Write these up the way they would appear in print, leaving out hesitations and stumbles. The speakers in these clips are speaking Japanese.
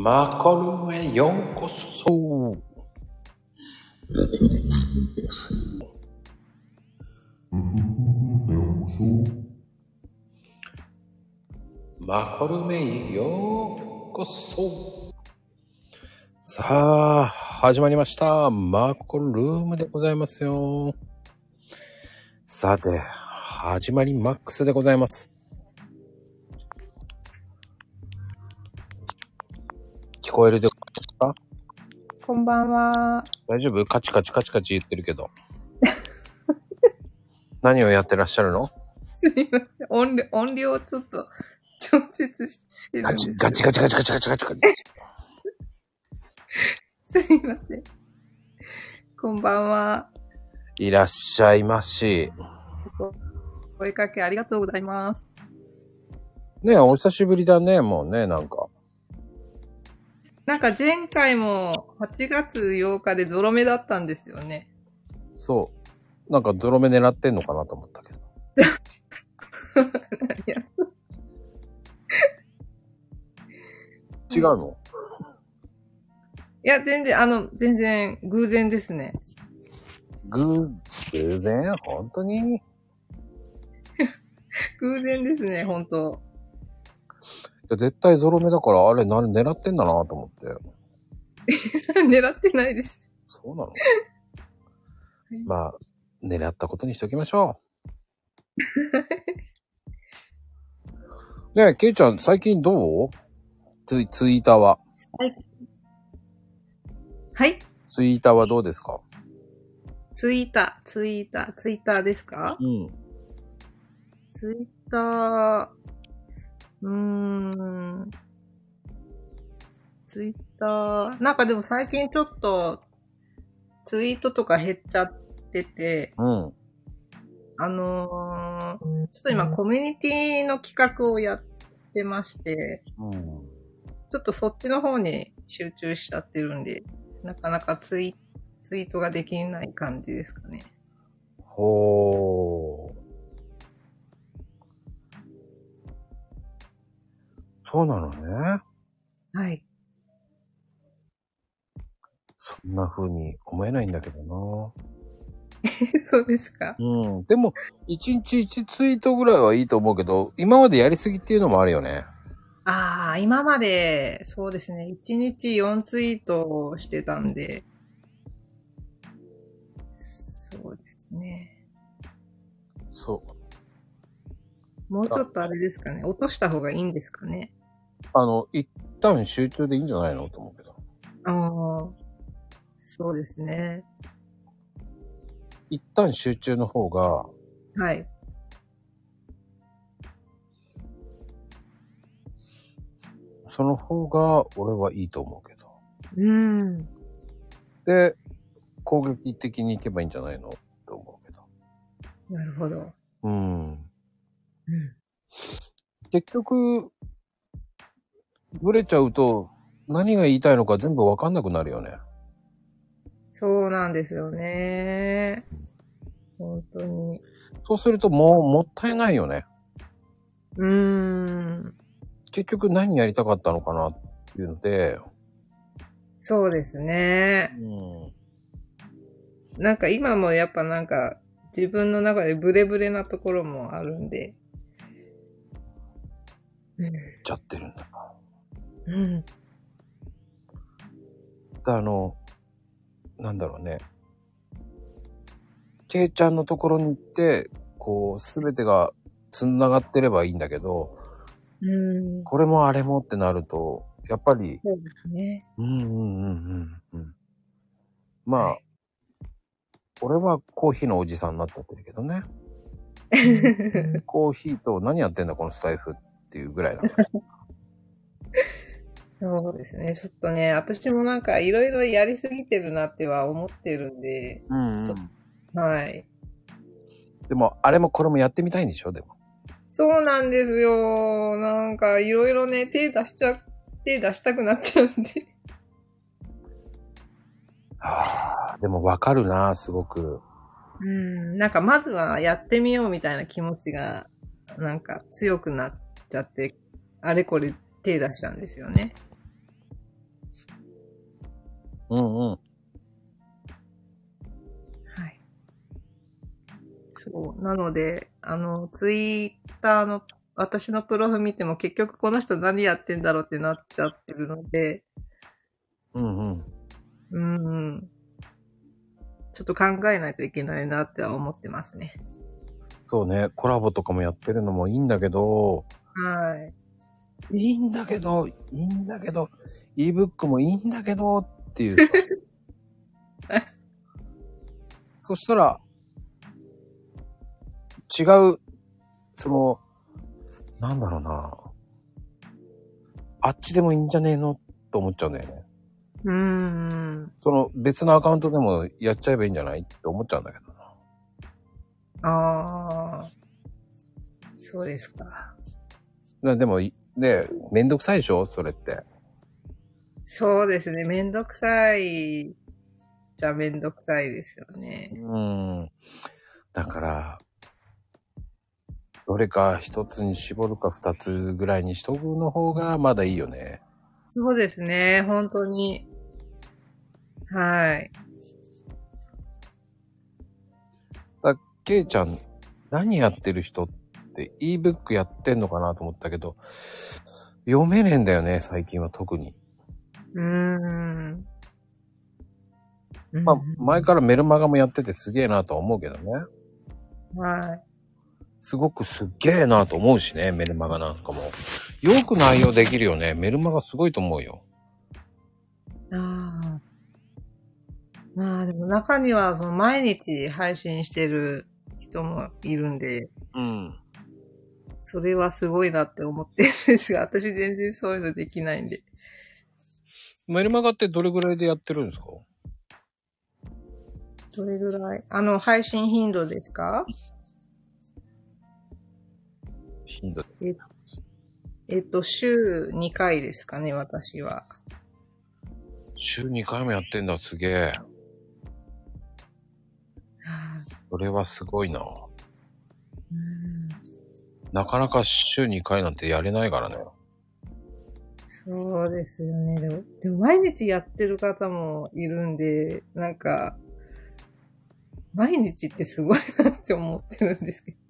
マコルへようこそ。マコルへようこそ。さあ、始まりました。マコルームでございますよ。さて、始まりマックスでございます。聞こえるでか？ こんばんは。 大丈夫？カチカチカチカチ言ってるけど。何をやってらっしゃるの？ すいません。音量をちょっと調節してるんですよ。 ガチガチガチガチガチガチガチ。 すいません。こんばんは。 いらっしゃいまし。 声かけありがとうございます。 ねえ、お久しぶりだね、もうね、なんか前回も8月8日でゾロ目だったんですよね。 そう。なんかゾロ目狙ってんのかなと思ったけど。違うの？ いや、全然偶然ですね。 偶然？本当に？ 偶然ですね、本当。 いや、絶対ゾロ目だから、あれ、狙ってんだなと思って。 狙ってないです。 そうなの？まあ、狙ったことにしておきましょう。ねえ、ケイちゃん、最近どう？ツイッターは。 はい。はい。 ツイッターはどうですか？ ツイッターですか？ うん。 ツイッター、ツイッター、でも最近ちょっとツイートとか減っちゃってて、 うん。 ちょっと今コミュニティの企画をやってまして、 うん。 ちょっとそっちの方に集中しちゃってるんで、なかなかツイートができない感じですかね。 ほー。そうなのね。 はい。 そんな風に思えないんだけどな。 そうですか。 うん。でも、1日1ツイートぐらいはいいと思うけど、今までやりすぎっていうのもあるよね。 ああ、今まで、そうですね、1日4ツイートしてたんで、そうですね。 そう。 もうちょっとあれですかね。落とした方がいいんですかね。 一旦集中でいいんじゃないのと思うけど。 ああ、そうですね。 一旦集中の方が、 はい。 その方が俺はいいと思うけど。で、攻撃的に行けばいいんじゃないのと思うけど。 なるほど。 うん。結局、ブレちゃうと、何が言いたいのか全部わかんなくなるよね。 そうなんですよね。本当に。 そうするともったいないよね。結局何やりたかったのかなっていうので。 そうですね。今もやっぱ自分の中でブレブレなところもあるんで。 ちゃってるんだな。 うん。 なんだろうね。ケイちゃんのところに行って、こう、すべてが繋がってればいいんだけど、これもあれもってなると、やっぱり、 そうですね。 まあ、はい、俺はコーヒーのおじさんになっちゃってるけどね。コーヒーと何やってんだこのスタイフっていうぐらいなんだ。 そうですね。ちょっとね、私もいろいろやりすぎてるなっては思ってるんで。はい。 でも、あれもこれもやってみたいんでしょでも。 そうなんですよ。いろいろね、手出したくなっちゃうんで。 でもわかるな、すごく。 まずはやってみようみたいな気持ちが、強くなっちゃって、あれこれ手出したんですよね。 うんうん。 はい。そう。なので、ツイッターの私のプロフ見ても結局この人何やってんだろうってなっちゃってるので、 うんうん。 うん。ちょっと考えないといけないなっては思ってますね。 そうね、コラボとかもやってるのもいいんだけど、 はい。 いいんだけど、ebook もいいんだけどっていうさ。そしたら、違う、その、なんだろうな。あっちでもいいんじゃねえのと思っちゃうんだよね。 うーん。 その別のアカウントでもやっちゃえばいいんじゃないって思っちゃうんだけどああ、そうですか。 な。でも、ね、めんどくさいでしょそれって。 そうですね。めんどくさいじゃめんどくさいですよね。 だから、どれか一つに絞るか二つぐらいにしとくの方がまだいいよね。 そうですね。本当に。はい。 ケイちゃん、何やってる人って ebook やってんのかなと思ったけど、読めねえんだよね、最近は特に。 うーん。うまあ、前ん。 からメルマガもやっててすげえなとは思うけどね。 はい。 すごくすっげえなと思うしね、メルマガなんかも。よく内容できるよね。メルマガすごいと思うよ。 ああ。まあでも中にはその毎日配信してる人もいるんで、 うん。 それはすごいなって思ってるんですが、私全然そういうのできないんで。 メルマガってどれぐらいでやってるんですか？ どれぐらい配信頻度ですか？ 頻度。 え、週2回ですかね、私は。 週2回もやってんだ、すげえ。それはすごいな。 うん、 なかなか週2回なんてやれないからね。 そうですよね。でも毎日やってる方もいるんで、なんか、毎日ってすごいなって思ってるんですけど。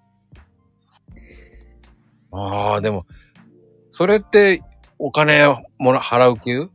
ああ、でも、それってお金払う級？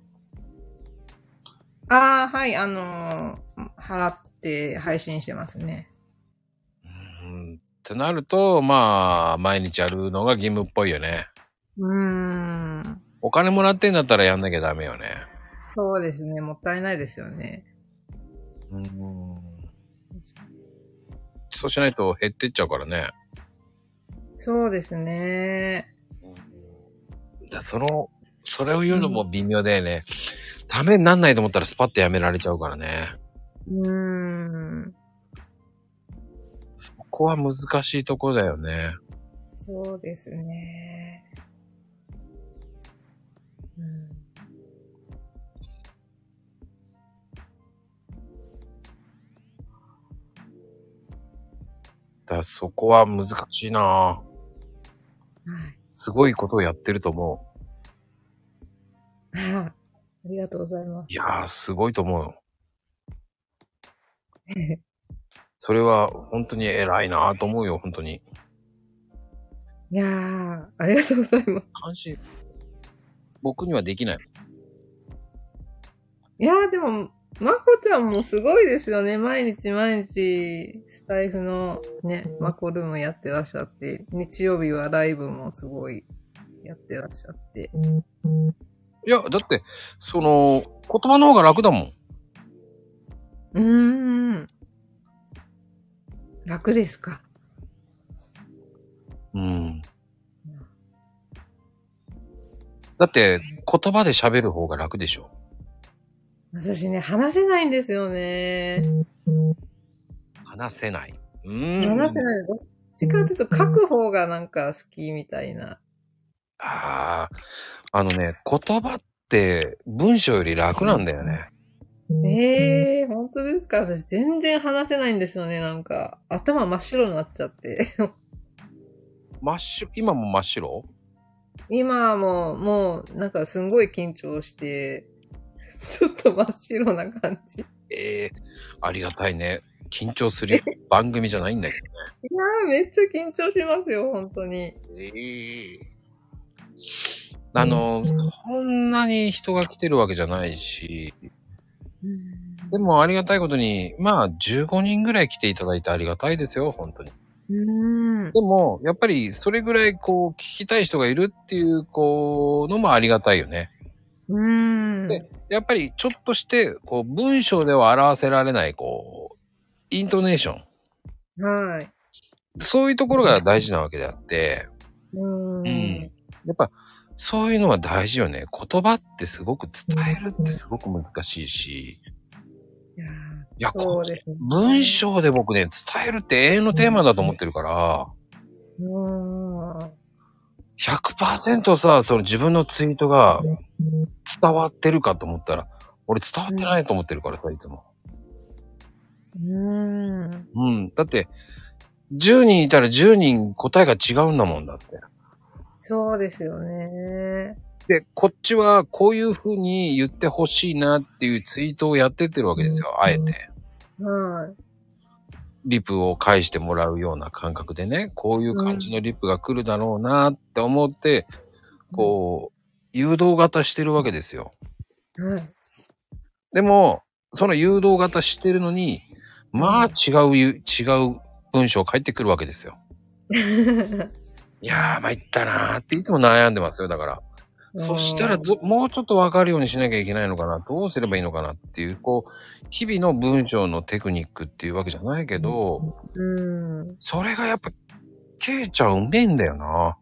ああ、はい、払って配信してますね。 ってなると、まあ、毎日やるのが義務っぽいよね。 うーん。 お金もらってんだったらやんなきゃダメよね。 そうですね。もったいないですよね。 うーん。そうしないと減ってっちゃうからね。 そうですね。 それを言うのうん。 も微妙だよね。ためになんないと思ったらスパッとやめられちゃうからね。 うーん。 そこは難しいところだよね。 そうですね。うん。 だからそこは難しいな。 はい。 すごいことをやってると思う。 ありがとうございます。 いやー、すごいと思うよ。それは本当に偉いなと思うよ、本当に。 いやー、ありがとうございます。 関心、僕にはできない。 いやー、でも、まこちゃんもすごいですよね。毎日毎日、スタイフのね、マコルームやってらっしゃって、日曜日はライブもすごいやってらっしゃって。 いや、だって、言葉の方が楽だもん。 うーん。楽ですか。 うん。だって、言葉で喋る方が楽でしょ。 私ね、話せないんですよね。 話せない。 話せない。どっちかというと書く方がなんか好きみたいな。 ああ、言葉って文章より楽なんだよね。 ええー、本当ですか？私全然話せないんですよね。なんか、頭真っ白になっちゃって。 今も真っ白？ 今はもう、なんかすんごい緊張して、 ちょっと真っ白な感じ。 ありがたいね。緊張する番組じゃないんだけどね。 いやー、めっちゃ緊張しますよ、本当に。 そんなに人が来てるわけじゃないし、でもありがたいことに、まあ15人ぐらい来ていただいてありがたいですよ、本当に。でも、やっぱりそれぐらいこう聞きたい人がいるっていうのもありがたいよね。で、やっぱりちょっとしてこう文章では表せられないイントネーション。 はい。 そういうところが大事なわけであって、やっぱそういうのは大事よね。言葉ってすごく伝えるってすごく難しいし、いや、 そうですね。 文章で僕ね、伝えるって永遠のテーマだと思ってるから、100% さ、その自分のツイートが伝わってるかと思ったら、俺伝わってないと思ってるからさ、いつも。だって、10人いたら10人答えが違うんだもんだって。 そうですよね。 で、こっちはこういう風に言ってほしいなっていうツイートをやってってるわけですよ、あえて。 はい。 リプを返してもらうような感覚でね、こういう感じのリプが来るだろうなって思って、誘導型してるわけですよ。 はい。 でも、その誘導型してるのに、まあ違う文章返ってくるわけですよ。いやー、参ったなーっていつも悩んでますよ、だから。そしたらもうちょっとわかるようにしなきゃいけないのかな、どうすればいいのかなっていう、日々の文章のテクニックっていうわけじゃないけど、それがやっぱ、ケイちゃんうめえんだよな。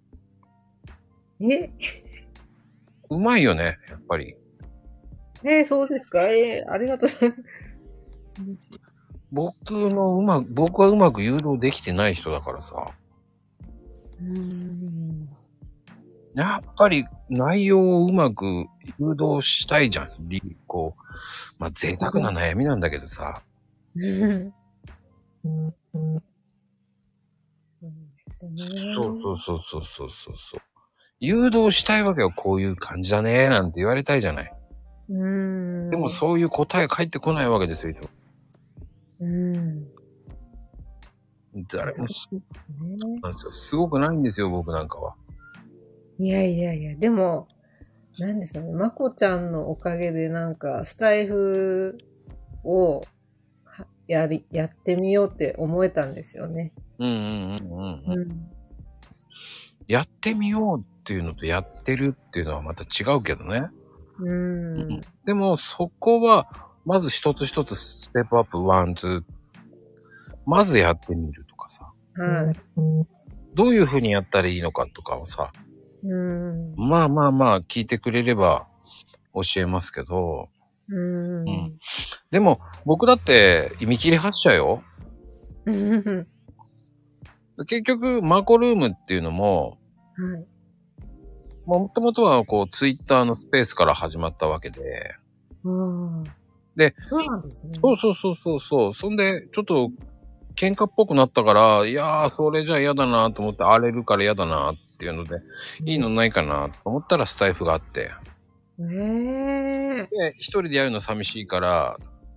うまいよね、やっぱり。 そうですか。ありがとうございます。 僕はうまく誘導できてない人だからさ。やっぱり内容をうまく誘導したいじゃん。まあ贅沢な悩みなんだけどさ。そう。誘導したいわけよ。こういう感じだねなんて言われたいじゃない。でもそういう答え返ってこないわけですよ、いつも。誰もなんですよ。すごくないんですよ、僕なんかは。 いや、でも、なんですかね、まこちゃんのおかげでなんか、スタイフをやってみようって思えたんですよね。 やってみようっていうのとやってるっていうのはまた違うけどね。でもそこは、まず一つ一つステップアップ、ワン、ツー。まずやってみるとかさ。どういう風にやったらいいのかとかをさ。まあ聞いてくれれば教えますけど。でも僕だって見切り発車よ。結局マコルームっていうのも、もともとはツイッターのスペースから始まったわけで。で、 そうなんですね。 そう。そんで、ちょっと喧嘩っぽくなったから、いやー、それじゃ嫌だなと思って、荒れるから嫌だなっていうので、いいのないかなと思ったらスタイフがあって。で、一人でやるの寂しいから、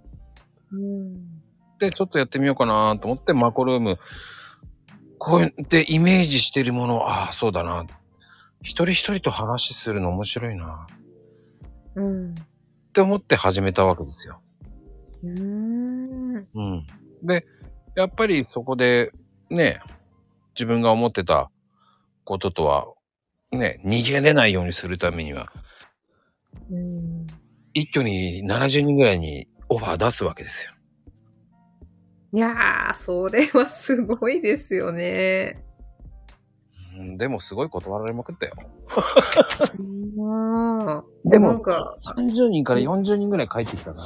で、ちょっとやってみようかなと思って、マコルーム、こうやってイメージしてるもの、ああ、そうだな。一人一人と話するの面白いな。って思って始めたわけですよ。で、やっぱりそこで、ね、自分が思ってたこととは、ね、逃げれないようにするためには、一挙に70人ぐらいにオファー出すわけですよ。 いやー、それはすごいですよね。 でもすごい断られまくったよ。でも30人から40人ぐらい帰ってきたから、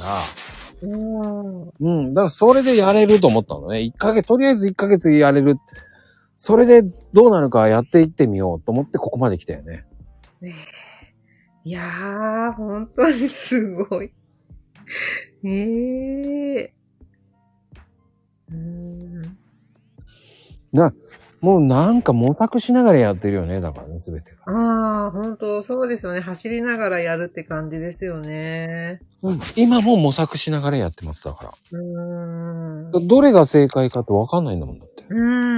だからそれでやれると思ったのね。とりあえず1ヶ月やれる。それでどうなるかやっていってみようと思ってここまで来たよね。 いやー、本当にすごい。 もうなんか模索しながらやってるよね。だからね、すべてが。 ああ、本当そうですよね。走りながらやるって感じですよね。 今も模索しながらやってます。だから。 ん。 どれが正解かってわかんないんだもんだって。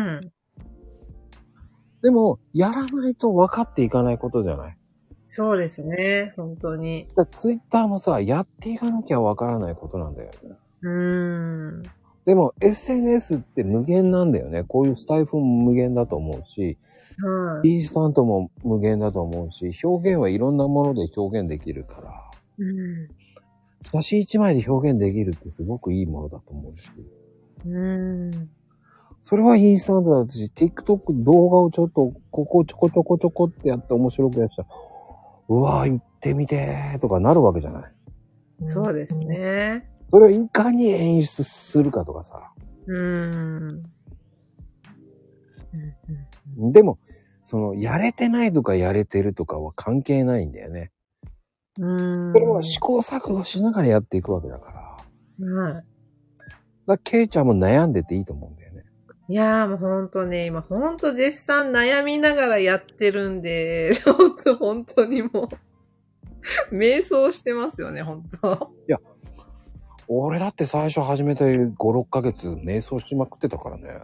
でも、やらないと分かっていかないことじゃない。 そうですね。本当に。 ツイッターもさ、やっていかなきゃ分からないことなんだよね。でも SNS って無限なんだよね。こういうスタイフも無限だと思うし、インスタントも無限だと思うし、表現はいろんなもので表現できるから、写真一枚で表現できるってすごくいいものだと思うし、それはインスタントだし、TikTok 動画をちょっとここちょこちょこちょこってやって面白くやったら、うわぁ行ってみてーとかなるわけじゃない。 そうですね。 それをいかに演出するかとかさ。でも、やれてないとかやれてるとかは関係ないんだよね。それは試行錯誤しながらやっていくわけだから。ケイちゃんも悩んでていいと思うんだよね。 いやーもうほんとね、今ほんと絶賛悩みながらやってるんで、ちょっと本当にもう、瞑想してますよね、ほんと。 いや、俺だって最初始めて5、6ヶ月瞑想しまくってたからね。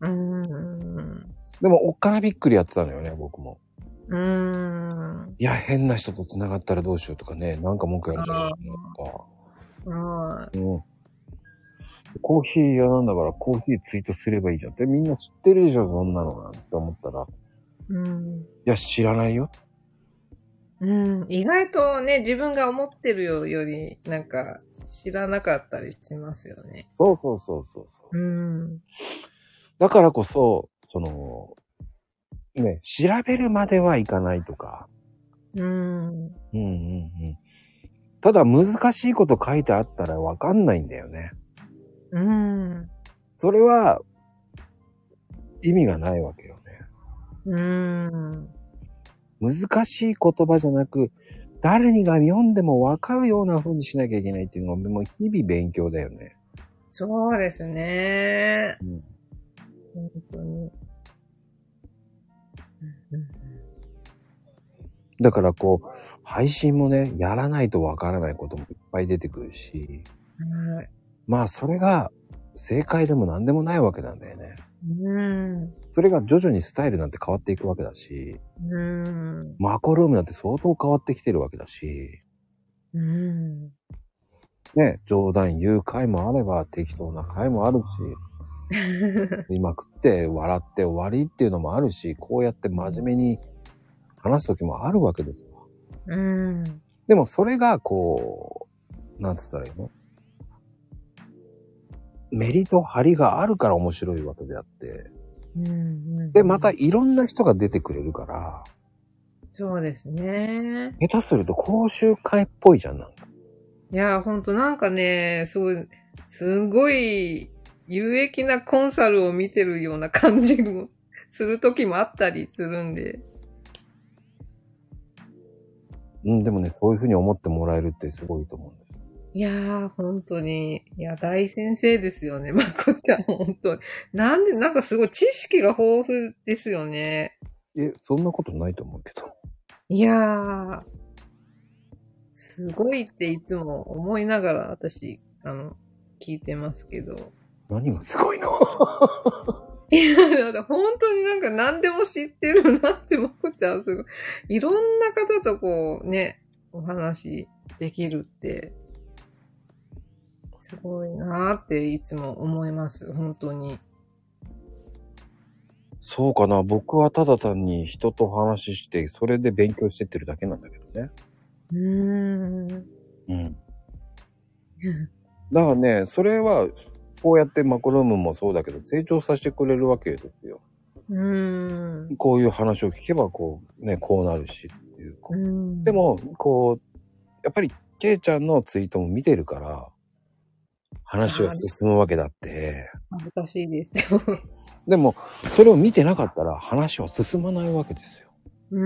でも、おっからびっくりやってたのよね、僕も。いや、変な人と繋がったらどうしようとかね、なんか文句やるじゃないか。コーヒー屋なんだからコーヒーツイートすればいいじゃんってみんな知ってるでしょ、そんなのなんて思ったら。いや、知らないよ。 意外とね、自分が思ってるより、なんか、知らなかったりしますよね。 そう。だからこそ、ね、調べるまではいかないとか。ただ難しいこと書いてあったらわかんないんだよね。それは、意味がないわけよね。難しい言葉じゃなく、誰にが読んでもわかるような風にしなきゃいけないっていうのが、もう日々勉強だよね。 そうですね。本当に。 だから配信もね、やらないとわからないこともいっぱい出てくるし、まあそれが正解でも何でもないわけなんだよね。それが徐々にスタイルなんて変わっていくわけだし、マコルームなんて相当変わってきてるわけだし、ね、冗談言う回もあれば適当な回もあるし、今食って笑って終わりっていうのもあるし、こうやって真面目に話す時もあるわけですよ。でもそれがなんつったらいいの？メリと張りがあるから面白いわけであって。で、またいろんな人が出てくれるから。 そうですね。 下手すると講習会っぽいじゃん、なんか。 いや、ほんとなんかね、すごい有益なコンサルを見てるような感じもする時もあったりするんで。 でもね、そういうふうに思ってもらえるってすごいと思うんです。 いやー、本当に。いや、大先生ですよね、まこちゃん、本当に。なんかすごい知識が豊富ですよね。 そんなことないと思うけど。 いやー、すごいっていつも思いながら私、聞いてますけど。 何がすごいの？ いや、だ本当になんか何でも知ってるなって、まこちゃんすごい。いろんな方とお話できるって、すごいなーっていつも思います、本当に。 そうかな。僕はただ単に人と話して、それで勉強してってるだけなんだけどね。だからね、それは、こうやってマコルームもそうだけど、成長させてくれるわけですよ。こういう話を聞けば、こうなるしっていう。でも、やっぱり、ケイちゃんのツイートも見てるから、話は進むわけだって。 恥ずかしいですよ。 でも、それを見てなかったら話は進まないわけですよ。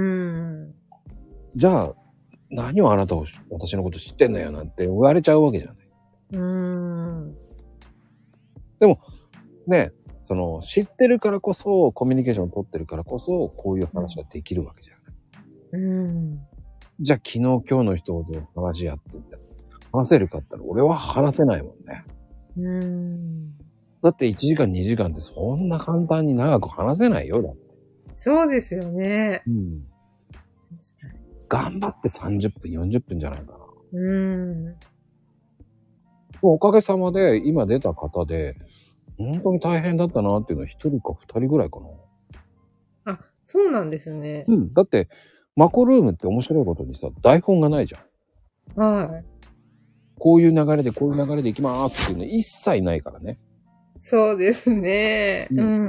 じゃあ、何を私のこと知ってんのよなんて言われちゃうわけじゃない。でも、ね、 その、知ってるからこそ、コミュニケーションを取ってるからこそ、こういう話ができるわけじゃん。 うん。 じゃあ昨日今日の人と話やってて、話せるかって言ったら俺は話せないもんね。だって1時間2時間ってそんな簡単に長く話せないよ、だって。 そうですよね。 うん。頑張って30分、40分じゃないかな。おかげさまで今出た方で、本当に大変だったなっていうのは1人か2人ぐらいかな。 あ、そうなんですね。 うん。だって、マコルームって面白いことにさ、台本がないじゃん。 はい。 こういう流れでこういう流れで行きまーすっていうの一切ないからね。 そうですね。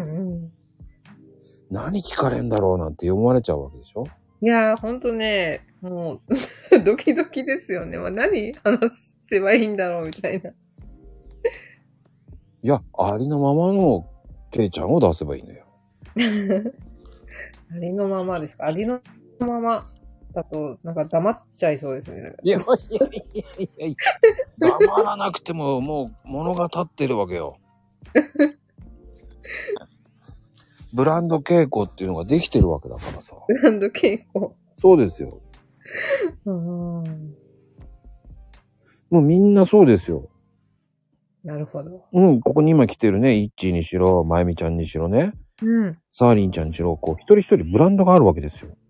何聞かれんだろうなんて思われちゃうわけでしょ？ いやー、ほんとね、もう、ドキドキですよね。何話せばいいんだろうみたいな。 いや、ありのままのケイちゃんを出せばいいのよ。 ありのままですか？ありのままだと、なんか黙っちゃいそうですね。 いやいやいやいや、黙らなくてももう物が立ってるわけよ。ブランド稽古っていうのができてるわけだからさ。 ブランド稽古。 そうですよ。もうみんなそうですよ。 なるほど。 うん、ここに今来てるね、イッチーにしろ、まゆみちゃんにしろね、サーリンちゃんにしろ、こう、一人一人ブランドがあるわけですよ。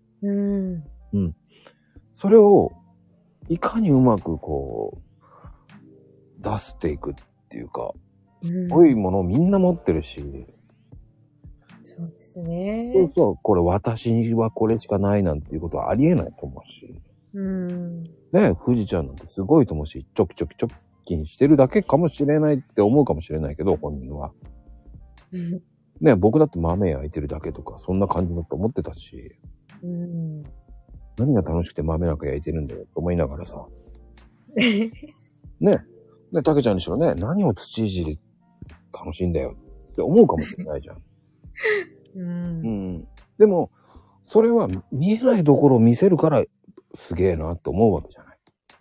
それを、いかにうまくこう、出していくっていうか、こういうものをみんな持ってるし、 そうですね。 そうそう、これ私にはこれしかないなんていうことはありえないと思うし。ね、富士ちゃんなんてすごいと思うし、ちょきちょき貯金してるだけかもしれないって思うかもしれないけど、本人は。ね、僕だって豆焼いてるだけとか、そんな感じだと思ってたし。何が楽しくて豆なんか焼いてるんだよと思いながらさ。ね、たけちゃんにしろね、何を土いじり楽しいんだよって思うかもしれないじゃん。でも、それは見えないところを見せるからすげえなって思うわけじゃない。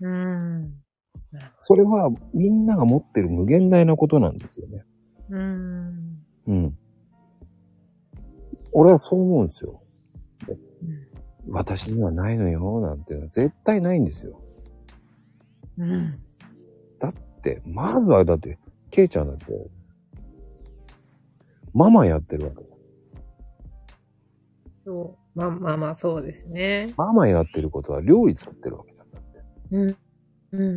それはみんなが持ってる無限大なことなんですよね。俺はそう思うんですよ。私にはないのよなんていうのは絶対ないんですよ。だって、まずはだって、ケイちゃんだって、ママやってるわけだ。 そう。まあ、そうですね。 ママやってることは料理作ってるわけだって。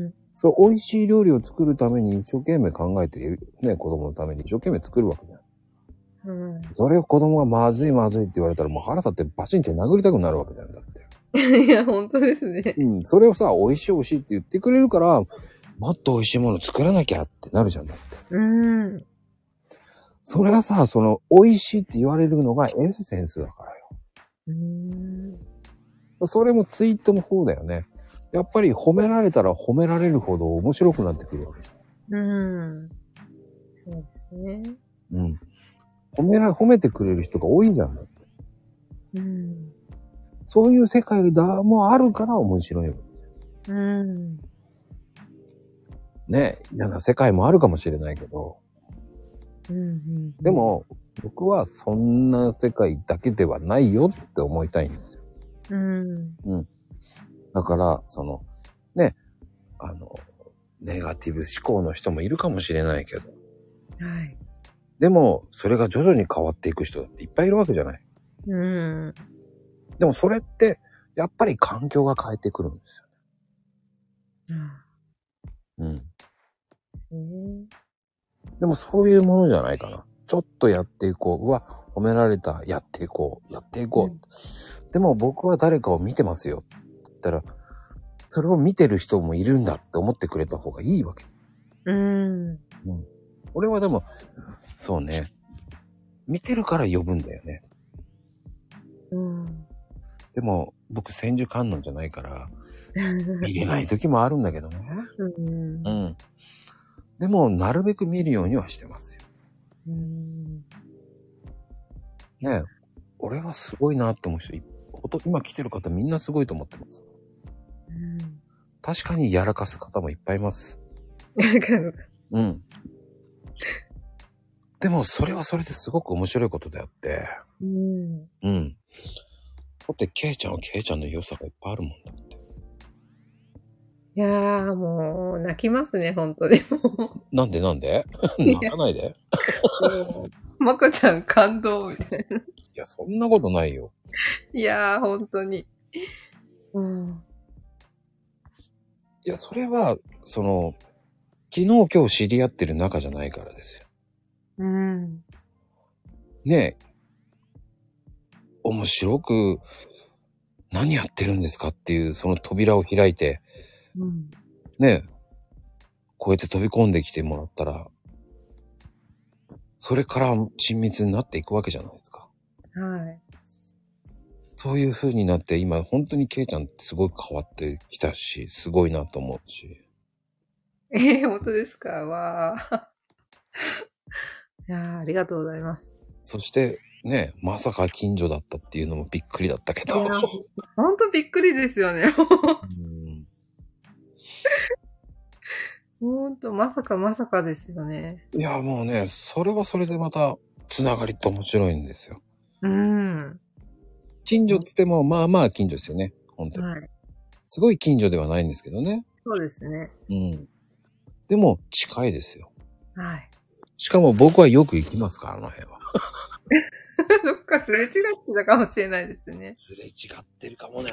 そう、美味しい料理を作るために一生懸命考えている、ね、子供のために一生懸命作るわけじゃん。それを子供がまずいまずいって言われたらもう腹立ってバチンって殴りたくなるわけじゃんだって。 いや、本当ですね。 それをさ、美味しい美味しいって言ってくれるから、もっと美味しいもの作らなきゃってなるじゃんだって。それはさ、その、美味しいって言われるのがエッセンスだからよ。それもツイートもそうだよね。やっぱり褒められたら褒められるほど面白くなってくるわけじゃん。 そうですね。 褒めてくれる人が多いじゃんだって。そういう世界もあるから面白いよ。ね、嫌な世界もあるかもしれないけど。でも、僕はそんな世界だけではないよって思いたいんですよ。だから、その、ね、ネガティブ思考の人もいるかもしれないけど。でも、それが徐々に変わっていく人だっていっぱいいるわけじゃない。でもそれって、やっぱり環境が変えてくるんですよね。でもそういうものじゃないかな。ちょっとやっていこう。うわ、褒められた。やっていこう。やっていこう。でも僕は誰かを見てますよ。って言ったら、それを見てる人もいるんだって思ってくれた方がいいわけ。俺はでも、そうね。見てるから呼ぶんだよね。でも、僕、千手観音じゃないから、見れない時もあるんだけどね。でも、なるべく見るようにはしてますよ。ねえ、俺はすごいなって思う人、今来てる方みんなすごいと思ってます。確かにやらかす方もいっぱいいます。ででもそれはそれですごく面白いことであって。 うん。 だってケイちゃんはケイちゃんの良さがいっぱいあるもんだって。 いやー、もう、泣きますね、本当に。 なんで泣かないで。 まこちゃん感動みたいな。 いや、そんなことないよ。 いやー、本当に。 いや、それは、昨日今日知り合ってる仲じゃないからですよ。ねえ。面白く、何やってるんですかっていう、その扉を開いて、ねえ。こうやって飛び込んできてもらったら、それから親密になっていくわけじゃないですか。 はい。 そういう風になって今本当にケイちゃんすごい変わってきたし、すごいなと思うし。 本当ですか？わー。いやー、ありがとうございます。 そしてね、まさか近所だったっていうのもびっくりだったけど。 いや、ほんとびっくりですよね。ほんと、まさかまさかですよね。 いや、もうね、それはそれでまた、つながりって面白いんですよ。近所って言っても、まあまあ近所ですよね。本当に。はい。すごい近所ではないんですけどね。 そうですね。 でも、近いですよ。 はい。 しかも僕はよく行きますから、あの辺は。 どっかすれ違ってたかもしれないですね。 すれ違ってるかもね。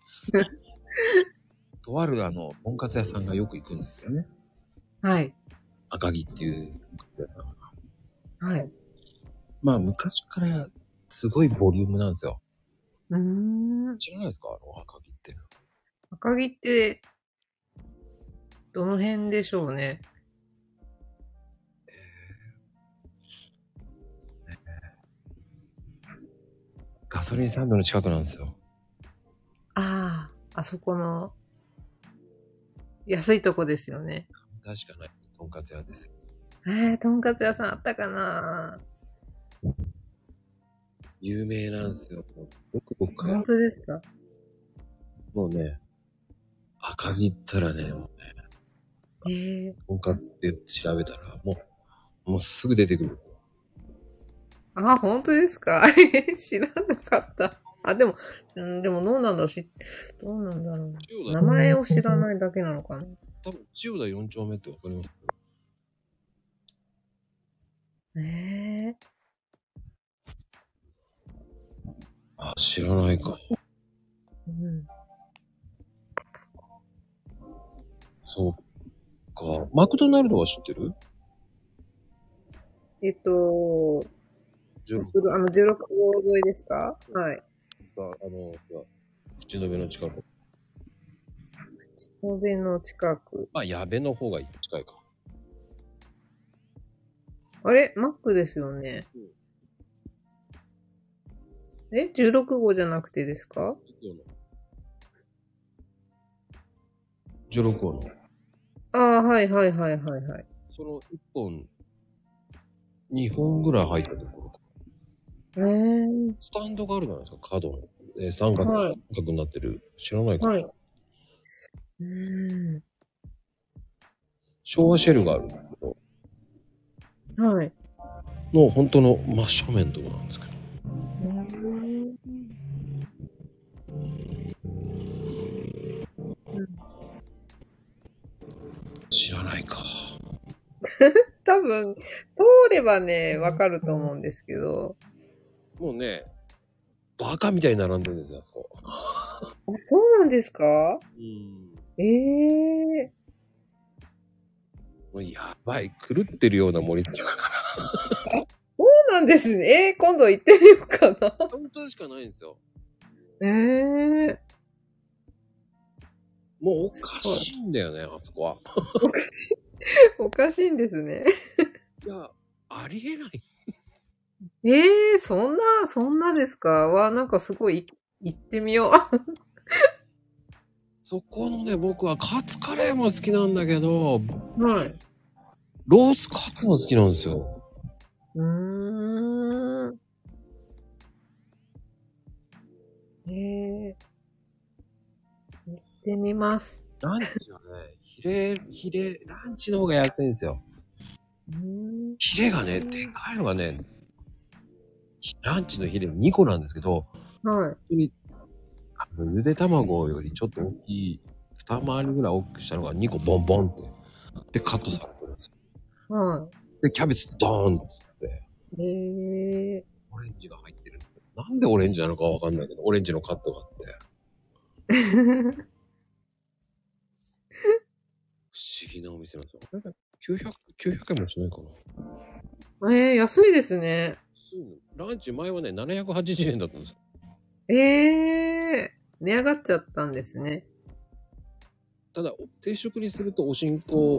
とあるとんかつ屋さんがよく行くんですよね。 はい。 赤城っていうとんかつ屋さんが。 はい。 まあ昔からすごいボリュームなんですよ。知らないですか？赤城って。 赤城って、どの辺でしょうね。 ガソリンスタンドの近くなんですよ。 ああ、あそこの、安いとこですよね。 確かない。とんかつ屋ですよ。 とんかつ屋さんあったかな？ 有名なんですよ。僕本当ですか？ もうね、赤城ったらね、もうね、とんかつって調べたら、もうすぐ出てくるんですよ。 あ、本当ですか？知らなかった。あ、でも、でもどうなんだろうどうなんだろう。名前を知らないだけなのかな。 多分、千代田4丁目ってわかります？あ、知らないか。そうか。マクドナルドは知ってる 16号沿いですか？はい。 さあ、口の上の近く。 口の上の近く。 まあ、矢部の方が近いか。 あれマックですよね。16号じゃなくてですか ？16号の。 ああ、はいはいはいはいはい。 その1本、2本ぐらい入ったところか。スタンドがあるじゃないですか、角の。三角になってる。知らないか。はい。昭和シェルがあるんですけど。はい。の、本当の真正面のところなんですけど。知らないか。 多分、通ればね、わかると思うんですけど。 もうね、バカみたいに並んでるんですよ、あそこ。 あ、そうなんですか？ もうやばい、狂ってるような盛り付けだから。 そうなんですね。今度行ってみようかな。 本当しかないんですよ。もうおかしいんだよね、あそこは。 おかしいんですね。 いや、ありえない。 そんなですか？なんかすごい行ってみよう。 そこのね、僕はカツカレーも好きなんだけど、 はい。 ロースカツも好きなんですよ。 行ってみます。 ランチはね、ランチの方が安いんですよ。 ヒレがね、でかいのがね、ランチのヒレ2個なんですけど、 はい。 本当にゆで卵よりちょっと大きい、二回りぐらい大きくしたのが2個ボンボンって。で、カットされてるんですよ。 はで、キャベツドーンって、 い。へえ。 オレンジが入ってるんですよ。なんでオレンジなのかわかんないけど、オレンジのカットがあって。不思議なお店なんですよ。これが900円もしないかな。 安いですね。 ランチ前はね、780円だったんですよ。 値上がっちゃったんですね。 ただ、定食にするとおしん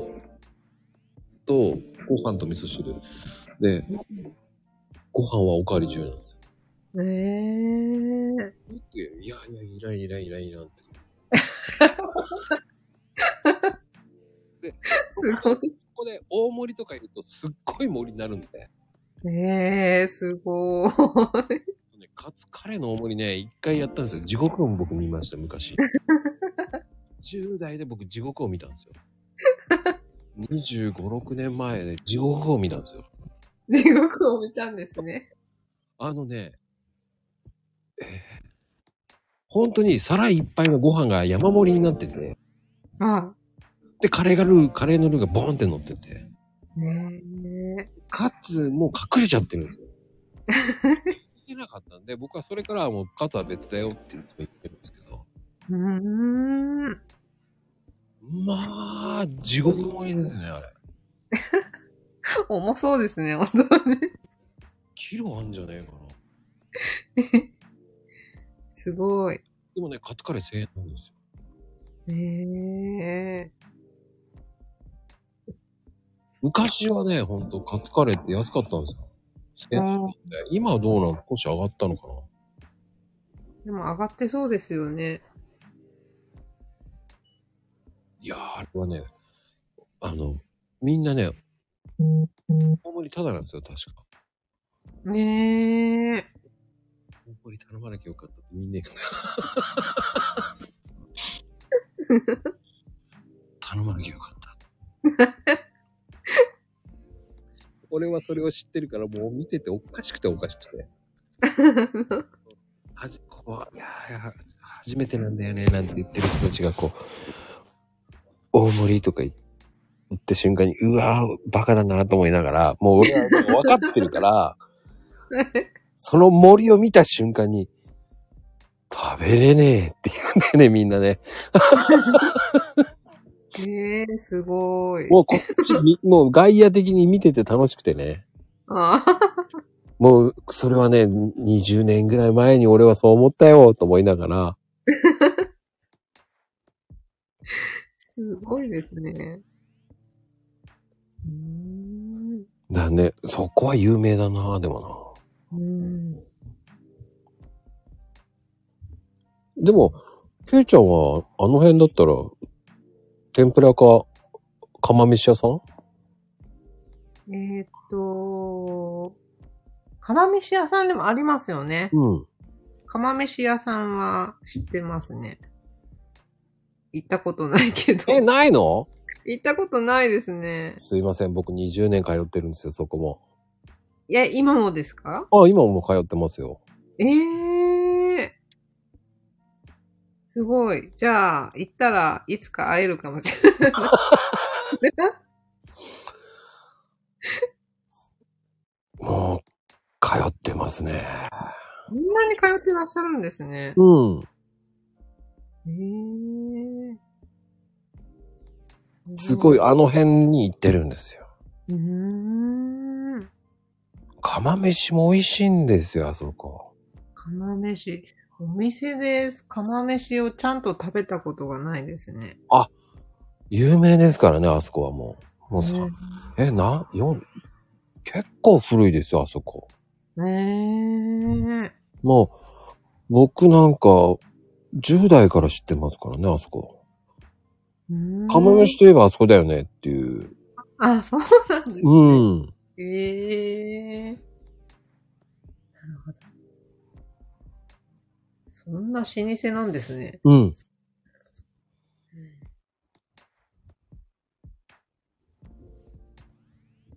ことご飯と味噌汁で、ご飯はおかわり自由なんですよ。いやいや、いらんいらんいらんいらんって。で、 すごい。 そこで大盛りとかいるとすっごい盛りになるんで。 すごい。 カツカレーの大盛りね、一回やったんですよ。地獄を僕見ました、昔。10代で僕地獄を見たんですよ。25、6年前で地獄を見たんですよ。 地獄を見たんですね。 あのね、本当に皿いっぱいのご飯が山盛りになってて、 あで、カレーのルーがボーンって乗ってて、 ねかつもう隠れちゃってるんですよ。見せなかったんで、僕はそれからはもうカツは別だよっていつも言ってるんですけど、まあ、地獄盛りですね、あれ。 重そうですね、本当に。 キロあんじゃねえかな。 すごい。 でもね、カツカレー1000円なんですよ。昔はね、ほんとカツカレーって安かったんですよ。1000円なんで。今はどうなの？少し上がったのかな？ でも上がってそうですよね。 いやー、あれはね、みんなね、大盛りタダなんですよ、確か。 ねえ。 大盛り頼まなきゃよかったってみんな言う頼まなきゃよかった。俺はそれを知ってるからもう見てておかしくておかしくて。ここはいや初めてなんだよね、なんて言ってる人たちがこう、大盛りとか言った瞬間に、うわー、バカだなと思いながら、もう俺は分かってるから、その森を見た瞬間に、食べれねえって言うんだよね、みんなね。 すごい。 もうこっち、もう外野的に見てて楽しくてね。もう、それはね、20年ぐらい前に俺はそう思ったよ、と思いながら。 すごいですね。 だね、そこは有名だな、でもな。でも、ケイちゃんは、あの辺だったら、天ぷらか、釜飯屋さん？ 釜飯屋さんでもありますよね。 うん。 釜飯屋さんは知ってますね。行ったことないけど。 ないの？ 行ったことないですね。 すいません、僕20年通ってるんですよ、そこも。 いや、今もですか？ 今も通ってますよ。 すごい。じゃあ、行ったらいつか会えるかもしれない。 もう、通ってますね。 みんなに通ってらっしゃるんですね。 すごい、あの辺に行ってるんですよ。釜飯も美味しいんですよ、あそこ。 釜飯。お店で釜飯をちゃんと食べたことがないですね。 有名ですからね、あそこはもう。もうさ、結構古いですよ、あそこ。もう、僕なんか、10代から知ってますからね、あそこ。釜飯といえばあそこだよねっていう。 そうなんですね。なるほど。そんな老舗なんですね。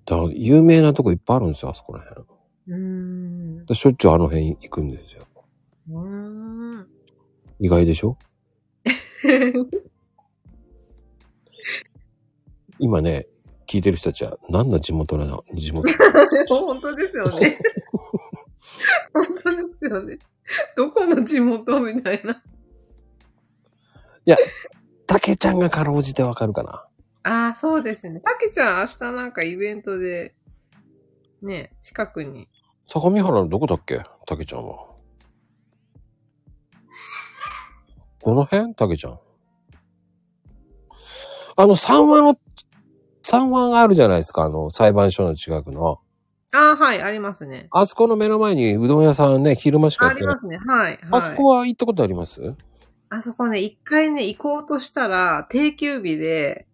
だから有名なとこいっぱいあるんですよ、あそこら辺。でしょっちゅうあの辺行くんですよ。意外でしょ？今ね、聞いてる人たちは何の地元なの？地元。 本当ですよね。本当ですよね。どこの地元みたいな。 いや、たけちゃんがかろうじてわかるかな。 ああ、そうですね。たけちゃん明日なんかイベントで、ね、近くに。 相模原のどこだっけ？たけちゃんは。どの辺？たけちゃん。三湾があるじゃないですか、裁判所の近くの。 ああ、はい、ありますね。 あそこの目の前にうどん屋さんね、昼間しかやってない。 ありますね。はい、 あそはい。 こは行ったことあります？ あそこね、一回ね、行こうとしたら、定休日で、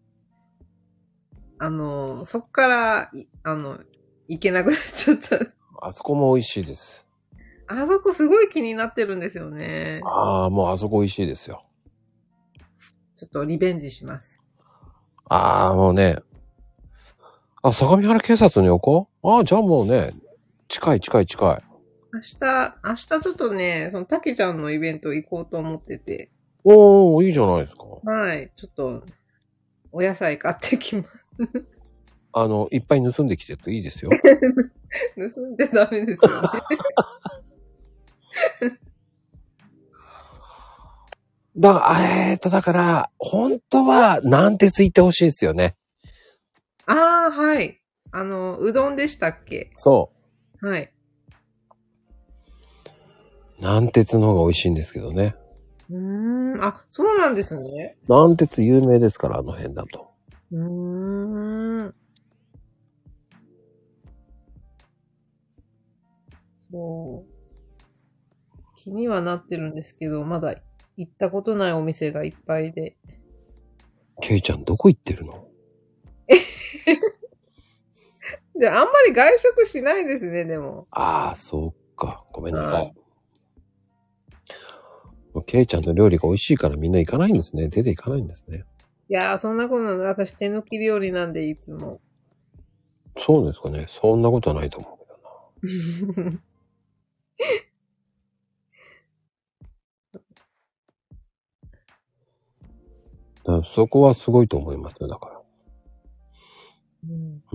そっから、行けなくなっちゃった。 あそこも美味しいです。 あそこすごい気になってるんですよね。 ああ、もうあそこ美味しいですよ。 ちょっとリベンジします。 ああ、もうね。あ、相模原警察に置こう？ああ、じゃあもうね、近い。 明日ちょっとね、そのたけちゃんのイベント行こうと思ってて。 おー、いいじゃないですか。 はい。ちょっと、お野菜買ってきます。 いっぱい盗んできてっていいですよ。 盗んじゃダメですよね。 だから、本当は、南鉄行ってほしいですよね。 ああ、はい。うどんでしたっけ？ そはい。 う。南鉄の方が美味しいんですけどね。 あ、そうなんですね。 南鉄有名ですから、あの辺だと。 そう。気にはなってるんですけど、まだ行ったことないお店がいっぱいで。 ケイちゃんどこ行ってるの？ で、あんまり外食しないですね、でも。 ああ、そうか。ごめんなさはいい。ケイちゃんの料理が美味しいからみんな行かないんですね。出て行かないんですね。 いやー、そんなことない。私手抜き料理なんで、いつも。 そうですかね。そんなことはないと思うけどな。だからそこはすごいと思いますよ、だから。うん。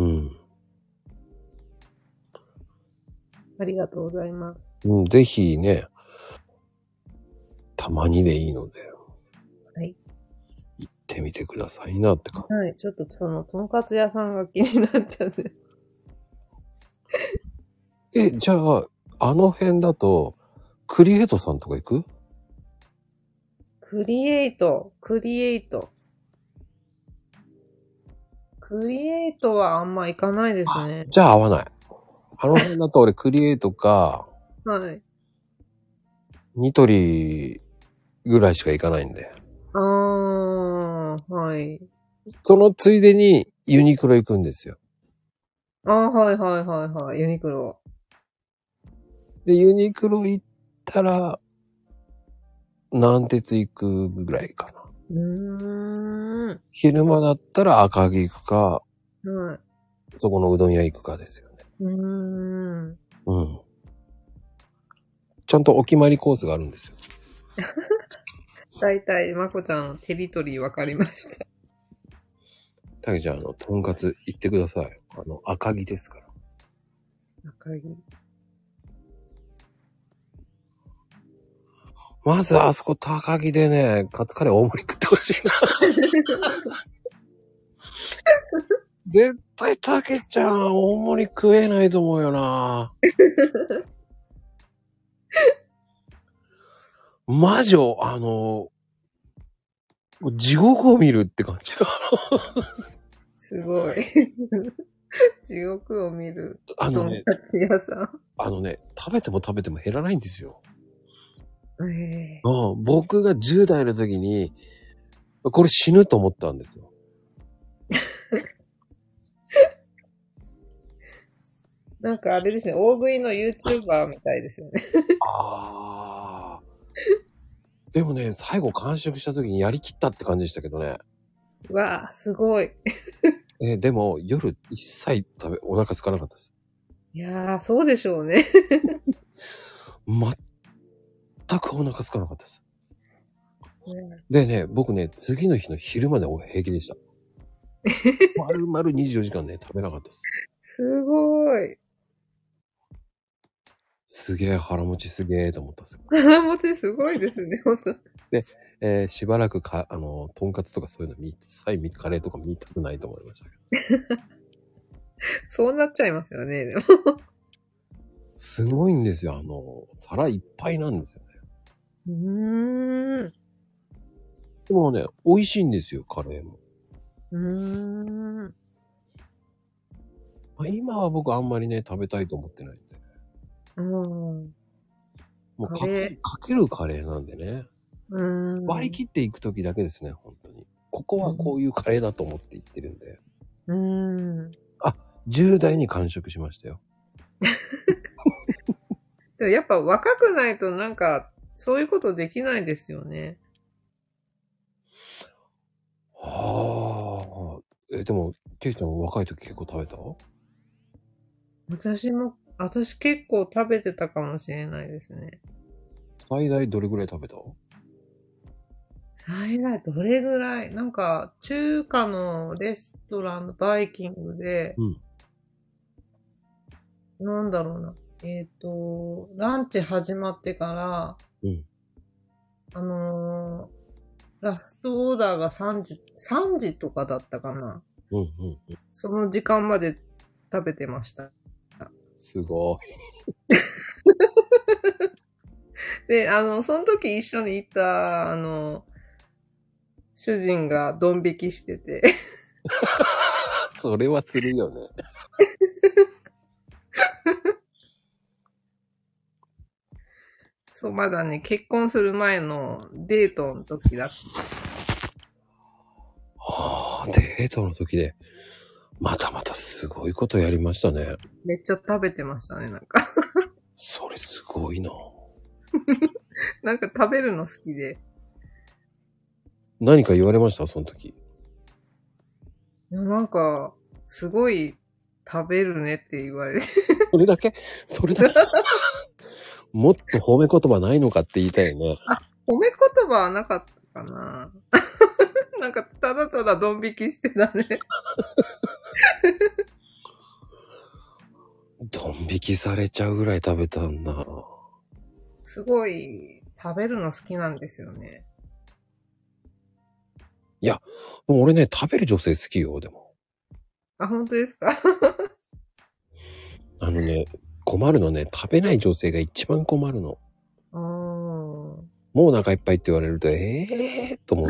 ありがとうございます。 うん、ぜひね、たまにでいいので、 はい。 行ってみてくださいなって感はい。ちょっとその、とんかつ屋さんが気になっちゃって。 じ。じゃあ、あの辺だと、クリエイトさんとか行く？ クリエイトはあんま行かないですね。 じゃあ合わない。あの辺だと俺クリエイトか、 はい。 ニトリぐらいしか行かないんで。 はい。 そのついでにユニクロ行くんですよ。 はい。ユニクロ。 で、ユニクロ行ったら、南鉄行くぐらいかな。昼間だったら赤城行くか、 はい。 そこのうどん屋行くかですよね。 うん。 ちゃんとお決まりコースがあるんですよ。 だいたいまこちゃんのテリトリーわかりました。 たけちゃん、とんかつ行ってください。赤城ですから。 赤城。 まずあそこ高木でね、カツカレー大盛り食ってほしいな。絶対たけちゃん大盛り食えないと思うよな。マジを、地獄を見るって感じ。 すごい。地獄を見る。 あのね、 とんかつ屋さん。 食べても減らないんですよ。 ええ僕が10代の時に、これ死ぬと思ったんですよ。 なんかあれですね、大食いの YouTuber みたいですよね。 ああ。でもね、最後完食した時にやりきったって感じでしたけどね。 うわぁ、すごい。 でも夜一切お腹空かなかったです。 いやー、そうでしょうね。 全くお腹空かなかったです。でね、僕ね、次の日の昼まで平気でした。丸々24時間ね、食べなかったです。 すごい。 すげえ腹持ちすげえと思ったんですよ。 腹持ちすごいですね、本当。 で、しばらくとんかつとかそういうのカレーとか見たくないと思いましたけど。 そうなっちゃいますよね、でも。 すごいんですよ。皿いっぱいなんですよね。でもね、美味しいんですよ、カレーも。今は僕あんまりね、食べたいと思ってないんで。もうかけるカレーなんでね。割り切っていくときだけですね、本当に。ここはこういうカレーだと思って言ってるんで。10代に完食しましたよ。 でもやっぱ若くないとなんか、そういうことできないですよね。 でも、ケイちゃん若い時結構食べた？ 私結構食べてたかもしれないですね。 最大どれぐらい食べた？ 最大どれぐらいなんか、中華のレストランのバイキングで、なんだろうな。ランチ始まってから、ラストオーダーが3時とかだったかな。その時間まで食べてました。 すごい。で、その時一緒に行った、主人がドン引きしてて。 それはするよね。 そう、まだね、結婚する前のデートの時だった。 デートの時で、またすごいことやりましたね。 めっちゃ食べてましたね、なんか。 それすごいな。 なんか食べるの好きで。 何か言われましたその時。 なんか、すごい食べるねって言われて。 それだけもっと褒め言葉ないのかって言いたいよね。 褒め言葉はなかったかな。なんか、ただただドン引きしてたね。 ドン引きされちゃうぐらい食べたんだ。 すごい食べるの好きなんですよね。 いや、俺ね、食べる女性好きよ、でも。 本当ですか？ 困るのね、食べない女性が一番困るの。もうお腹いっぱいって言われると、と思う。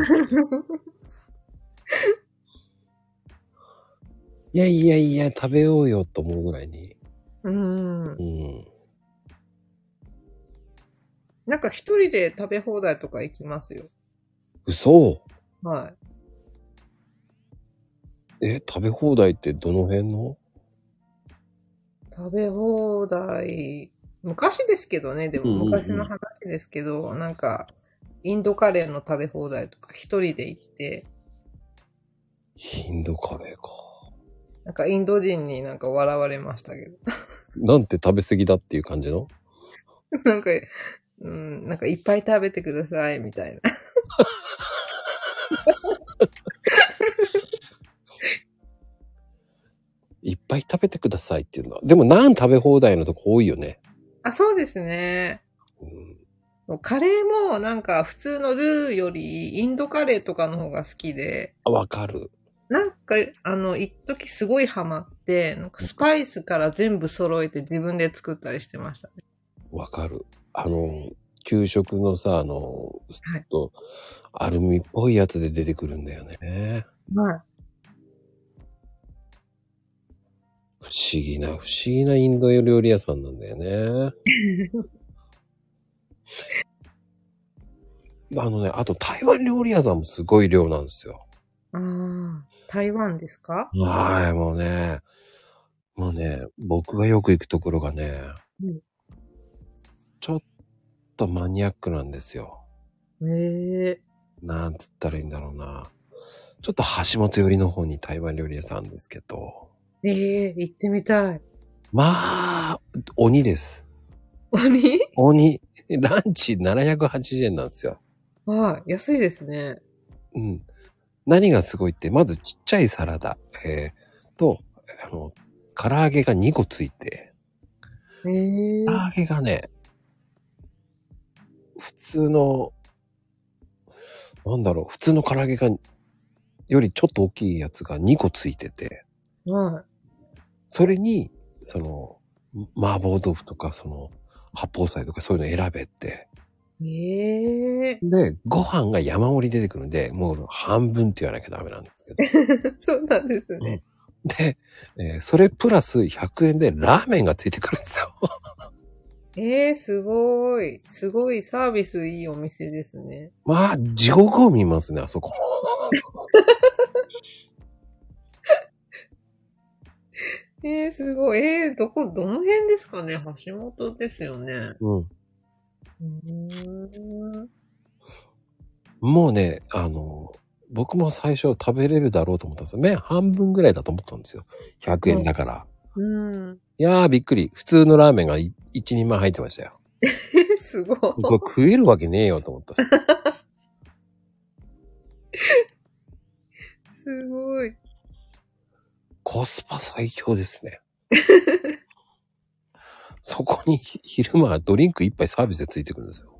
いや、食べようよと思うぐらいに。 なんか一人で食べ放題とか行きますよ。 嘘？ はい。 食べ放題ってどの辺の？ 食べ放題、昔ですけどね、でも昔の話ですけど、なんか、インドカレーの食べ放題とか一人で行って、 インドカレーか。 なんかインド人になんか笑われましたけど。 なんて食べ過ぎだっていう感じの？ なんか、なんかいっぱい食べてください、みたいな。 いっぱい食べてくださいっていうのは。でもナン食べ放題のとこ多いよね。 そうですね。カレーもなんか普通のルーよりインドカレーとかの方が好きで。 わかる。 なんか、一時すごいハマって、なんかスパイスから全部揃えて自分で作ったりしてましたね。 わかる。給食のさ、アルミっぽいやつで出てくるんだよね。 はい。 不思議なインド料理屋さんなんだよね。あと台湾料理屋さんもすごい量なんですよ。 台湾ですか？ はい、もうね、僕がよく行くところがね、ちょっとマニアックなんですよ。なんつったらいいんだろうな。 ちょっと橋本寄りの方に台湾料理屋さんですけど。 行ってみたい。 まあ、鬼です。 鬼？ 鬼。ランチ780円なんですよ。 はい、安いですね。 うん。何がすごいって、まずちっちゃいサラダ、と、唐揚げが2個ついて、唐揚げがね、普通の、普通の唐揚げが、よりちょっと大きいやつが2個ついてて、 はそれに、麻婆豆腐とか、八宝菜とかそういうの選べて、 い。 で、ご飯が山盛り出てくるんで、もう半分って言わなきゃダメなんですけど。 そうなんですね。 で、それプラス100円でラーメンがついてくるんですよ。 すごい。すごいサービスいいお店ですね。 まあ、地獄を見ますね、あそこ。 すごい。どの辺ですかね？橋本ですよね。 うん。 うーん。 もうね、僕も最初食べれるだろうと思ったんですよ。麺半分ぐらいだと思ったんですよ。100円だから。いやー、びっくり。普通のラーメンが一人前入ってましたよ。 すごい。 これ食えるわけねえよと思ったし。 すごい。 コスパ最強ですね。そこに昼間はドリンク一杯サービスでついてくるんですよ。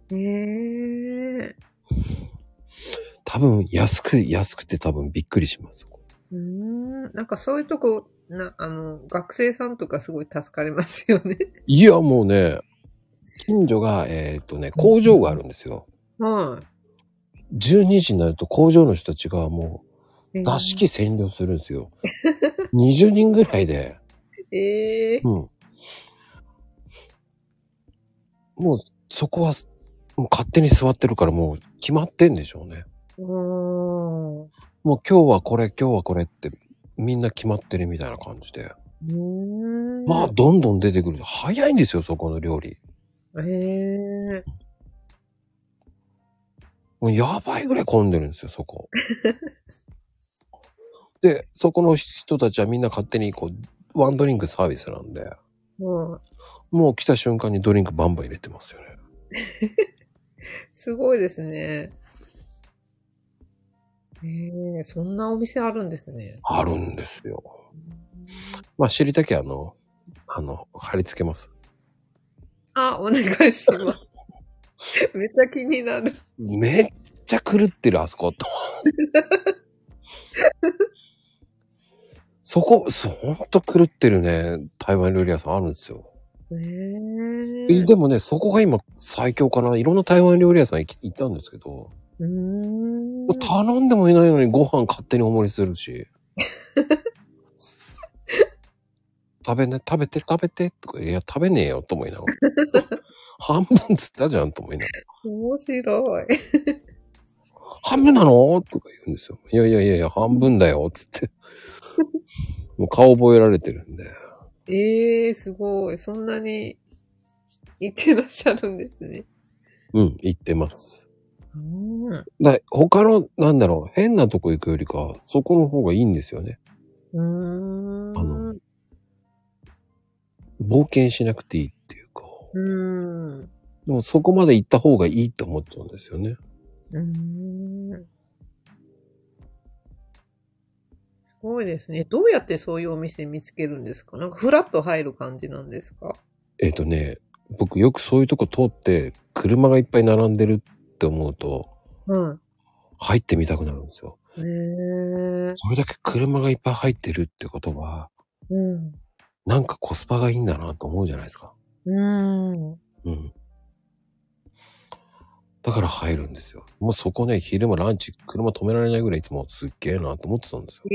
多分安くて多分びっくりします。 なんかそういうとこ、学生さんとかすごい助かりますよね。 いや、もうね、近所が、工場があるんですよ。 は 12時になると工場の人たちがもう、 い。 座敷占領するんですよ。20人ぐらいで。うん。もう、そこは、もう勝手に座ってるからもう決まってんでしょうね。もう今日はこれってみんな決まってるみたいな感じで。まあ、どんどん出てくる。早いんですよ、そこの料理。もうやばいぐらい混んでるんですよ、そこ。で、そこの人たちはみんな勝手にこう、ワンドリンクサービスなんで、もう来た瞬間にドリンクバンバン入れてますよね。 すごいですね。そんなお店あるんですね。 あるんですよ。まあ知りたきゃ貼り付けます。 あ、お願いします。めっちゃ気になる。 めっちゃ狂ってる、あそこ。ほんと狂ってるね、台湾料理屋さんあるんですよ。でもね、そこが今最強かな。いろんな台湾料理屋さん行ったんですけど、頼んでもいないのにご飯勝手にお盛りするし。食べてとか、いや、食べねえよと思いながら。半分つったじゃんと思いながら。 面白い。 半分なのとか言うんですよ。いや、半分だよ、つって。もう顔覚えられてるんで。 すごい。そんなに行ってらっしゃるんですね。 うん、行ってます。他の、変なとこ行くよりか、そこの方がいいんですよね。冒険しなくていいっていうか。でもそこまで行った方がいいって思っちゃうんですよね。 すごいですね。どうやってそういうお店見つけるんですか？なんかフラッと入る感じなんですか？ 僕よくそういうとこ通って車がいっぱい並んでるって思うと、入ってみたくなるんですよ。それだけ車がいっぱい入ってるってことは、なんかコスパがいいんだなと思うじゃないですか。だから入るんですよ。もうそこね、昼間ランチ車止められないぐらいいつもすっげえなと思ってたんですよ。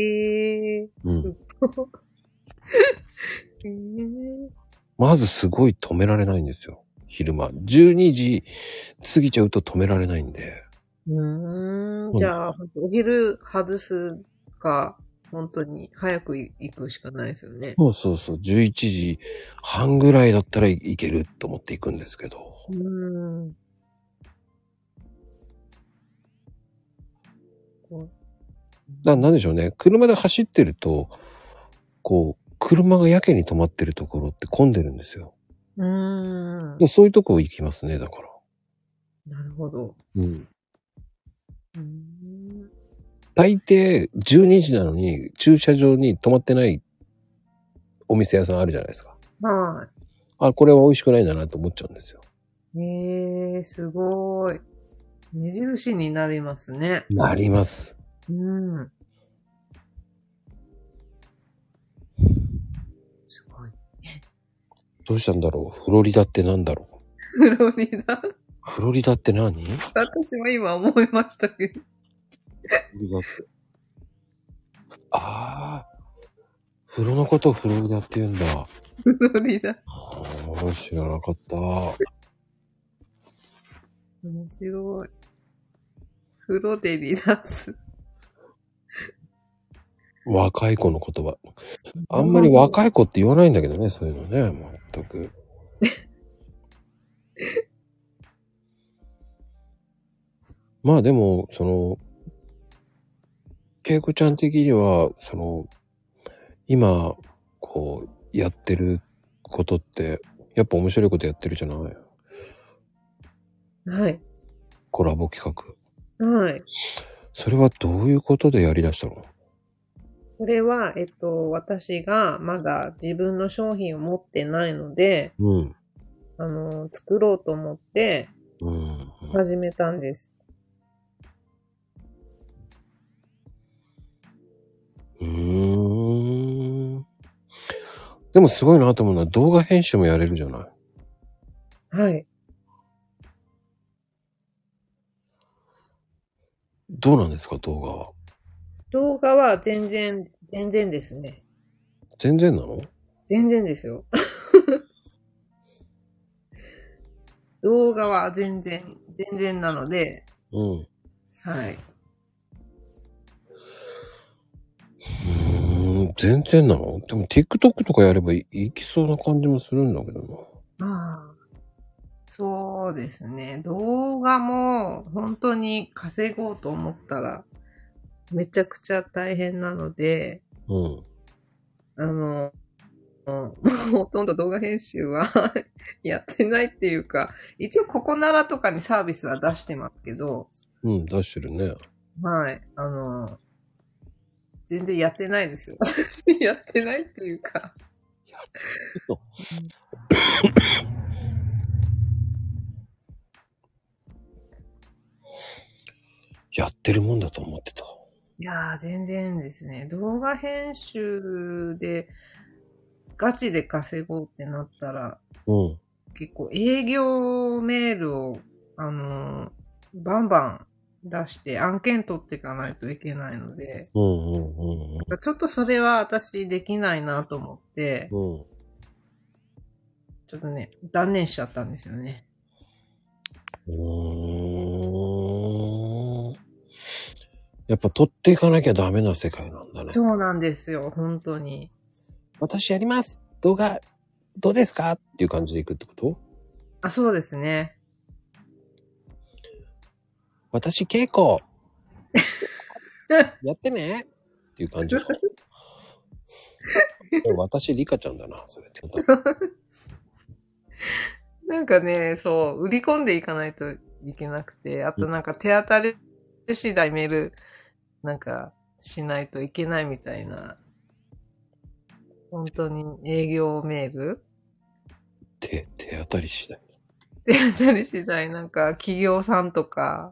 まずすごい止められないんですよ。昼間。12時過ぎちゃうと止められないんで。 じゃあ、お昼外すか、本当に早く行くしかないですよね。 そう。11時半ぐらいだったらいけると思って行くんですけど。 なんでしょうね。車で走ってると、こう、車がやけに止まってるところって混んでるんですよ。で、そういうとこ行きますね、だから。 なるほど。 うん。大抵12時なのに駐車場に止まってないお店屋さんあるじゃないですか。 はあ、これは美味しくないんだなと思っちゃうんですよ。 い。すごい。目印になりますね。 なります。 うん。すごい。 どうしたんだろう。フロリダってなんだろフロリダ。 う。フロリダって何？フ私も今思いましたけど。 ロリダって。ああ、風呂のことをフロリダって言うんだ。 フロリダ。 ああ、知らなかった。 面白い。風呂で離脱。 若い子の言葉。あんまり若い子って言わないんだけどね、そういうのね、全く。まあでも、ケイコちゃん的には、今、こう、やってることって、やっぱ面白いことやってるじゃない？ はい。 コラボ企画。 はい。 それはどういうことでやり出したの？ これは、私がまだ自分の商品を持ってないので、 うん。 作ろうと思ってうん。 始めたんです。 うーん。でもすごいなと思うのは動画編集もやれるじゃない。 はい。 どうなんですか、動画は。 動画は全然ですね。 全然なの？ 全然ですよ。動画は全然なので、 うん。 はい。 全然なの？でも TikTok とかやればいきそうな感じもするんだけどな。 ああ、そうですね。動画も本当に稼ごうと思ったらめちゃくちゃ大変なので、 うん。 あの、ほとんど動画編集はやってないっていうか、一応ココナラとかにサービスは出してますけど、 うん、出してるね。 はい。全然やってないですよ。やってないっていうか。 ちょっとやってるもんだと思ってた。 いやー、全然ですね。動画編集でガチで稼ごうってなったら、 うん。 結構営業メールを、バンバン出して案件取っていかないといけないので、 うんうんうんちょっとそれは私できないなと思って、 うん。うん。 ちょっとね、断念しちゃったんですよね。 うーん。やっぱ取っていかなきゃダメな世界なんだね。 そうなんですよ、本当に。 私やります。動画、どうですかっていう感じでいくってこと？ あ、そうですね。 私稽古、やってねっていう感じか。それ私リカちゃんだな、それってことは。 なんかね、そう、売り込んでいかないといけなくて、あとなんか手当たり次第メール、なんかしないといけないみたいな、本当に営業メール手当たり次第。 手当たり次第なんか企業さんとか、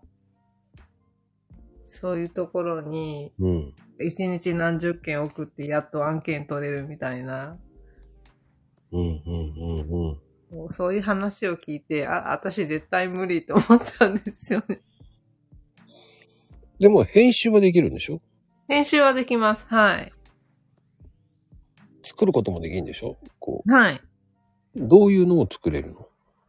そういうところに、 うん。 一日何十件送ってやっと案件取れるみたいな、 うんうんうんうん。 もうそういう話を聞いて、私絶対無理と思ったんですよね。 でも編集はできるんでしょ？ 編集はできます。はい。 作ることもできるんでしょ？こはい。 う。どういうのを作れるの？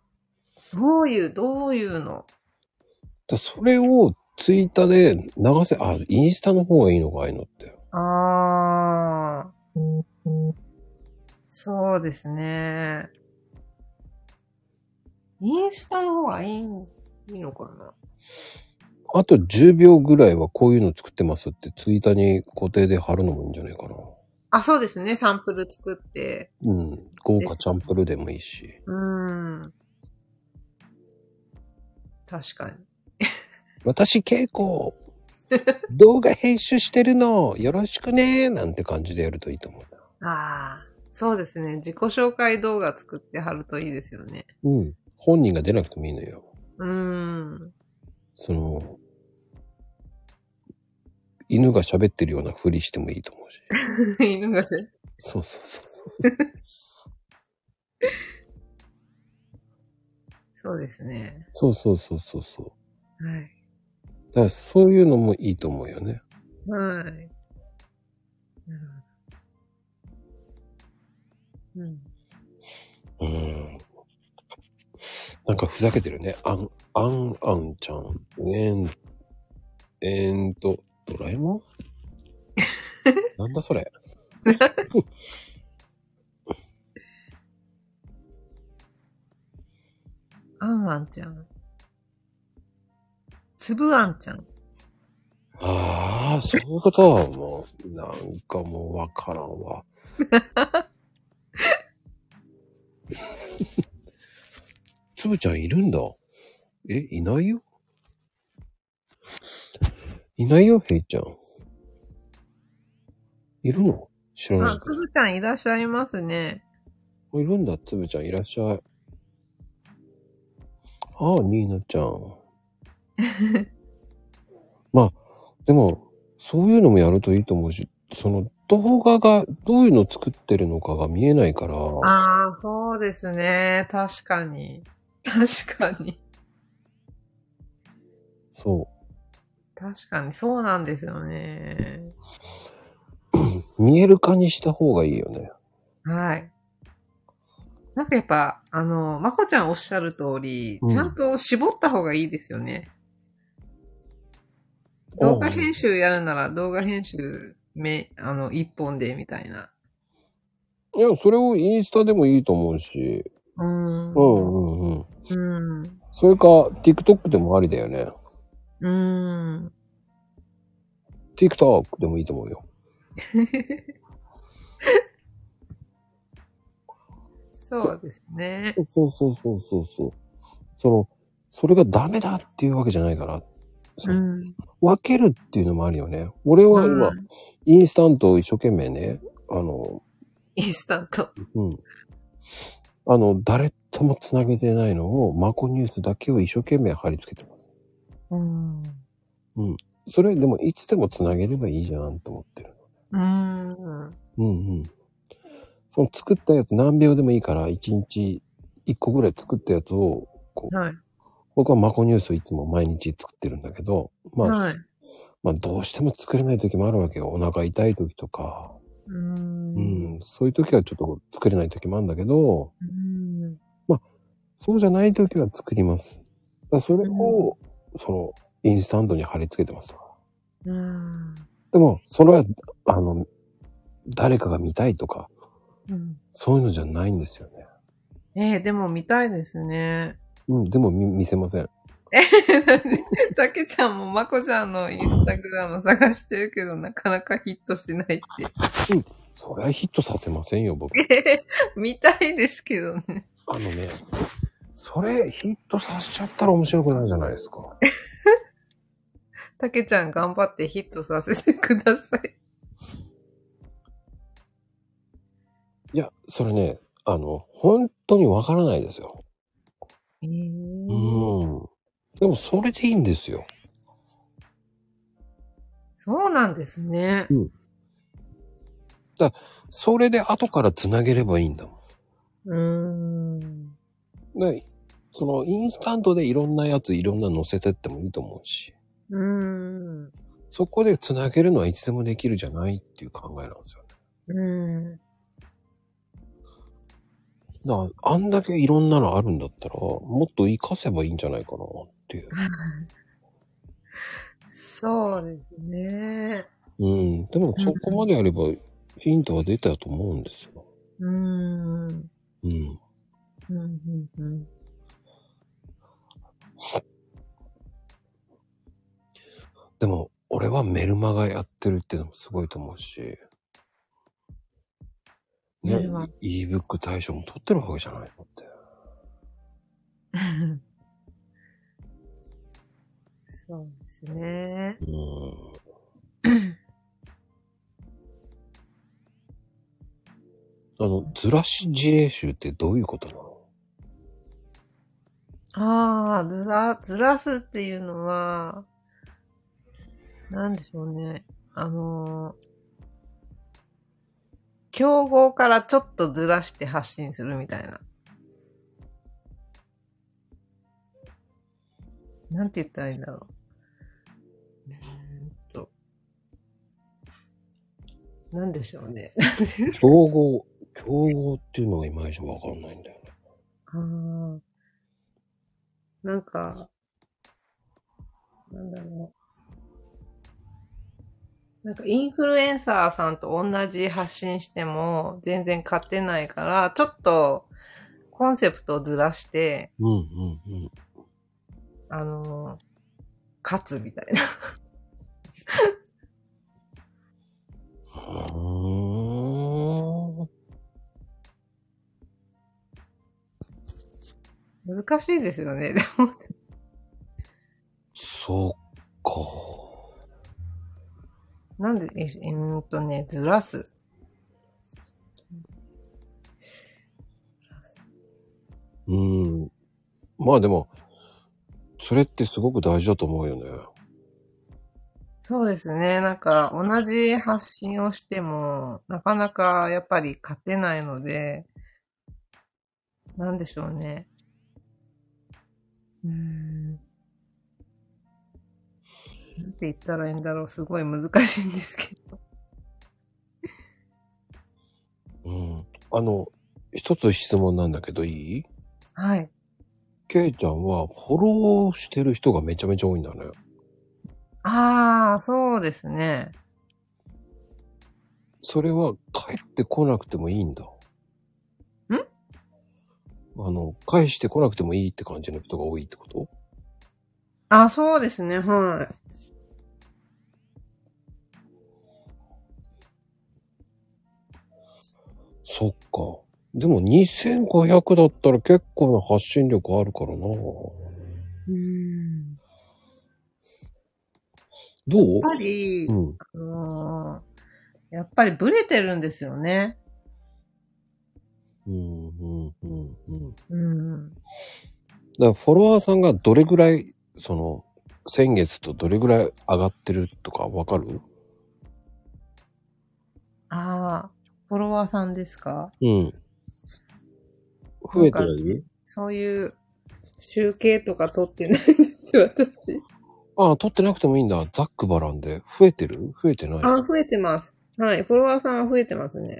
どういうの？ それをツイッターで流せ、インスタの方がいいのか、ああいうのって。 あー、そうですね。インスタの方がいいのかな？ あと10秒ぐらいはこういうの作ってますってツイッターに固定で貼るのもいいんじゃないかな。 あ、そうですね。サンプル作って。 うん。豪華です。 チャンプルでもいいし。 確かに。 私結構動画編集してるのよろしくねーなんて感じでやるといいと思う。 ああ、そうですね。自己紹介動画作って貼るといいですよね。 うん。本人が出なくてもいいのよ。その、犬が喋ってるようなふりしてもいいと思うし。 犬がね。 そうそうそうそう。 そうですね。 そうそうそうそうそう。 はい。 だからそういうのもいいと思うよね。 はい。なるほど。うん。 なんかふざけてるね。あんちゃん。ドラえもんなんだそれ。 あんあんちゃん。つぶあんちゃん。 ああ、そういうことはもう、なんかもうわからんわ。つぶちゃんいるんだ。いないよ。いないよ、ヘイちゃん。いるの知らないあ、 けつぶちゃんいらっしゃいますね。 ど。いるんだ、つぶちゃんいらっしゃい。ああ、ニーナちゃん。まあ、でも、そういうのもやるといいと思うし、その動画がどういうの作ってるのかが見えないから、 ああ、そうですね。確かに。確かに。 そ確かに、そうなんですよね。 う、見える化にした方がいいよね。 はい。なんかやっぱ、まこちゃんおっしゃる通り、 うん。 ちゃんと絞った方がいいですよね。 ああ、 動画編集やるなら動画編集一本でみたいな。 いや、それをインスタでもいいと思うし、 うーん。 うんうんうん。 うーん。 それか、TikTok でもありだよね。 うーん。 TikTok でもいいと思うよ。 そうですね。 そうそうそうそうそう。その、それがダメだっていうわけじゃないから、その、 うん。 分けるっていうのもあるよね。俺は今、 うん。 インスタントを一生懸命ね、 インスタント。 うん。誰とも繋げてないのを、マコニュースだけを一生懸命貼り付けてます。 うん。 うん。それでもいつでも繋げればいいじゃんと思ってる。 うーん。 うんうん。その作ったやつ何秒でもいいから、1日1個ぐらい作ったやつを、こう、 はい。 僕はマコニュースをいつも毎日作ってるんだけど、 はい。 まあどうしても作れない時もあるわけよ。お腹痛い時とか。 うーん。 うん。そういう時はちょっと作れない時もあるんだけど、 うーん。 まあそうじゃない時は作ります。だからそれうん。 を、その、インスタントに貼り付けてますとか。 うーん。 でも、それは、誰かが見たいとか、 うん。 そういうのじゃないんですよね。 でも見たいですね。 うん、でも見せません。 たけちゃんもまこちゃんのインスタグラム探してるけど、なかなかヒットしないって。 うん。それはヒットさせませんよ、僕。 見たいですけどね。 あのね、それヒットさせちゃったら面白くないじゃないですか。 たけちゃん頑張ってヒットさせてください。 いや、それね、本当にわからないですよ。 えうー、 ん。でもそれでいいんですよ。 そうなんですね。 うん。それで後から繋げればいいんだもうーん。 ん。そのインスタントでいろんなやついろんなの載せてってもいいと思うし、 うーん。 そこで繋げるのはいつでもできるじゃないっていう考えなんですよね。 うーん。 だから、あんだけいろんなのあるんだったら、もっと活かせばいいんじゃないかなっていう。 そうですね。 うん。でもそこまでやればヒントは出たと思うんですよ。 うーん。うん、 うん。 うん、うん。 でも、俺はメルマガやってるっていうのもすごいと思うし、ね、 メルマ。 ebook 大賞も取ってるわけじゃないのって。 そうですね。 ずらし事例集ってどういうことなの？ ああ、ずらすっていうのは、なんでしょうね。競合からちょっとずらして発信するみたいな。なんて言ったらいいんだろう。なんでしょうね。 競合っていうのがいまいちわかんないんだよね。 ああ、なんか、なんだろう。なんかインフルエンサーさんと同じ発信しても全然勝てないから、ちょっとコンセプトをずらして、 うんうんうん。 勝つみたいな。難しいですよね、でも。 そっか。 なんで、ずらす。 まあでも、それってすごく大事だと思うよね。 そうですね。なんか、同じ発信をしても、なかなかやっぱり勝てないので、なんでしょうね。なんて言ったらいいんだろう。すごい難しいんですけど。 一つ質問なんだけどいい？ はい。 ケイちゃんはフォローしてる人がめちゃめちゃ多いんだね。 ああ、そうですね。 それは帰ってこなくてもいいんだ。返してこなくてもいいって感じの人が多いってこと？ あ、そうですね。はい。 そっか。でも2500だったら結構な発信力あるからな。どう？ やっぱり、 うん。 やっぱりブレてるんですよね。 うん、うん、うん、うん。 うん。 だからフォロワーさんがどれぐらい、先月とどれぐらい上がってるとかわかる？ ああ、フォロワーさんですか？ うん。増えてなんか、 はいる？ そういう集計とか取ってないんですよ、私。 ああ、取ってなくてもいいんだ。ザックバランで。増えてる？増えてない？ あ、増えてます。はい。フォロワーさんは増えてますね。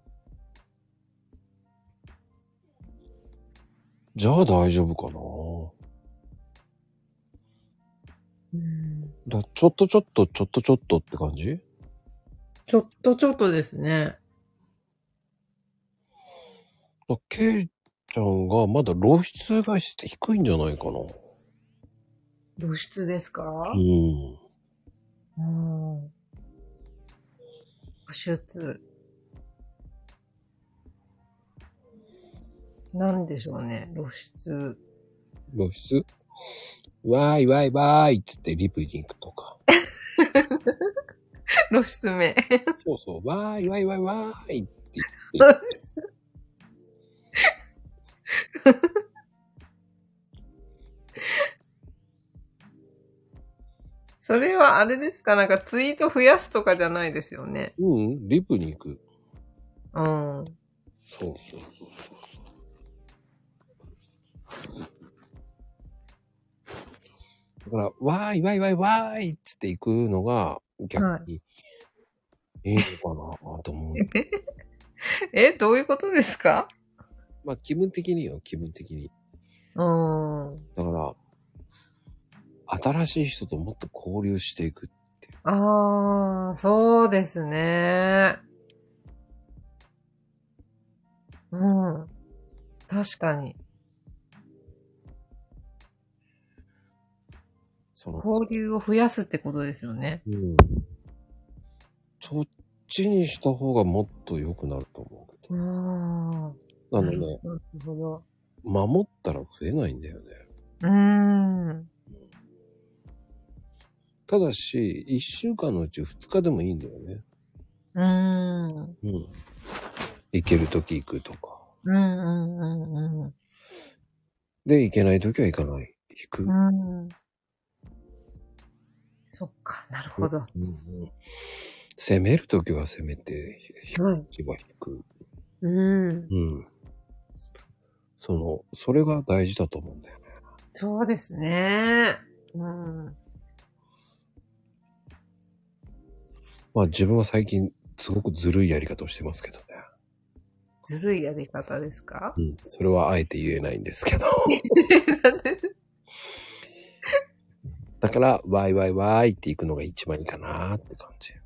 じゃあ大丈夫かな。ちょっとちょっと、ちょっとちょっとって感じ？ ちょっとですね。 ケイちゃんがまだ露出が低いんじゃないかな。 露出ですうか？ ん。 うん。露出。なんでしょうね。露出。 露出？わーいわーいわーいっつってリプに行くとか。 露出目。 そうそう、わーいわーいわーいわーいって言って。 それはあれですか？なんかツイート増やすとかじゃないですよね。 うん、リプに行く。 うん。 そうそうそう。だから、わーいわーいわーいわーいっつって行くのが逆はい。 にいいのかなと思う。 どういうことですか？ まあ気分的によ、気分的に。 うーん。 だから、新しい人ともっと交流していくっていう。 ああ、そうですね。うん。確かに。 その、 交流を増やすってことですよね。 うん。そっちにした方がもっと良くなると思うけど。 ああ。 なのね、 なるほど。 守ったら増えないんだよね。ただし、1週間のうち2日でもいいんだよね。うん。行けるとき行くとか。で、行けないときは行かない。行く。 そっか、なるほど。 攻めるときは攻めて、引きは引く。それが大事だと思うんだよね。 そうですね。 まあ自分は最近すごくずるいやり方をしてますけどね。 ずるいやり方ですか？ それはあえて言えないんですけど。だから、ワイワイワイって行くのが一番いいかなって感じ。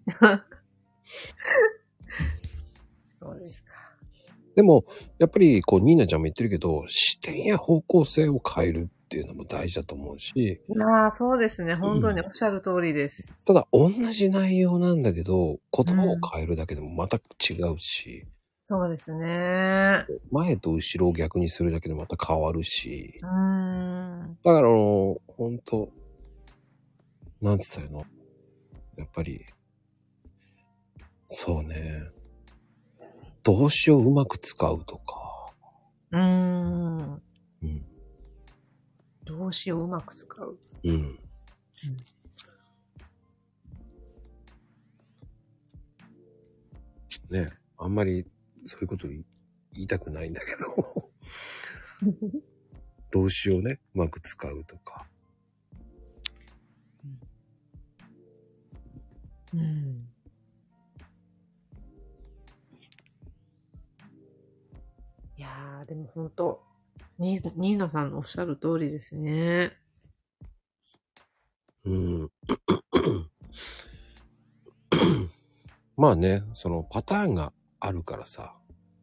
そうですか。 でも、やっぱり、ニーナちゃんも言ってるけど、視点や方向性を変えるっていうのも大事だと思うし。 ああ、そうですね。本当におっしゃる通りです。 ただ、同じ内容なんだけど、言葉を変えるだけでもまた違うし。 そうですね。 前と後ろを逆にするだけでまた変わるし。だからほんと、なんつったらいいの？やっぱり、そうね。動詞をうまく使うとか。 動詞をうまく使う。 ね、あんまりそういうこと言いたくないんだけど。動詞をね、うまく使うとか。 いやー、でも本当ニーナさんのおっしゃる通りですね。 まあね、そのパターンがあるからさ。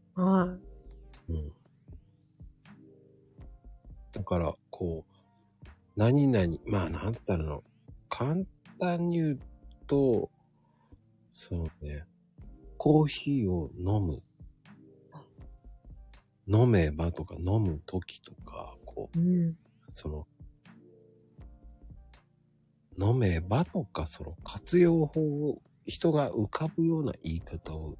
だから、何々、まあなんだったらの、簡単に言うと、そうね、コーヒーを飲む。飲めばとか、飲むときとか、飲めばとか、その活用法を、人が浮かぶような言い方を、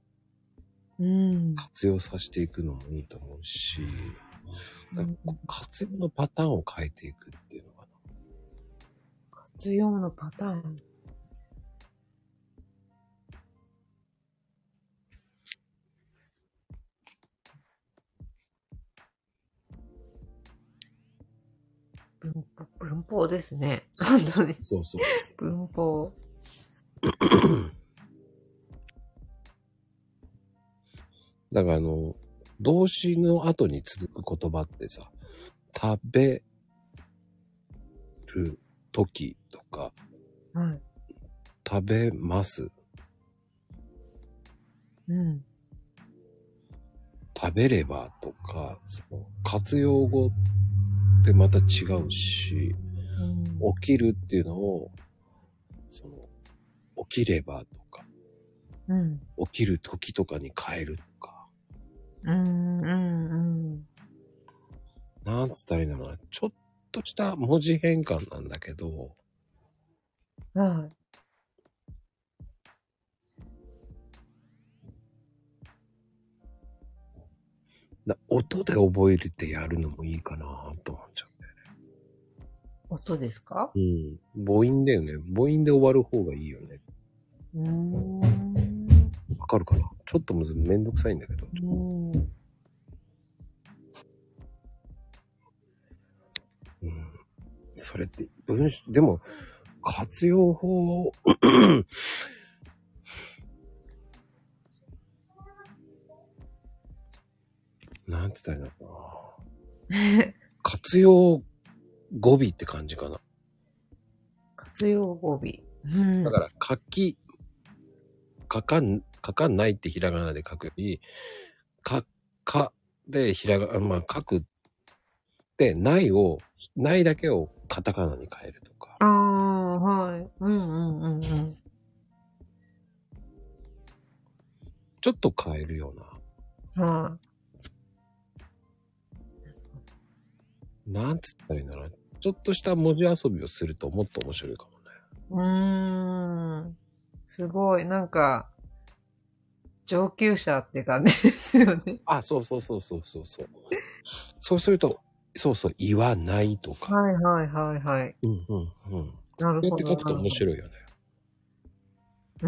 活用させていくのもいいと思うし、活用のパターンを変えていくっていうのかな。 活用のパターン。文法ですね。本当に。 そうそう。 文法。 だから動詞の後に続く言葉ってさ、食べる時とか、食べます。食べればとか、活用語ってまた違うし、起きるっていうのを、起きればとか、起きる時とかに変えるとか。なんつったらいいんだろうな。ちょっとした文字変換なんだけど、音で覚えるってやるのもいいかなと思っちゃうんだよね。 音ですか？ 母音だよね。母音で終わる方がいいよね。わかるかな？ちょっとめんどくさいんだけど。それって、でも、活用法なんて言ったらいいのかな。活用語尾って感じかな。 活用語尾。 だから、書かんないってひらがなで書くより、で書くって、ないだけをカタカナに変えるとか。 ああ、はい。うんうんうんうん。 ちょっと変えるような。 はなんつったらいいんだろう。ちょっとした文字遊びをするともっと面白いかもね。 すごい、なんか、上級者って感じですよね。 あ、そうそうそうそうそうそう。そうすると、そうそう、言わないとか。 はいはいはいはい。 うんうんうん。 なるほど、 やって書くとなるほど。 面白いよね。 うん。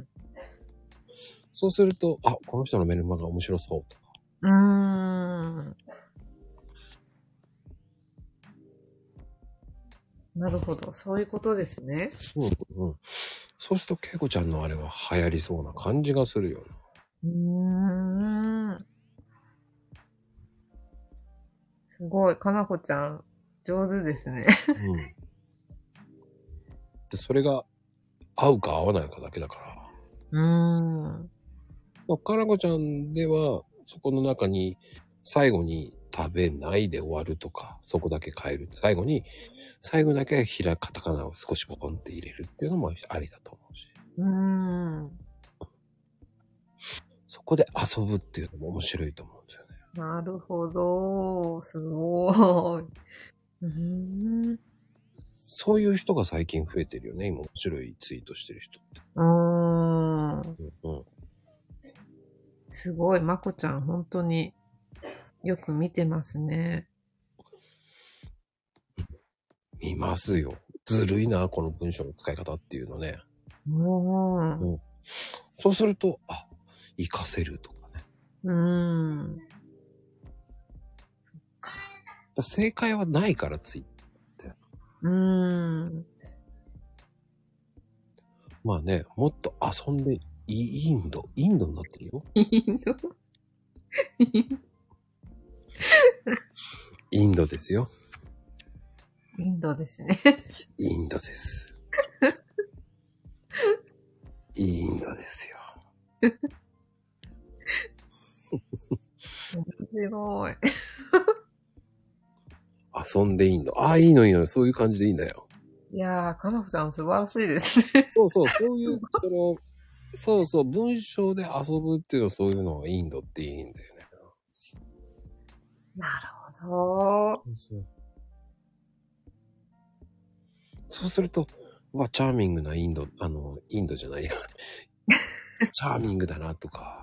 そうすると、あ、この人のメルマガ面白そうとか。 うーん。なるほど。そういうことですね。 うんうん。そうすると、ケイコちゃんのあれは流行りそうな感じがするようーん。すごい。かなこちゃん、上手ですね。 な。うん。で、それが合うか合わないかだけだから。 うーん。 まあ、かなこちゃんでは、そこの中に、最後に食べないで終わるとか、そこだけ変える。最後だけカタカナを少しポコンって入れるっていうのもありだと思うし。 うーん。 そこで遊ぶっていうのも面白いと思うんですよね。 なるほど。すごい。うーん。 そういう人が最近増えてるよね。今面白いツイートしてる人って。 うーん。 うんうん。 すごい。まこちゃん、本当によく見てますね。 見ますよ。ずるいな、この文章の使い方っていうのね。 ううん。そうすると、あ、活かせるとかね。 ーん。 正解はないからツイって。 うーん。 まあね、もっと遊んでインドになってるよ。 インド、 インドですよ。 インドですね。 インドです。インドですよ。 面白い。 遊んでインド。ああ、いいのいいの。そういう感じでいいんだよ。 いやー、かなふさん素晴らしいですね。 そうそう、そういう、そうそう、文章で遊ぶっていうのはそういうのはインドっていいんだよね。 なるほど。 そうそうすると、チャーミングなインドじゃないや。チャーミングだなとか。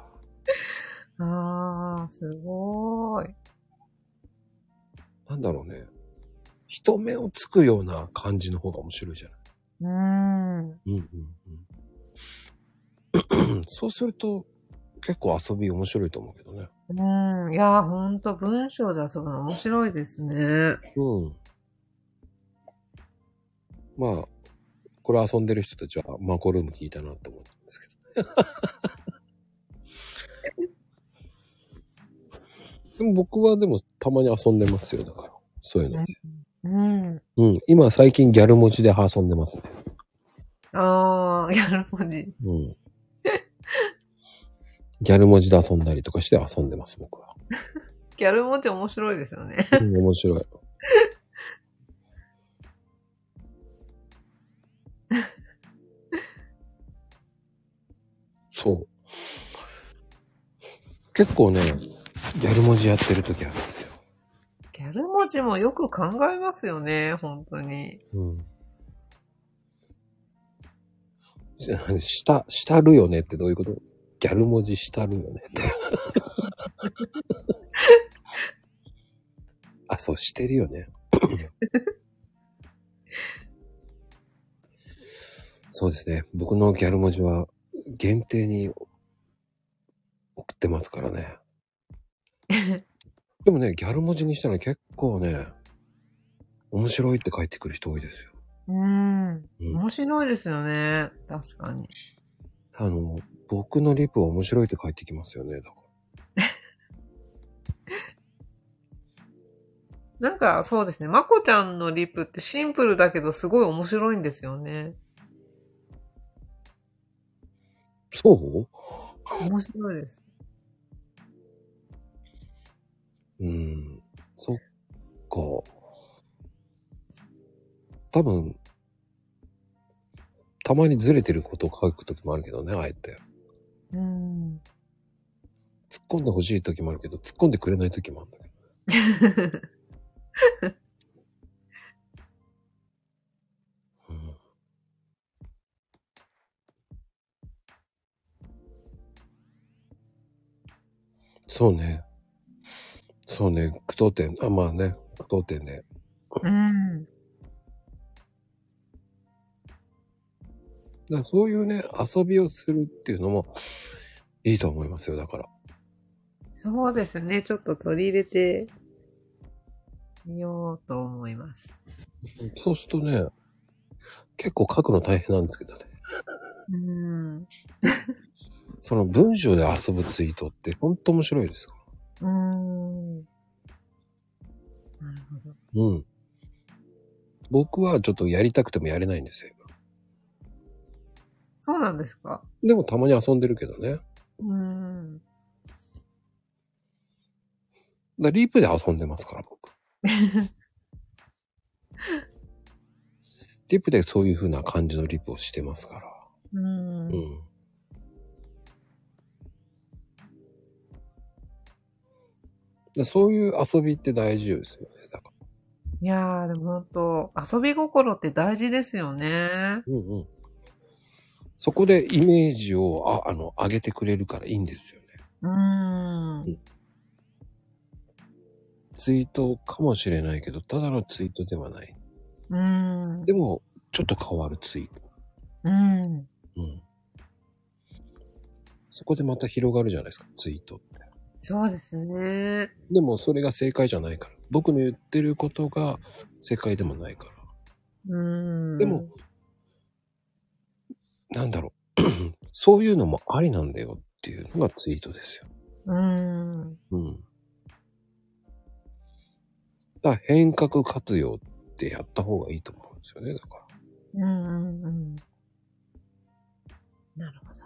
あー、すごーい。 なんだろうね。人目をつくような感じの方が面白いじゃない。 うーん。 うんうんうん。そうすると、結構遊び面白いと思うけどね。 いやー、ほんと文章で遊ぶの面白いですね。 うん。まあ、これ遊んでる人たちはマコルーム聞いたなって思うんですけど。でも僕はでもたまに遊んでますよ、だから。そういうので。 うん。 うん。今最近ギャル文字で遊んでますね。 あー、ギャル文字。 うん。ギャル文字で遊んだりとかして遊んでます、僕は。 ギャル文字面白いですよね。 うん、面白い。そう。結構ね、ギャル文字やってる時あるんですよ。 ギャル文字もよく考えますよね、本当に。 うん。したるよねってどういうこと？ギャル文字したるよねって。あ、そう、してるよね。そうですね。僕のギャル文字は限定に送ってますからね。でもね、ギャル文字にしたら結構ね、面白いって書いてくる人多いですよ。 面白いですよね。確かに。 あの、僕のリプは面白いって書いてきますよね。だから。 なんかそうですね。まこちゃんのリプってシンプルだけどすごい面白いんですよね。 そう面白いです。 うん。そっか。 多分、たまにずれてることを書くときもあるけどね、あえて。 うん。 突っ込んでほしいときもあるけど、突っ込んでくれないときもあるんだけど。うん、そうね。そうね。句読点。あ、まあね。句読点で。 うん。 だからそういうね、遊びをするっていうのもいいと思いますよ、だから。 そうですね。ちょっと取り入れてみようと思います。 そうするとね、結構書くの大変なんですけどね。 うん。 その文章で遊ぶツイートってほんと面白いですかうん。なるほど。 ら。うん。僕はちょっとやりたくてもやれないんですよ。 そうなんですか？ でもたまに遊んでるけどね。 うん。 リプで遊んでますから、僕。リプでそういう風な感じのリプをしてますから。 うん。 うん。そういう遊びって大事ですよね。だから。 いやー、でも本当遊び心って大事ですよね。 うんうん。そこでイメージを、上げてくれるからいいんですよね。 うーん。 うん。ツイートかもしれないけど、ただのツイートではない。 うーん。 でも、ちょっと変わるツイート。 うん。 うん。そこでまた広がるじゃないですか、ツイートって。 そうですね。 でも、それが正解じゃないから。僕の言ってることが正解でもないから。 うーでも、 ん。 なんだろう。そういうのもありなんだよっていうのがツイートですよ。 うーん。 うん。だから変革活用ってやった方がいいと思うんですよね、だから。 うんうんうん。なるほど。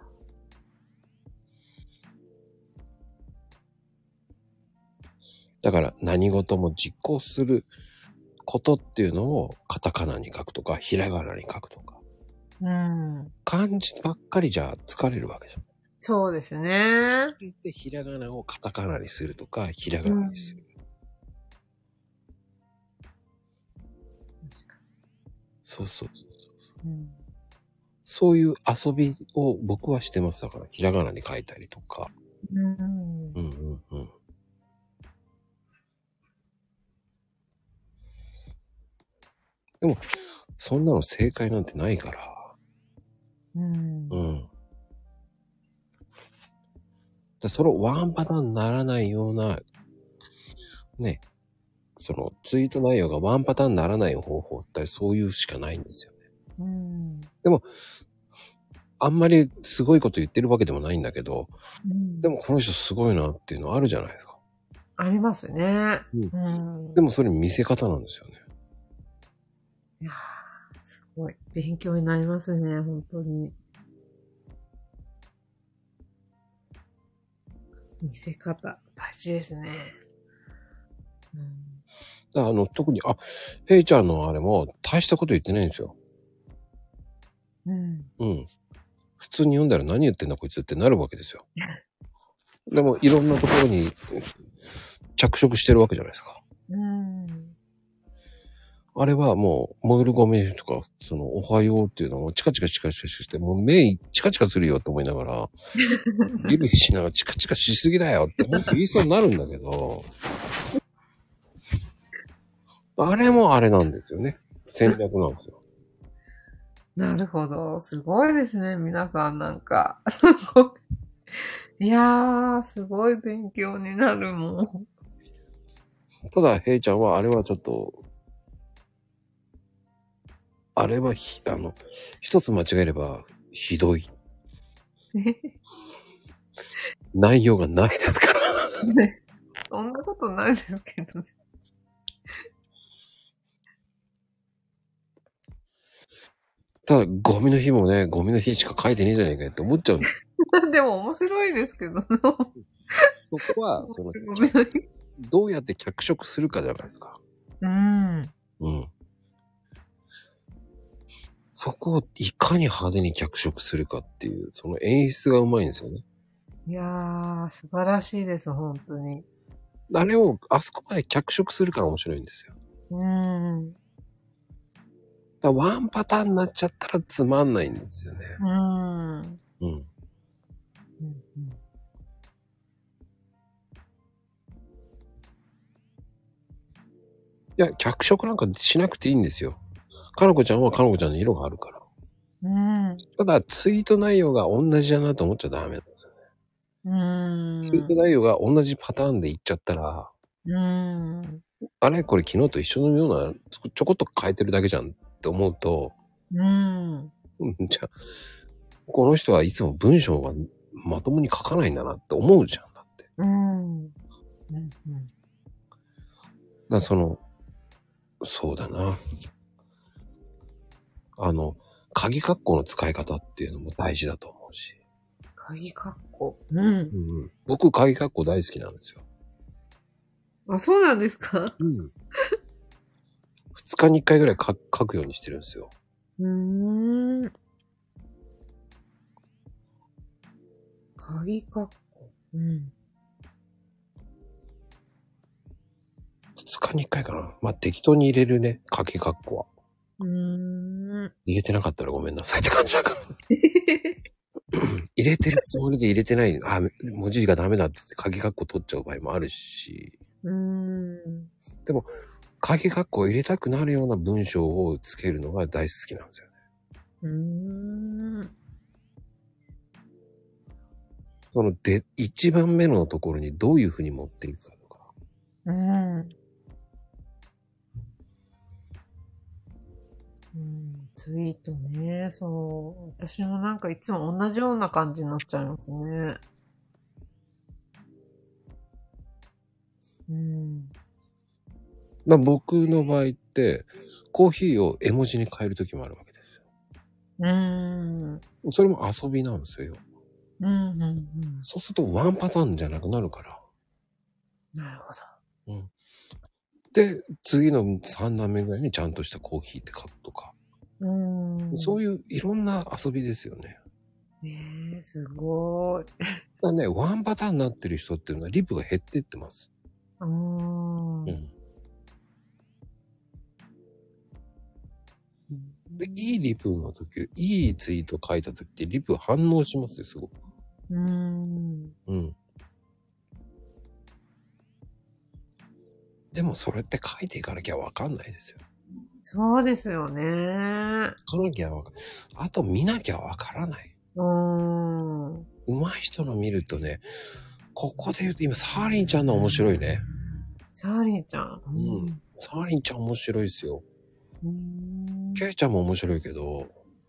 だから何事も実行することっていうのをカタカナに書くとか、ひらがなに書くとか。 うん。 漢字ばっかりじゃ疲れるわけじゃん。 そうですね。 で、ひらがなをカタカナにするとか、ひらうがなにする。 ん。確かそうそうそう。 に。うん。 そういう遊びを僕はしてます。だから、ひらがなに書いたりとか。 うん。 うんうんうん。でも、そんなの正解なんてないから。 うん。 うん。そのワンパターンにならないような、ね、そのツイート内容がワンパターンにならない方法ってそういうしかないんですよね。 うん。 でも、あんまりすごいこと言ってるわけでもないんだけど、 うん。 でもこの人すごいなっていうのあるじゃないですか。 ありますね。 うん。 うん。 でもそれ見せ方なんですよね。 いやー、すごい。勉強になりますね、本当に。見せ方、大事ですね。うん。 だから特に、ヘイちゃんのあれも大したこと言ってないんですよ。 うん。 うん。普通に読んだら何言ってんだこいつってなるわけですよ。でもいろんなところに着色してるわけじゃないですか。 うん。 あれはもう、燃えるゴミとか、おはようっていうのもチカチカチカチカして、もう目チカチカするよって思いながら、ギリしながらチカチカしすぎだよって本当言いそうになるんだけど、あれもあれなんですよね。戦略なんですよ。 なるほど。すごいですね、皆さんなんか。すごい。いやー、すごい勉強になるもん。 ただ、ヘイちゃんはあれはちょっと、あれは一つ間違えればひどい。内容がないですから。 ね、そんなことないですけどね。 ただ、ゴミの日もね、ゴミの日しか書いてねえじゃねえかよって思っちゃうんです。 でも面白いですけどね。 そこは、 ごめんなさい。 どうやって脚色するかじゃないですか。 うん。 うん。 そこをいかに派手に脚色するかっていう、その演出がうまいんですよね。 いやー、素晴らしいです、本当に。 あれを、あそこまで脚色するから面白いんですよ。だからワンパターンになっちゃったらつまんないんですよね。うん。いや、脚色なんかしなくていいんですよ。かのこちゃんはかのこちゃんの色があるから。ただ、ツイート内容が同じだなと思っちゃダメなんですよね。ツイート内容が同じパターンでいっちゃったら、あれこれ昨日と一緒のような、ちょこっと変えてるだけじゃんって思うと、じゃあ、この人はいつも文章がまともに書かないんだなって思うじゃん、だって。だそうだな。鍵括弧の使い方っていうのも大事だと思うし。 鍵括弧。 僕、鍵括弧大好きなんですよ。 あ、そうなんですか？ 2日に1回ぐらい書くようにしてるんですよ。 鍵括弧。 2日に1回かな。まあ、適当に入れるね、鍵括弧は。入れてなかったらごめんなさいって感じだから。入れてるつもりで入れてない。文字がダメだって言って鍵括弧取っちゃう場合もあるし。でも、鍵括弧を入れたくなるような文章をつけるのが大好きなんですよね。一番目のところにどういうふうに持っていくかとか。 ツイートね、そう。私もなんかいつも同じような感じになっちゃいますね。 僕の場合って、コーヒーを絵文字に変えるときもあるわけですよ。それも遊びなんですよ。そうするとワンパターンじゃなくなるから。 なるほど。 で、次の3段目ぐらいにちゃんとしたコーヒーって書くとか。そういういろんな遊びですよね。 すごい。 だね、ワンパターンになってる人っていうのはリプが減ってってます。で、いいリプの時、いいツイート書いた時ってリプ反応しますよ、すごく。でもそれって書いていかなきゃわかんないですよ。 そうですよね。 書かなきゃわかんない。あと見なきゃわからない。上手い人の見るとね、ここで言うと今、サーリンちゃんの面白いね。 サーリンちゃん。 サーリンちゃん面白いですよ。ケイちゃんも面白いけど。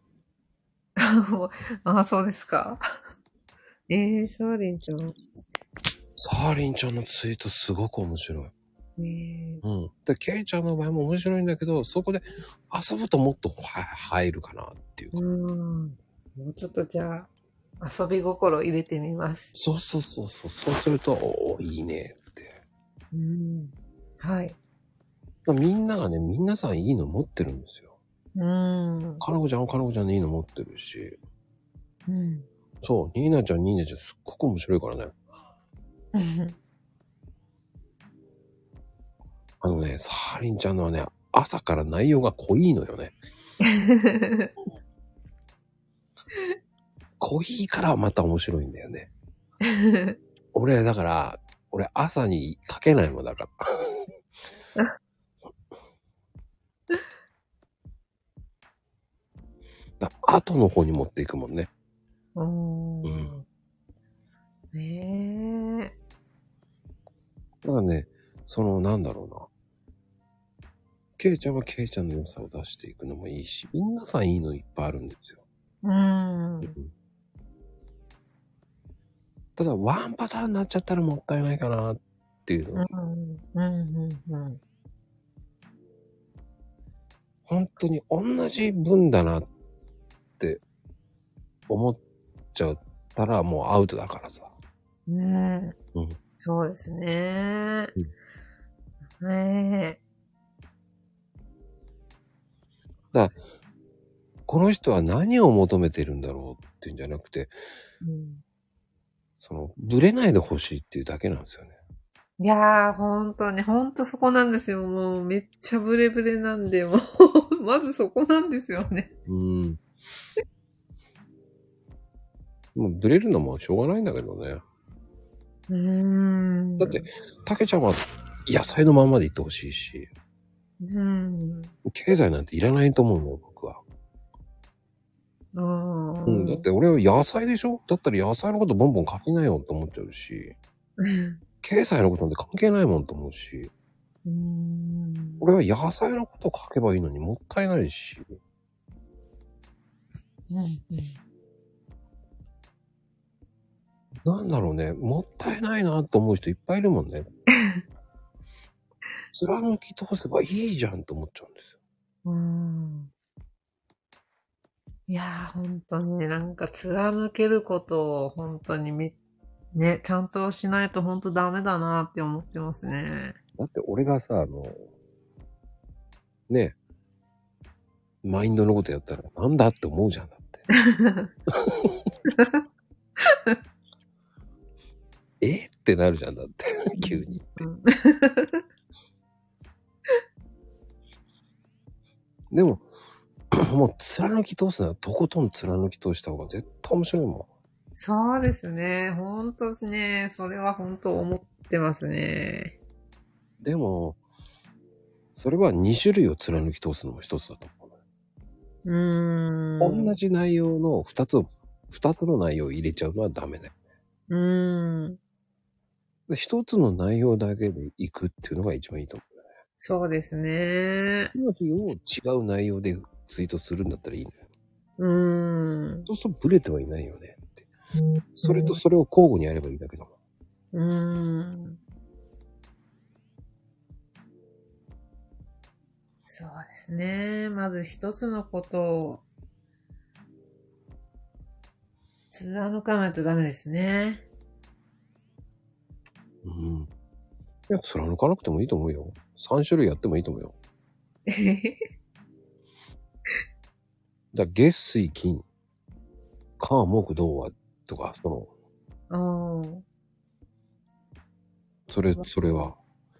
そうですか。サーリンちゃん。 サーリンちゃんのツイートすごく面白い。で、ケイちゃんの場合も面白いんだけど、そこで遊ぶともっと入るかなっていうか。 もうちょっとじゃあ、遊び心入れてみます。 そう。そうすると、いいねって。 はい。 みんながね、皆さんいいの持ってるんですよ。かなこちゃんのいいの持ってるし。そう、ニーナちゃんすっごく面白いからね。サーリンちゃんのはね、朝から内容が濃いのよね。濃いからまた面白いんだよね。俺朝に書けないもんだから。後の方に持っていくもんね。だからね、なんだろうな。ケイちゃんはケイちゃんの良さを出していくのもいいし、皆さんいいのいっぱいあるんですよ。ただ、ワンパターンになっちゃったらもったいないかなっていうの。本当に同じ文だなって思っちゃったらもうアウトだからさ。 そうですね。だからこの人は何を求めてるんだろうっていうんじゃなくて、ブレないでほしいっていうだけなんですよね。 いやー、ほんとそこなんですよ。もうめっちゃブレブレなんで、もう、まずそこなんですよね。 もうブレるのもしょうがないんだけどね。だって、たけちゃんは野菜のまんまでいってほしいし、経済なんていらないと思うの、僕は。だって俺は野菜でしょ？だったら野菜のことボンボン書きなよって思っちゃうし、経済のことなんて関係ないもんと思うし、俺は野菜のこと書けばいいのにもったいないし、なんだろうね、もったいないなと思う人いっぱいいるもんね。貫き通せばいいじゃんと思っちゃうんですよ。 いやー、ほんとね、なんか貫けることを本当にね、ちゃんとしないとほんとダメだなって思ってますね。 だって俺がさ、ね、マインドのことやったらなんだって思うじゃんだって。ってなるじゃんだって急にって。でももう貫き通すならとことん貫き通した方が絶対面白いもん。そうですね。ほんとね、それはほんと思ってますね。 でもそれは2種類を貫き通すのも一つだと思う。同じ内容の2つの内容を入れちゃうのはダメだよ。一つの内容だけでいくっていうのが一番いいと思うよね。 そうですね。 その日を違う内容でツイートするんだったらいいのよ。そうするとブレてはいないよねって。それとそれを交互にやればいいだけだもん。 そうですね。まず一つのことを貫かないとダメですね。 いや、貫かなくてもいいと思うよ。3種類やってもいいと思うよ。だから月水金、火木土はとか、それは。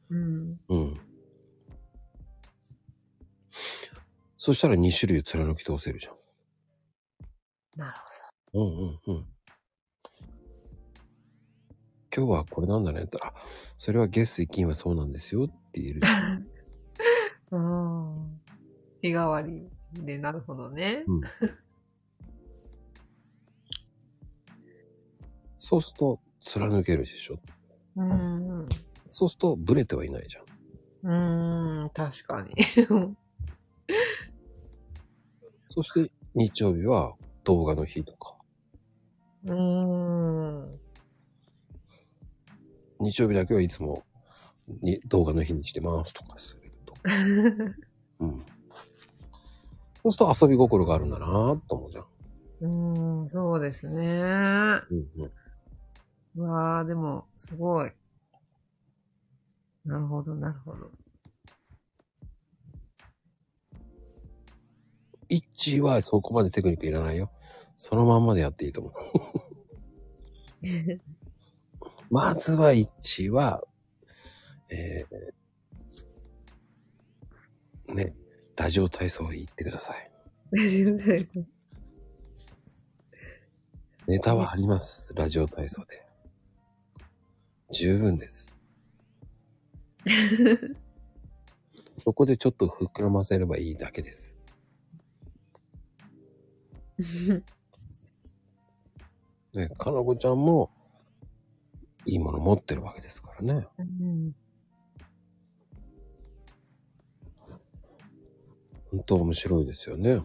そしたら2種類貫き通せるじゃん。 なるほど。今日はこれなんだねって言ったら、それは月水金はそうなんですよって言えるじゃん。 日替わりで、なるほどね。 そうすると貫けるでしょ。そうするとブレてはいないじゃん。確かに。 そして日曜日は動画の日とか。日曜日だけはいつも動画の日にしてますとかすると。そうすると遊び心があるんだなぁと思うじゃん。 そうですね。うわー、でも、すごい。なるほど。 一致はそこまでテクニックいらないよ。そのまんまでやっていいと思う。まずは一致は、ね、ラジオ体操言ってください。 ラジオ体操。 ネタはあります。ラジオ体操で。十分です。そこでちょっと膨らませればいいだけです。ね、かなこちゃんもいいもの持ってるわけですからね。本当面白いですよね。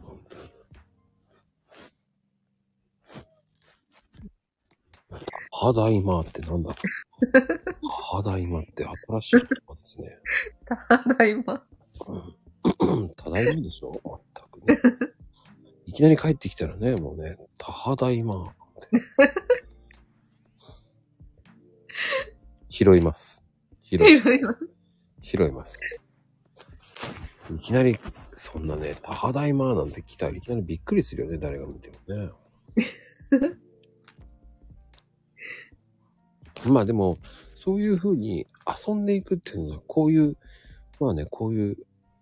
ただいまってなんだろう。ただいまって新しい言葉ですね。 ただいま。 ただいまでしょ全くね。いきなり帰ってきたらね、もうね、ただいまって。拾います。拾います。いきなりそんなね、タハダイマーなんて来たらいきなりびっくりするよね、誰が見てもね。まあでも、そういう風に遊んでいくっていうのは、こういう、まあね、こういう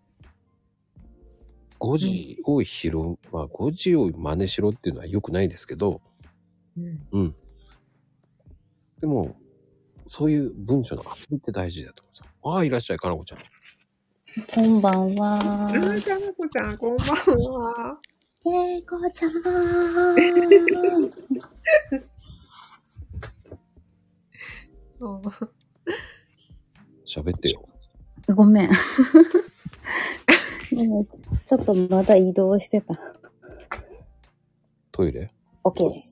誤字を拾う、まあ誤字を真似しろっていうのは良くないですけど、うん。でも、そういう文章の遊びって大事だと思うんですよ。ああ、いらっしゃい、かなこちゃん。 こんばんは。 かなこちゃん、こんばんは。 けいこちゃん。 喋ってよ。 ごめん。でもちょっとまだ移動してた。 トイレ？ OK です。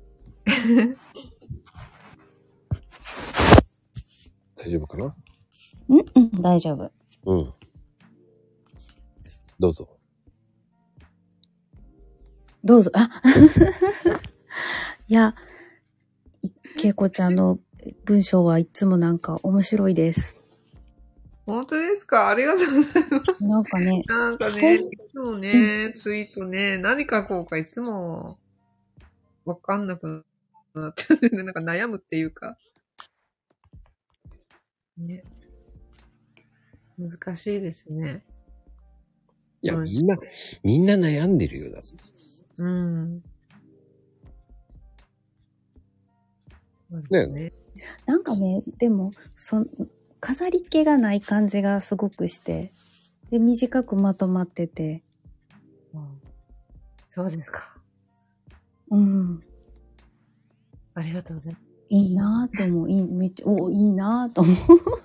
大丈夫かな？ うん、大丈夫。 うん。どうぞ。 どうぞ。あいや、けいこちゃんの文章はいつもなんか面白いです。 本当ですか？ありがとうございます。 なんかね、 いつもね、ツイートね、何書こうかいつもわかんなくなっちゃってね、なんか悩むっていうか。ね。難しいですね。 いや、みんな悩んでるよ、だって。 うん。 ね。 なんかね、でも、飾り気がない感じがすごくして、で、短くまとまってて。 そうですか。 うん。 ありがとうございます。 いいなぁと思う。めっちゃ、いいなぁと思う。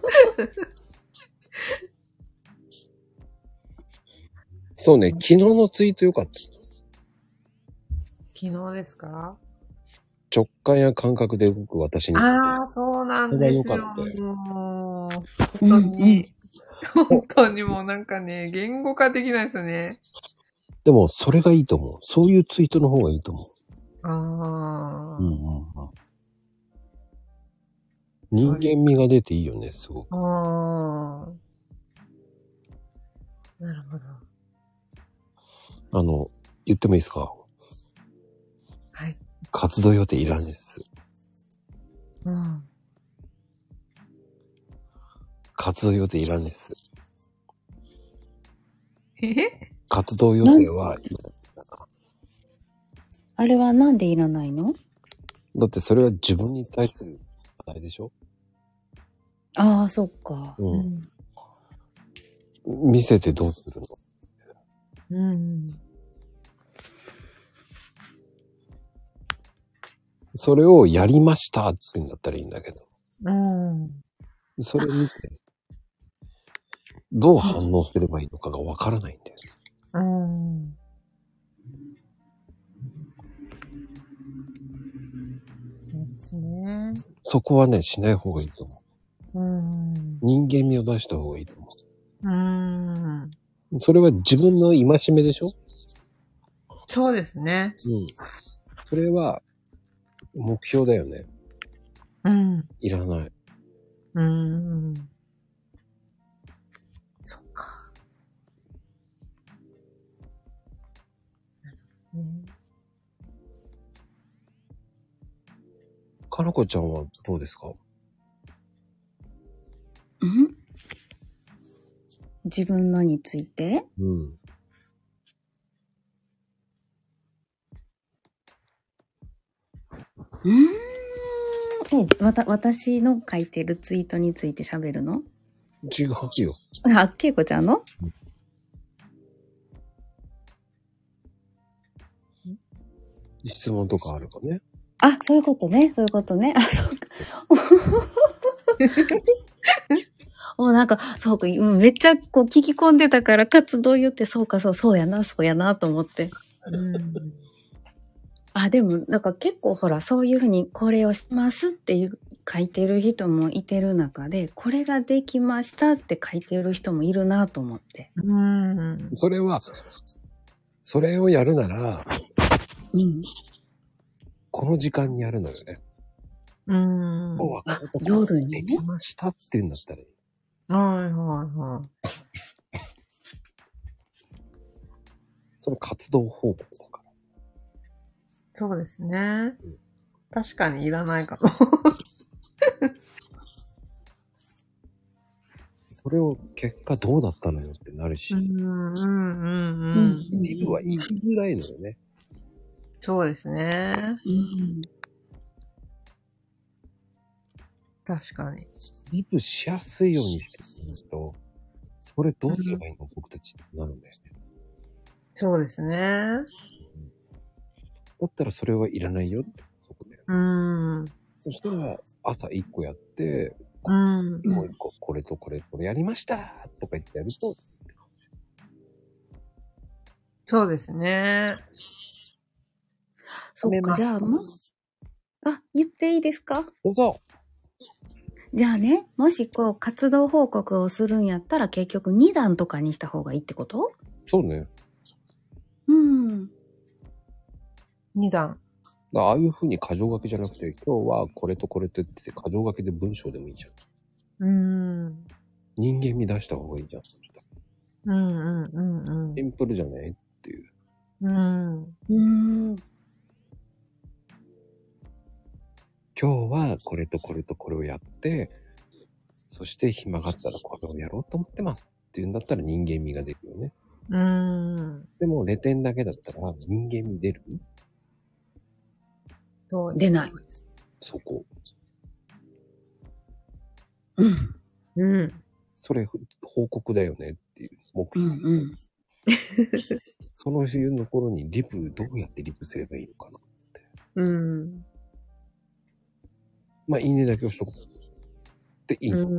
そうね、昨日のツイート良かった。 昨日ですか？ 直感や感覚で動く私に。 ああ、そうなんですよ。もう、本当にもうなんかね、言語化できないですよね。 でも、それがいいと思う。そういうツイートの方がいいと思う。 ああ。 人間味が出ていいよね、すごく。 ああ。なるほど。 言ってもいいですか？ はい。 活動予定いらないです。 うん。 活動予定いらないです。 活動予定は、 あれはなんでいらないの？ だってそれは自分に対するあれでしょ？ ああ、そっか。 うん。見せてどうするの？ うん。 それをやりましたって言うんだったらいいんだけど。 うん。 それ見て、どう反応すればいいのかがわからないんだよ。 うん。そうですね。 そこはね、しない方がいいと思う。人間味を出した方がいいと思う。それは自分の戒めでしょ？ そうですね。 うん。それは、目標だよね。 うん。 いらない。 そっか。 かなこちゃんはどうですか？ 自分のについて？ うん。 私の書いてるツイートについて喋るの？ 違うよ。 あ、けいこちゃんの？ 質問とかあるかね。 あ、そういうことね。そういうことね。あ、そうか。もうなんか、そうか、めっちゃこう聞き込んでたから活動言って、そうか、そうやなと思って。あ、でも、なんか結構ほら、そういうふうにこれをしますっていう書いてる人もいてる中で、これができましたって書いてる人もいるなと思って。 それは、それをやるなら、この時間にやるのよね。 夜にできましたって言うんだったらいい。 その活動報告だから。 そうですね。 うん、 確かにいらないかも。 それを結果どうだったのよってなるし、リブは言いづらいのよね。 そうですね。確かに。 リブしやすいようにしてくれると、それどうすればいいの、僕たちってなるんだよね。 そうですね。 だったらそれはいらないよって、そこで。そしたら、朝1個やって、もう1個、これとこれとこれやりましたとか言ってやると。 そうですね。 そっか、じゃあ、言っていいですか？ どうぞ。 じゃあね、もしこう、活動報告をするんやったら結局2段とかにした方がいいってこと？ そうね。 2段。 ああいう風に箇条書きじゃなくて、今日はこれとこれと言ってて、箇条書きで文章でもいいじゃん。人間味出した方がいいじゃん。シンプルじゃないっていう。今日はこれとこれとこれをやって、そして暇があったらこれをやろうと思ってますっていうんだったら人間味が出るよね。でもレ点だけだったら人間味出る？ そう出ない。 そこ。それ報告だよねっていう目標。そのいうところにリプ、どうやってリプすればいいのかなって。まあ、いいねだけをしとくっていいのか。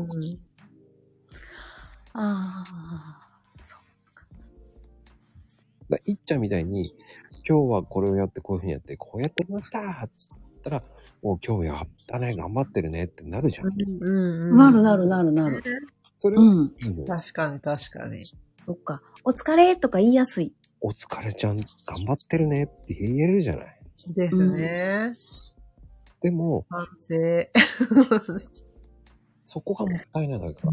そっか。 いっちゃんみたいに、今日はこれをやってこういうふうにやって、こうやってましたって言ったら、もう今日やったね、頑張ってるねってなるじゃん。 なる。 それはいいのよ。 確かに。 そっか。お疲れとか言いやすい。 お疲れちゃん、頑張ってるねって言えるじゃない。 ですね。 でも、 反省。 そこがもったいないだけから。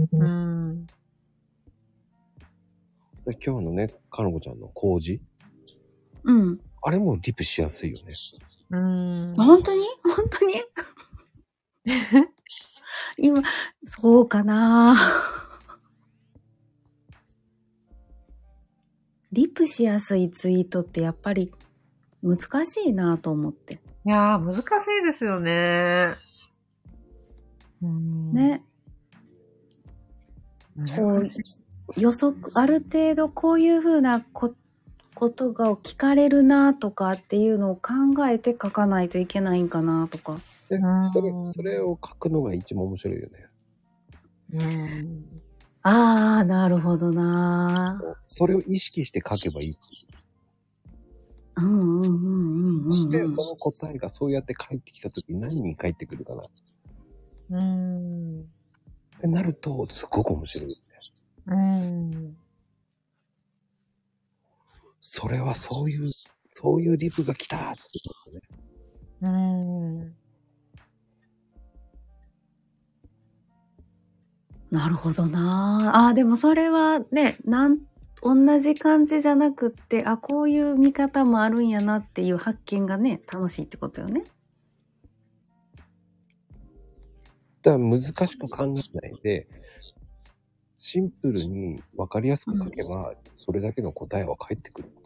で今日のね、かのこちゃんの工事。あれもリプしやすいよね。 本当に今、そうかなリプしやすいツイートってやっぱり難しいなと思って。 いやー、難しいですよね。 ね。こう、予測、ある程度こういうふうなことが聞かれるなとかっていうのを考えて書かないといけないんかなとか。 それを書くのが一番面白いよね。 なるほどな。 それを意識して書けばいい。そしてその答えがそうやって返ってきたときに何に返ってくるかな。ってなるとすごく面白いよね。それはそういうリプが来たってことね。 なるほどな。でもそれはね、同じ感じじゃなくって、こういう見方もあるんやなっていう発見がね、楽しいってことよね。 だから難しく考えないで、シンプルに分かりやすく書けば、それだけの答えは返ってくる。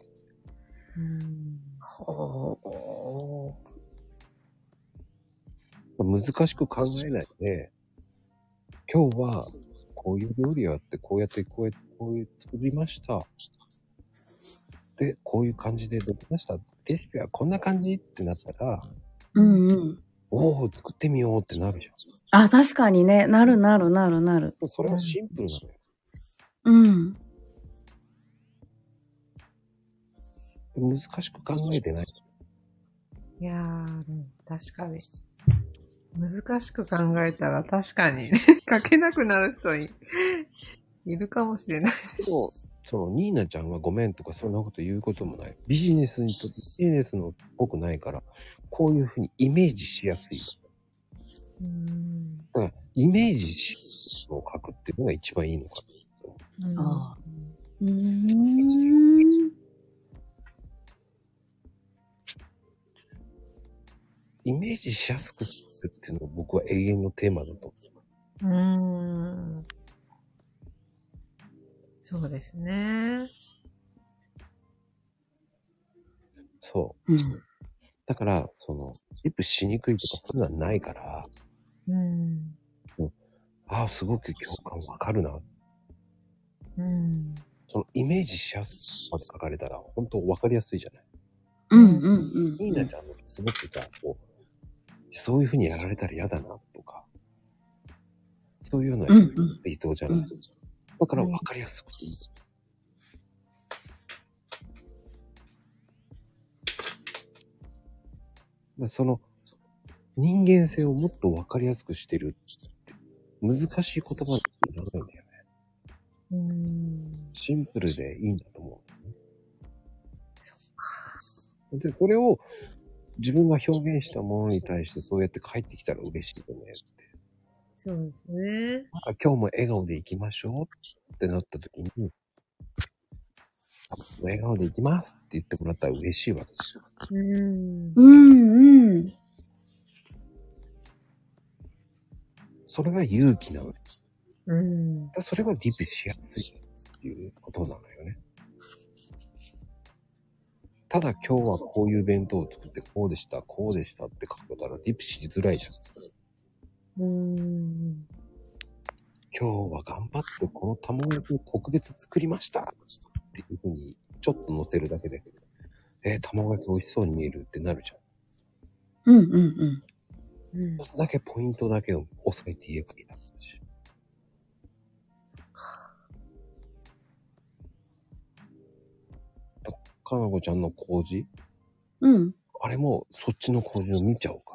難しく考えないで、今日はこういう料理をやって、こうやって作りました。で、こういう感じでできました。レシピはこんな感じってなったら、おー、作ってみようってなるじゃん。確かにね。なる。 それはシンプルなのよ。難しく考えてない。 いやー、確かに。難しく考えたら確かに、ね、書けなくなる人いるかもしれない。 でも、ニーナちゃんはごめんとかそんなこと言うこともない。ビジネスのっぽくないから、こういうふうにイメージしやすい。だから、イメージを書くっていうのが一番いいのかな。 メージしやすくするっていうのが僕は永遠のテーマだと思そうですね。 そう。 うん。 だから、リップしにくいとかそういうのはないから、ああ、すごく共感わかるな。そのイメージしやすくまで書かれたら、本当わかりやすいじゃない。 うんうんうん。 ニーナちゃんのすごくさ、そういう風にやられたら嫌だなとか、そういうのは伊藤じゃない。だからわかりやすくていい。その人間性をもっとわかりやすくしてるって難しい言葉っていらないんだよね。シンプルでいいんだと思う、ね。そっか。で、それを自分が表現したものに対してそうやって帰ってきたら嬉しいよねって。 そうですね。 今日も笑顔でいきましょうってなった時に、笑顔でいきますって言ってもらったら嬉しいわけですよ。それが勇気なの。それがリプしやすいっていうことなのよね。ただ今日はこういう弁当を作ってこうでした、こうでしたって書くことはリプしづらいじゃん。今日は頑張ってこの卵焼きを特別作りましたっていうふうにちょっと乗せるだけで、卵焼き美味しそうに見えるってなるじゃん。一つだけポイントだけを押さえて言えばいいだろうし。かなこちゃんの麹、あれもそっちの麹を見ちゃうから。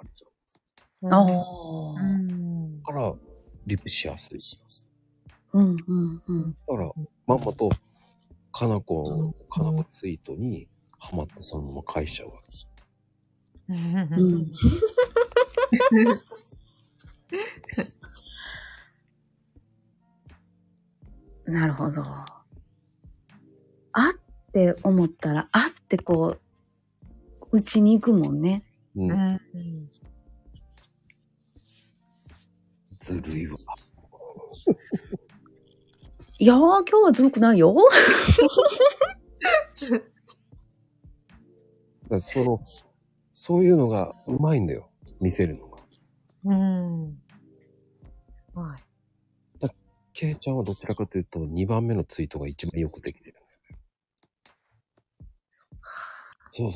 だからリプしやすい。だからまんまとかなこツイートにハマってそのまま返しちゃうわけ。 なるほど。あって思ったら、あってこう、打ちに行くもんね。 ずるいわ。 いやー、今日はずるくないよ。 だそういうのがうまいんだよ。見せるのが。はい。ケイちゃんはどちらかというと2番目のツイートが一番よくできてる。そう。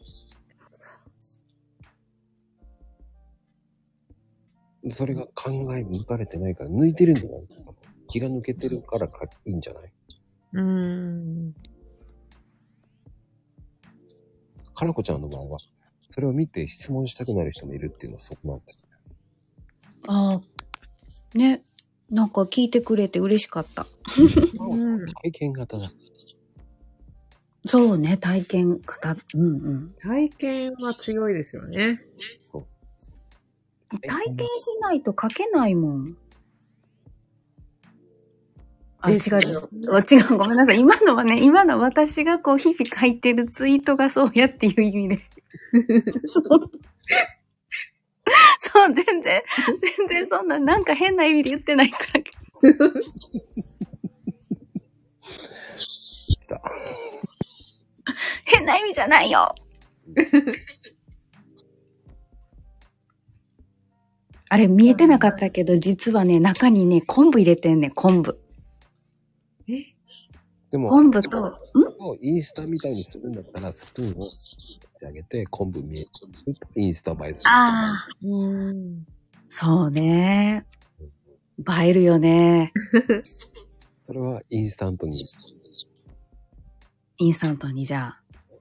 それが考え抜かれてないから抜いてるんじゃないですか。気が抜けてるからいいんじゃない？かなこちゃんの場合はそれを見て質問したくなる人もいるっていうのはそこなんですね。 ああ、ね。なんか聞いてくれて嬉しかった。 体験型だ。 そうね、体験型。 体験は強いですよね。 そう。 体験しないと書けないもん。違う。ごめんなさい。今のは私がこう日々書いてるツイートがそうやっていう意味で。そう、全然そんな、なんか変な意味で言ってないから。変な意味じゃないよ。あれ見えてなかったけど、実はね、中にね、昆布入れてんね、昆布。 でも、 昆布と、 インスタみたいにするんだったら、スプーンをしてあげて、昆布見えるとインスタ映えする。 そうね。映えるよね。 それはインスタントに。 インスタントにじゃあ、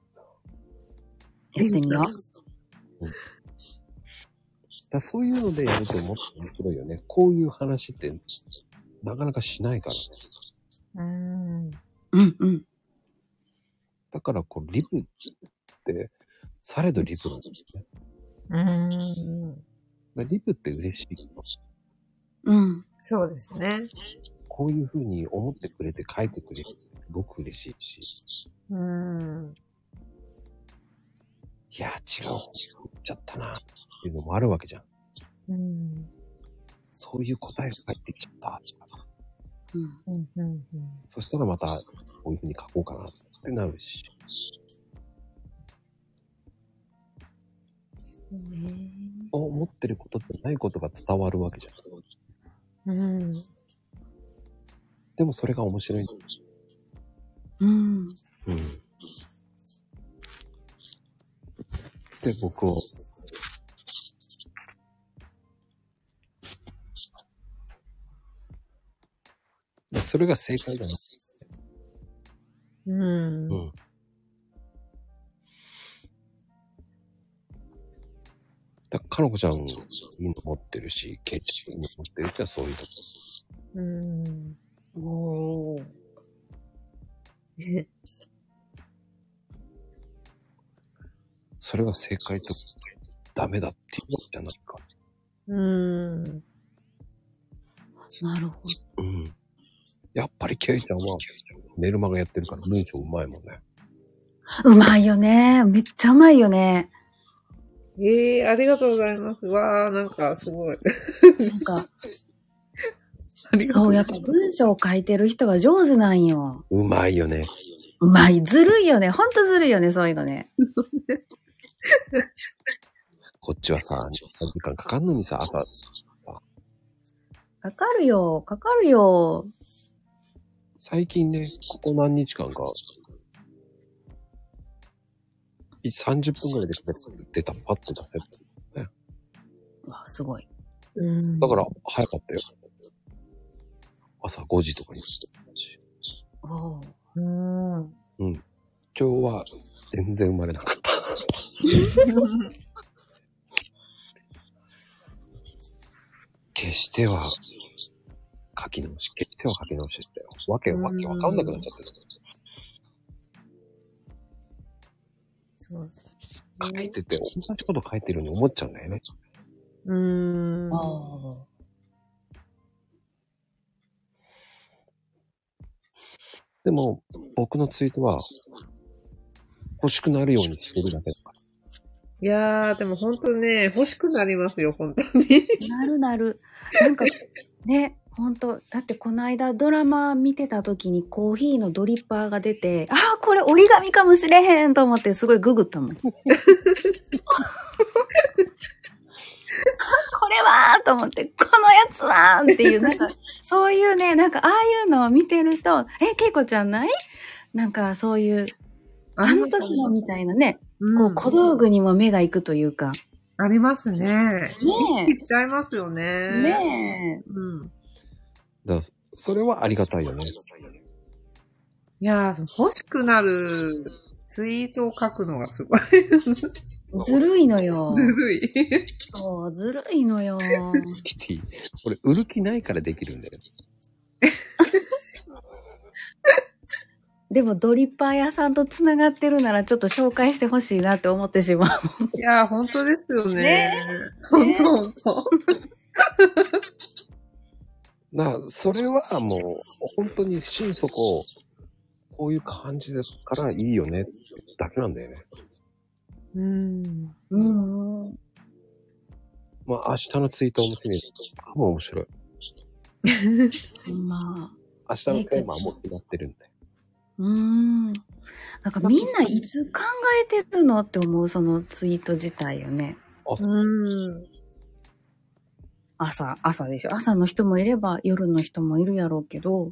やってみよう。 そういうのでやるともっと面白いよね。こういう話ってなかなかしないから。だからリプってされどリプなんですね。リプって嬉しい。 そうですね。 こういう風に思ってくれて書いてくれるってすごく嬉しいし。 いや、違う。言っちゃったな。っていうのもあるわけじゃん。 うん。 そういう答えが返ってきちゃった。そしたらまた、こういう風に書こうかなってなるし。思ってることってないことが伝わるわけじゃん。でもそれが面白いんだよ。で、僕を、それが正解だな。だから、かのこちゃん、いいの持ってるし、ケイチいいの持ってるってのはそういうとこです。 おー。 それが正解とダメだっていうわけじゃないか。 なるほど。 やっぱりケイちゃんはメルマガやってるから文章うまいもんね。 うまいよね。めっちゃうまいよね。 ありがとうございます。わー、なんかすごい。 なんか、そう、やっぱ文章を書いてる人は上手なんよ。 うまいよね。 うまい。ずるいよね。ほんとずるいよね、そういうのね。 こっちはさ、3時間かかんのにさ、朝。 かかるよ、かかるよ。 最近ね、ここ何日間か、30分ぐらいで出た、パッと出せる、ね。 わ、すごい。 だから、早かったよ。朝5時とかに。今日は全然生まれなかった。決しては書き直ししてたよ。わけわかんなくなっちゃってた。 そうです。 書いてて、同じこと書いてるように思っちゃうんだよね。でも、僕のツイートは、欲しくなるようにしてるだけだから。 いやー、でも本当ね、欲しくなりますよ、本当に。 なる。なんか、ね、本当だってこの間ドラマ見てた時にコーヒーのドリッパーが出て、これ折り紙かもしれへんと思ってすごいググったもん。これはーと思って、このやつはーっていう、なんか、そういうね、なんか、ああいうのを見てると、ケイコちゃんない？なんか、そういう、あの時のみたいなね、こう、小道具にも目が行くというか。 ありますね。 ねえ。いっちゃいますよね。 ねえ。 だからそれはありがたいよね。 いやー、欲しくなるツイートを書くのがすごい。 ずるいのよ。 ずるい。 そう、ずるいのよ。 キティ、これ売る気ないからできるんだよ。 でもドリッパー屋さんとつながってるならちょっと紹介してほしいなって思ってしまう。 いやー、本当ですよね。本当。 それはもう、本当に心底、こういう感じですからいいよね、だけなんだよね。まあ、明日のツイートを見てみると、もう面白い。 まあ。 明日のテーマはもう決まってるんで。 なんかみんないつ考えてるのって思う、そのツイート自体よね。朝でしょ。朝の人もいれば夜の人もいるやろうけど。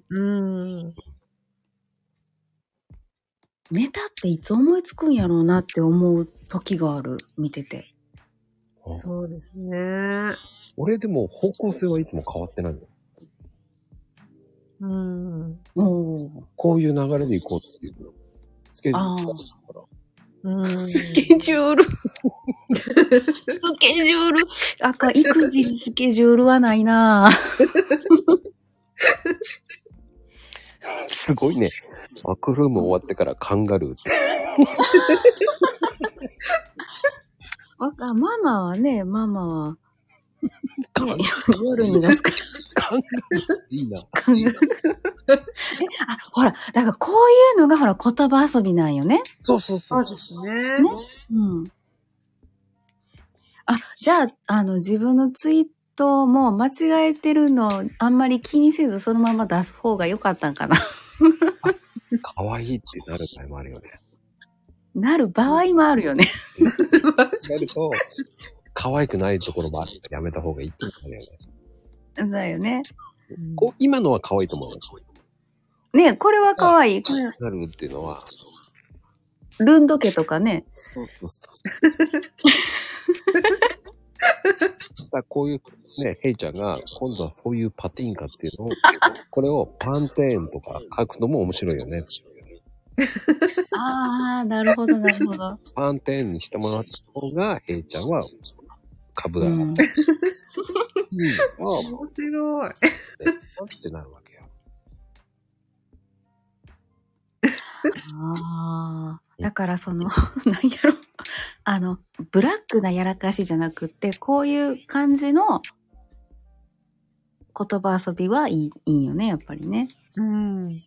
ネタっていつ思いつくんやろうなって思う時がある、見てて。 そうですね。 俺でも方向性はいつも変わってないの。こういう流れで行こうっていうの。スケジュールだから。 スケジュール。育児スケジュールはないなぁ。 すごいね。マクルーム終わってからカンガルーって。 ママは、ね、夜に出すから。 カンガルーいいな。 ほら、だからこういうのがほら言葉遊びなんよね。 そう。 そうですね。 じゃあ、自分のツイートも間違えてるのあんまり気にせずそのまま出す方が良かったんかな。 可愛いってなる場合もあるよね。 なる場合もあるよね。 なると、可愛くないところもあるからやめた方がいいってことだよね。 だよね。 今のは可愛いと思うよ。 ね、これは可愛い。 なるっていうのは、 ルンド家とかね。 そう。だこういうね、ヘイちゃんが今度はそういうパティーンかっていうのを、これをパンテーンとか書くのも面白いよね。 なるほど、なるほど。 パンテーンにしてもらった方が、ヘイちゃんは株が、いい面白い。 ってなるわけよ。 だからなんやろ。ブラックなやらかしじゃなくって、こういう感じの言葉遊びはいいよね、やっぱりね。 うん。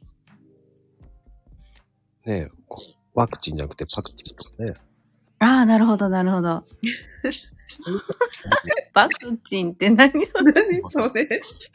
ねワクチンじゃなくてパクチンとかね。 なるほど、なるほど。パクチンって何それ？ 何それ？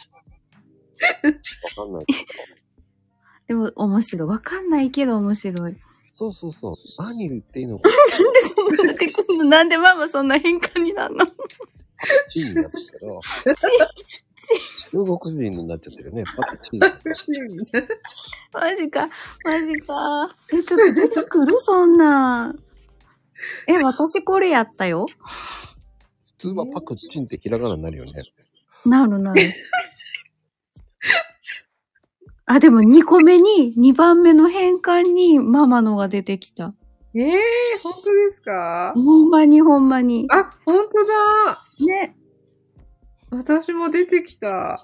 わかんない。 でも面白い。わかんないけど面白い。 そう。何言っていいのか。 なんでそんな出てくんの？なんでママそんな変換になるの？ パクチンになってるけど。中国人になっちゃってるね。パクチン。 マジか。ちょっと出てくるそんな。私これやったよ。 普通はパクチンってひらがなになるよね。 なる。でも2個目に、2番目の変換にママのが出てきた。 本当ですか？ ほんまに。 本当だ。 ね。 私も出てきた。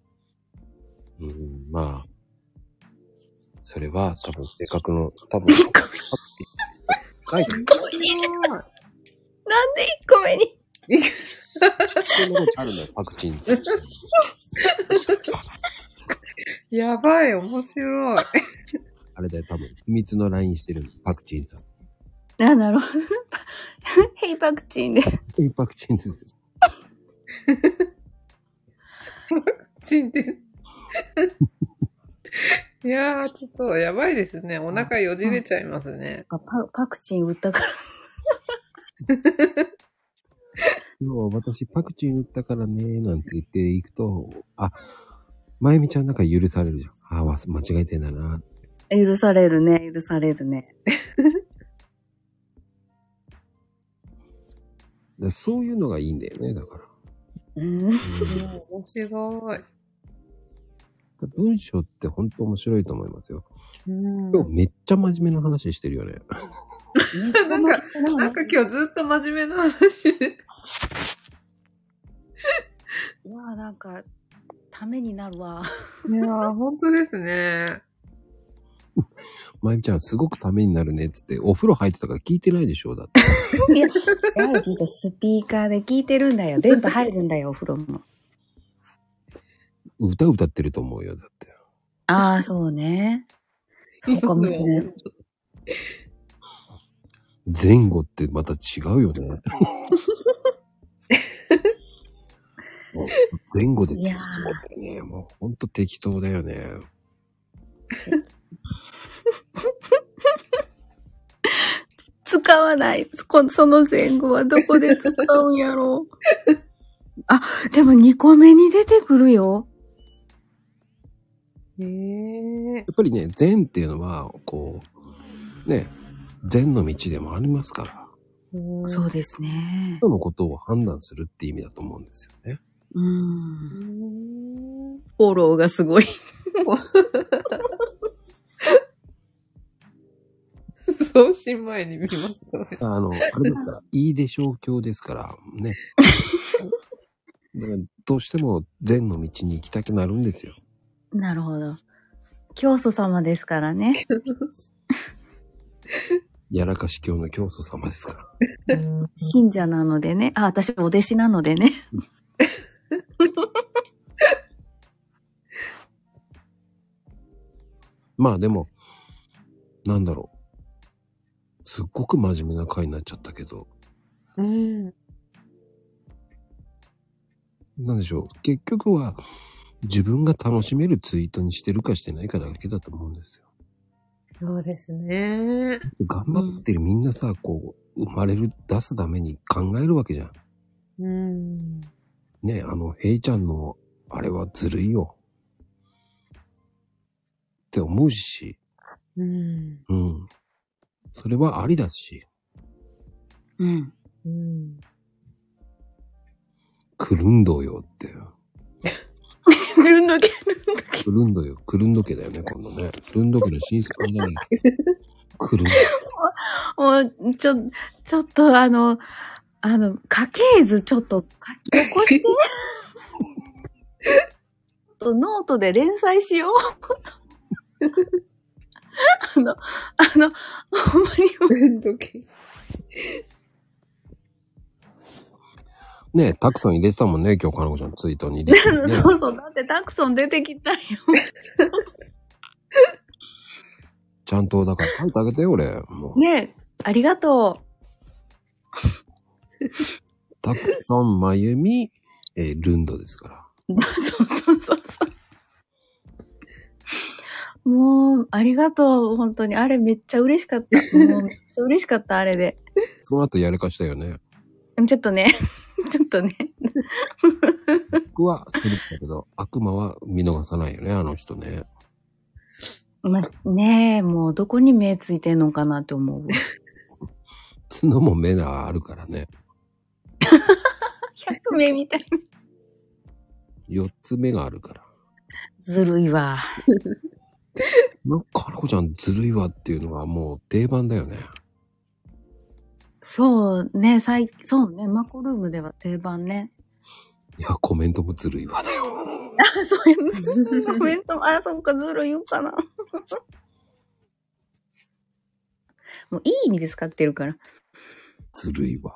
まあ。それは多分性格の、 2個目になんで1個目にそういうのがあるのよ、パクチン。 やばい、面白い。 あれだよ、多分。秘密の LINE してるの、パクチンさん。 なるほど。ヘイパクチンで。 ヘイパクチンですよ。 パクチンって。いやー、ちょっとやばいですね。お腹よじれちゃいますね。 パクチン打ったから。 私パクチン打ったからね、なんて言っていくと、まゆみちゃんなんか許されるじゃん。間違えてんだな。 許されるね。 そういうのがいいんだよね、だから。 面白い。 文章って本当面白いと思いますよ。 今今日めっちゃ真面目な話してるよね。 なんか今日ずっと真面目な話で。 いやーなんか、ためになるわ。 いやー、本当ですね。 まゆみちゃんすごくためになるねっつって、お風呂入ってたから聞いてないでしょ、だって。 いや、やはりスピーカーで聞いてるんだよ。電波入るんだよ、お風呂も。 歌ってると思うよ、だって。 そうね。そうかもしれない。 前後ってまた違うよね。前後で適当だよね。もうほんと適当だよね。 使わない。その前後はどこで使うんやろう。でも2個目に出てくるよ。 やっぱりね、善っていうのは、こう、ね、善の道でもありますから。 そうですね。 人のことを判断するって意味だと思うんですよね。 フォローがすごい。 送信前に見ましたね。 あれですから、いいでしょう教ですから、ね。だからどうしても善の道に行きたくなるんですよ。 なるほど。教祖様ですからね。 やらかし教の教祖様ですから。 信者なのでね。私お弟子なのでね。 まあでも、なんだろう。すっごく真面目な回になっちゃったけど。 なんでしょう。結局は自分が楽しめるツイートにしてるかしてないかだけだと思うんですよ。 そうですね。 頑張ってるみんなさ、こう、生まれる、出すために考えるわけじゃん。ね、ヘイちゃんの、あれはずるいよ。って思うし。それはありだし。くるんどよって。 くるんどけ。 くるんどよ。くるんどけだよね、今度ね。くるんどけの新作がね。くるんど。 もう、ちょっと家系図ちょっと書き起こして。ノートで連載しよう。ほんまに。 ねえ、たくさん入れてたもんね、今日、かなこちゃんツイートに入れて、ね。 そうそう、だってたくさん出てきたよ。 ちゃんと、だから書いてあげてよ、俺。もうねえ、ありがとう。たくさんまゆみ、ルンドですから。 もう、ありがとう、本当に。あれめっちゃ嬉しかった。もう、めっちゃ嬉しかった、あれで。 その後やらかしたよね。 ちょっとね。 僕はするんだけど、悪魔は見逃さないよね、あの人ね。 ねえ、もうどこに目ついてんのかなって思う。 角も目があるからね。 100目みたいな。4つ目があるから。 ずるいわ。 なんか、かなこちゃんずるいわっていうのはもう定番だよね。 そうね、そうね、マコルームでは定番ね。 いや、コメントもずるいわだよ。 そういうコメントも、そっか、ずるいかな。もういい意味で使ってるから。 ずるいわ。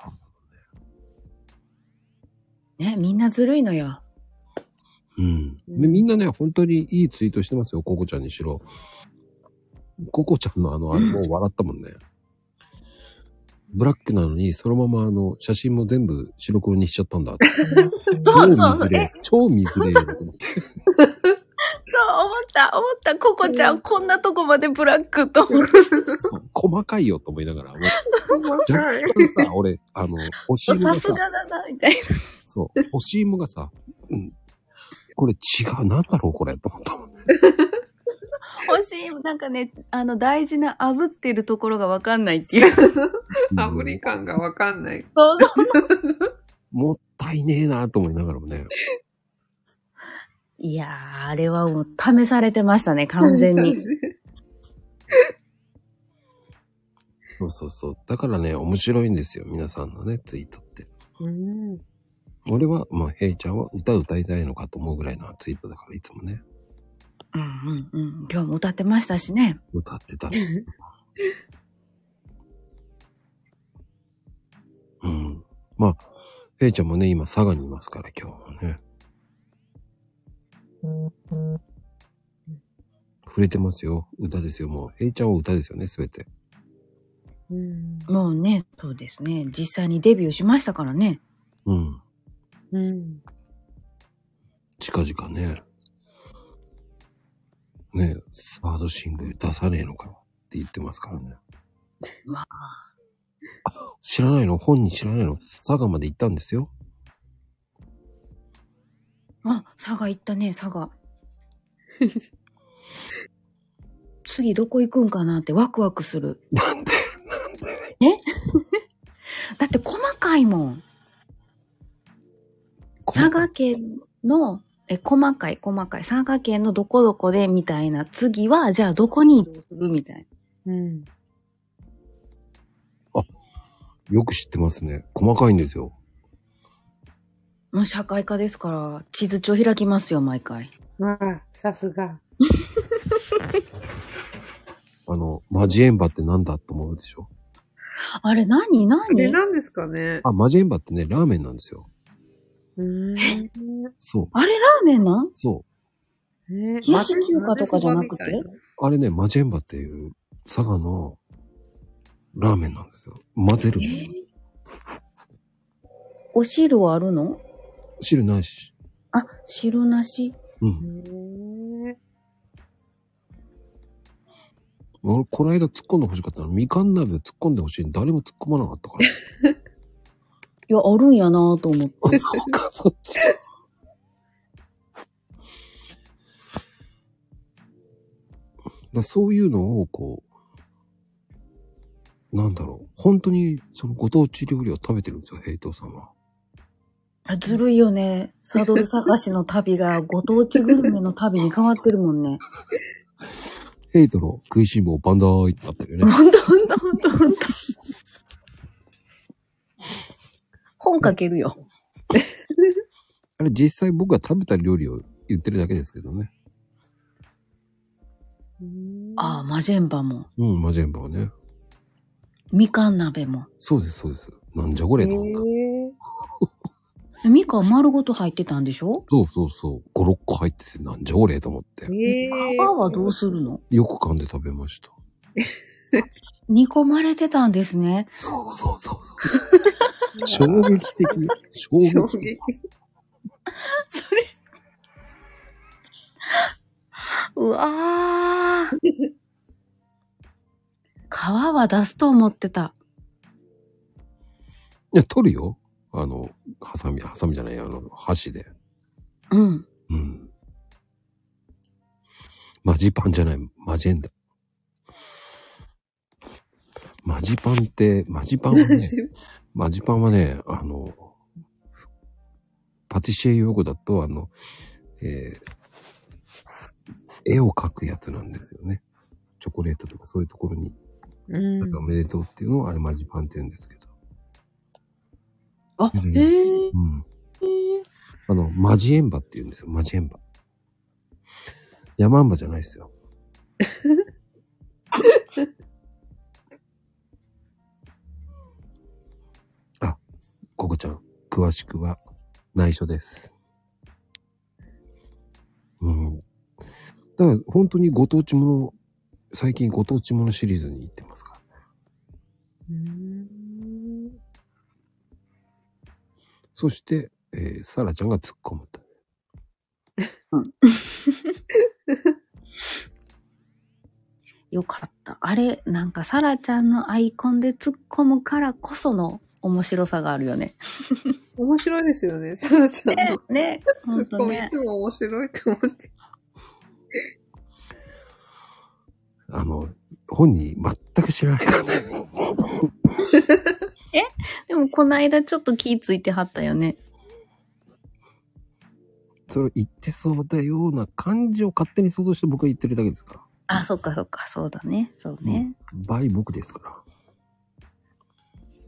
ね、みんなずるいのよ。 でみんなね、本当にいいツイートしてますよ、ココちゃんにしろ。ココちゃんのあれもう笑ったもんね。ブラックなのに、そのまま写真も全部白黒にしちゃったんだ。超見づれえよと思って。 そう、思った、ココちゃん、こんなとこまでブラックと思って。 そう、細かいよと思いながら。若干さ、俺、欲しいものがさ、 さすがだな、みたいな。 そう、欲しいものがさ、これ違う、なんだろうこれ、と思ったもんね。 欲しい、なんかね、大事な炙ってるところがわかんないっていう。 炙り感がわかんない。 そう。 もったいねえなと思いながらもね。 いやー、あれはもう試されてましたね、完全に。 そう。だからね、面白いんですよ、皆さんのね、ツイートって。俺は、ヘイちゃんは歌いたいのかと思うぐらいのツイートだから、いつもね。 今日も歌ってましたしね。 歌ってたね。ヘイちゃんもね、今、佐賀にいますから、今日もね。触れてますよ。歌ですよ、もう。ヘイちゃんは歌ですよね、すべて。 もうね、そうですね。実際にデビューしましたからね。 近々ね。ね、サードシングル出さねえのかって言ってますからね。 わ知らないの？本人知らないの？佐賀まで行ったんですよ。 佐賀行ったね、佐賀。次どこ行くんかなってワクワクする。 なんでだって細かいもん。佐賀県の、細かい。佐賀県のどこどこでみたいな。次は、じゃあどこに移動するみたいな。 よく知ってますね。細かいんですよ。 もう社会科ですから、地図帳開きますよ、毎回。 さすが。 マジエンバってなんだと思うでしょ？ あれ何何ですかね。 マジエンバってね、ラーメンなんですよ。そう。 あれラーメンなん？ そう。 冷やし中華とかじゃなくて？ あれね、マジエンバっていう佐賀のラーメンなんですよ。混ぜる。 お汁はあるの？ 汁ないし。 あ、汁なし。 うん。俺、この間突っ込んで欲しかったの。みかん鍋突っ込んで欲しい。誰も突っ込まなかったから。 いや、あるんやなぁと思って。 そうか、そっち。そういうのを、こう、なんだろう。本当に、そのご当地料理を食べてるんですよ、ヘイトさんは。 ずるいよね。サドル探しの旅がご当地グルメの旅に変わってるもんね。 ヘイトの食いしん坊バンダーイってなってるよね。 ほんと。本書けるよ。 あれ実際僕が食べた料理を言ってるだけですけどね。 ああ、マジェンバも。 うん、マジェンバはね。 みかん鍋も。 そうです、そうです。なんじゃこれと思った。 みかん丸ごと入ってたんでしょ？ そう。5、6個入っててなんじゃこれと思って。皮はどうするの？ よく噛んで食べました。 煮込まれてたんですね。 そう。衝撃的。衝撃。 それ。うわー。皮は出すと思ってた。 いや、取るよ。ハサミじゃない、箸で。 うん。 マジパンじゃない、マジェンダ。マジパンはね、パティシエ用語だと、絵を描くやつなんですよね。チョコレートとかそういうところに。なんかおめでとうっていうのをあれマジパンって言うんですけど。 あ、へぇ。 マジエンバって言うんですよ、マジエンバ。ヤマンバじゃないですよ。あ、ココちゃん、詳しくは内緒です。だから本当にご当地もの、最近ご当地ものシリーズに行ってますから。そして、サラちゃんが突っ込むと。 よかった。あれ、なんかサラちゃんのアイコンで突っ込むからこその面白さがあるよね。 面白いですよね、サラちゃんの。 ね、 突っ込みいつも面白いと思って。 本人全く知らないからね。 でもこの間ちょっと気ついてはったよね。 それ言ってそうだような感じを勝手に想像して僕が言ってるだけですから。 あ、そっか、そうだね。そうね。 倍僕ですから。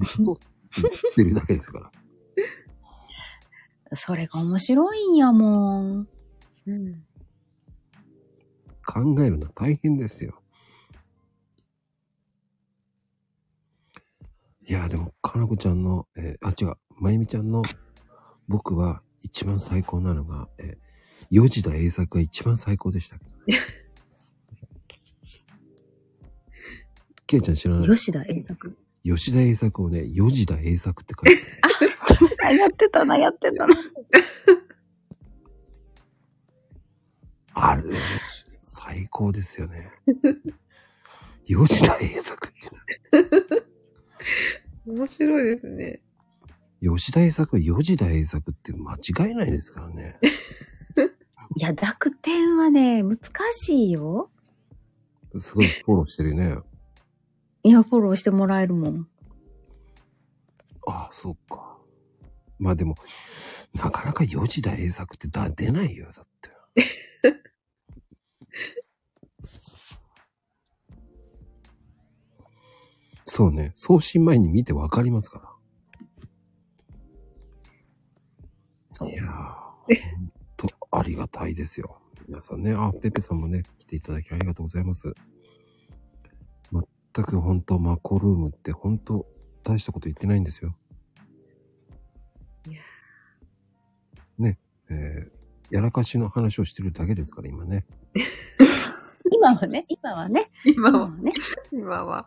言ってるだけですから。 それが面白いんやもん。 考えるのは大変ですよ。いや、でも、かなこちゃんの、まゆみちゃんの、僕は一番最高なのが、吉田栄作が一番最高でしたけどね。ケイちゃん知らない？ 吉田栄作をね、吉田栄作って書いてある。やってたな。 あれ、最高ですよね。吉田栄作。 面白いですね。 吉田栄作は吉田栄作って間違いないですからね。 いや、濁点はね、難しいよ。 すごいフォローしてるね。 いや、フォローしてもらえるもん。 ああ、そっか。まあでも、なかなか吉田栄作って出ないよ、だって。そうね。送信前に見てわかりますから。いやー、ほんとありがたいですよ。皆さんね、ペペさんもね、来ていただきありがとうございます。全くほんとマコルームってほんと大したこと言ってないんですよ。ね、やらかしの話をしてるだけですから、今ね。 今は。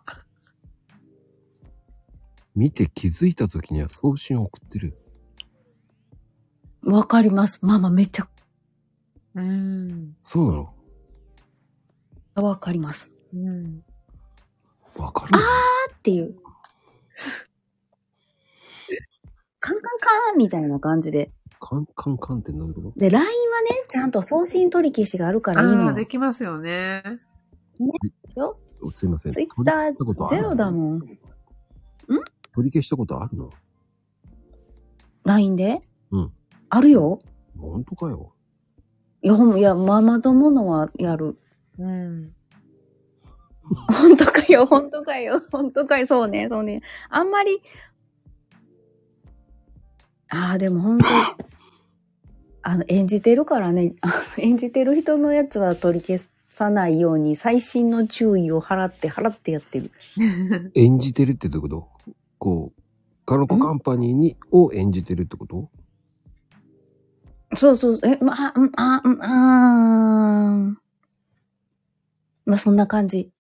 見て気づいた時には送信を送ってる。 わかります。ママめっちゃそうなの？ わかります。 わかる？ っていう。カンカンカーンみたいな感じで。 カンカンカンってどういうこと？ で、LINE はね、ちゃんと送信取り消しがあるからいいのよ。 できますよね。 でしょ？ すいません。 ツイッターゼロだもん。 取り消したことあるの？ LINE で？ うん。 あるよ。 本当かよ。 いや、ママ友のはやる。 うん。 本当かよ、本当かよ、本当かよ、そうね。あんまり、でも本当演じてるからね、演じてる人のやつは取り消さないように、細心の注意を払ってやってる。 演じてるってどういうこと？こう、カノコカンパニーに、を演じてるってこと？ そう。まあ、そんな感じ。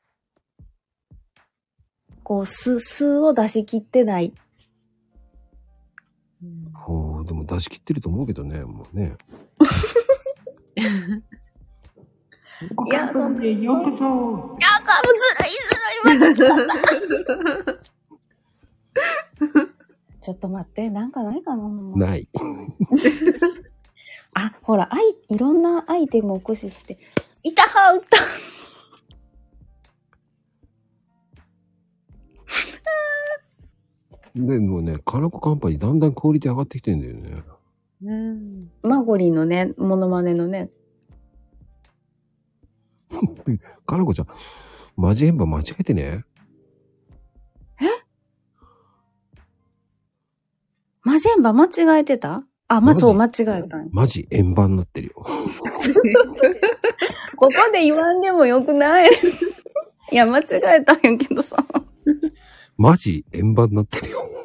こう、素を出し切ってない。 でも出し切ってると思うけどね、もうね。 いや、そんな。 よくぞ。 いや、ずるい、ちょっと待って、なんかないかな？ ない。 ほら、いろんなアイテムを駆使して、いた。 でもね、カノコカンパニーだんだんクオリティ上がってきてんだよね。 マゴリンのね、モノマネのね。 カノコちゃん、マジエンバ間違えてね。 マジエンバ間違えてた？そう、間違えたん。 マジ円盤になってるよ。 ここで言わんでもよくない？いや、間違えたんやけどさ。 マジ円盤になってるよ。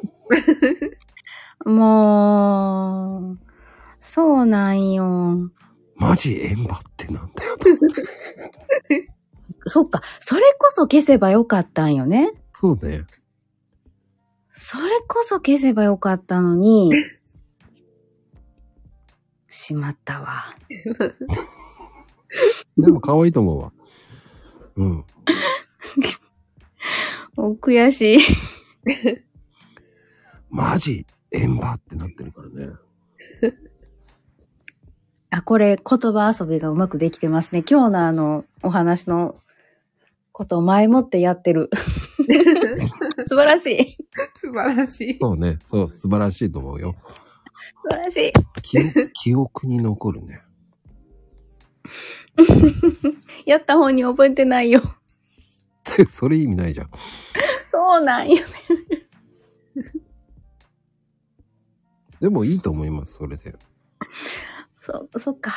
もう、そうなんよ。 マジ円盤ってなんだよ。 そっか、それこそ消せばよかったんよね。 そうね。 それこそ消せばよかったのに、しまったわ。 でも可愛いと思うわ。うん。 お悔しい。 マジ円盤ってなってるからね。 これ言葉遊びがうまくできてますね。今日のお話のことを前もってやってる。素晴らしい。 素晴らしい。 そうね。そう、素晴らしいと思うよ。 素晴らしい。 記憶に残るね。 やった方に覚えてないよ。 それ意味ないじゃん。 そうなんよね。 でもいいと思います、それで。 そっか。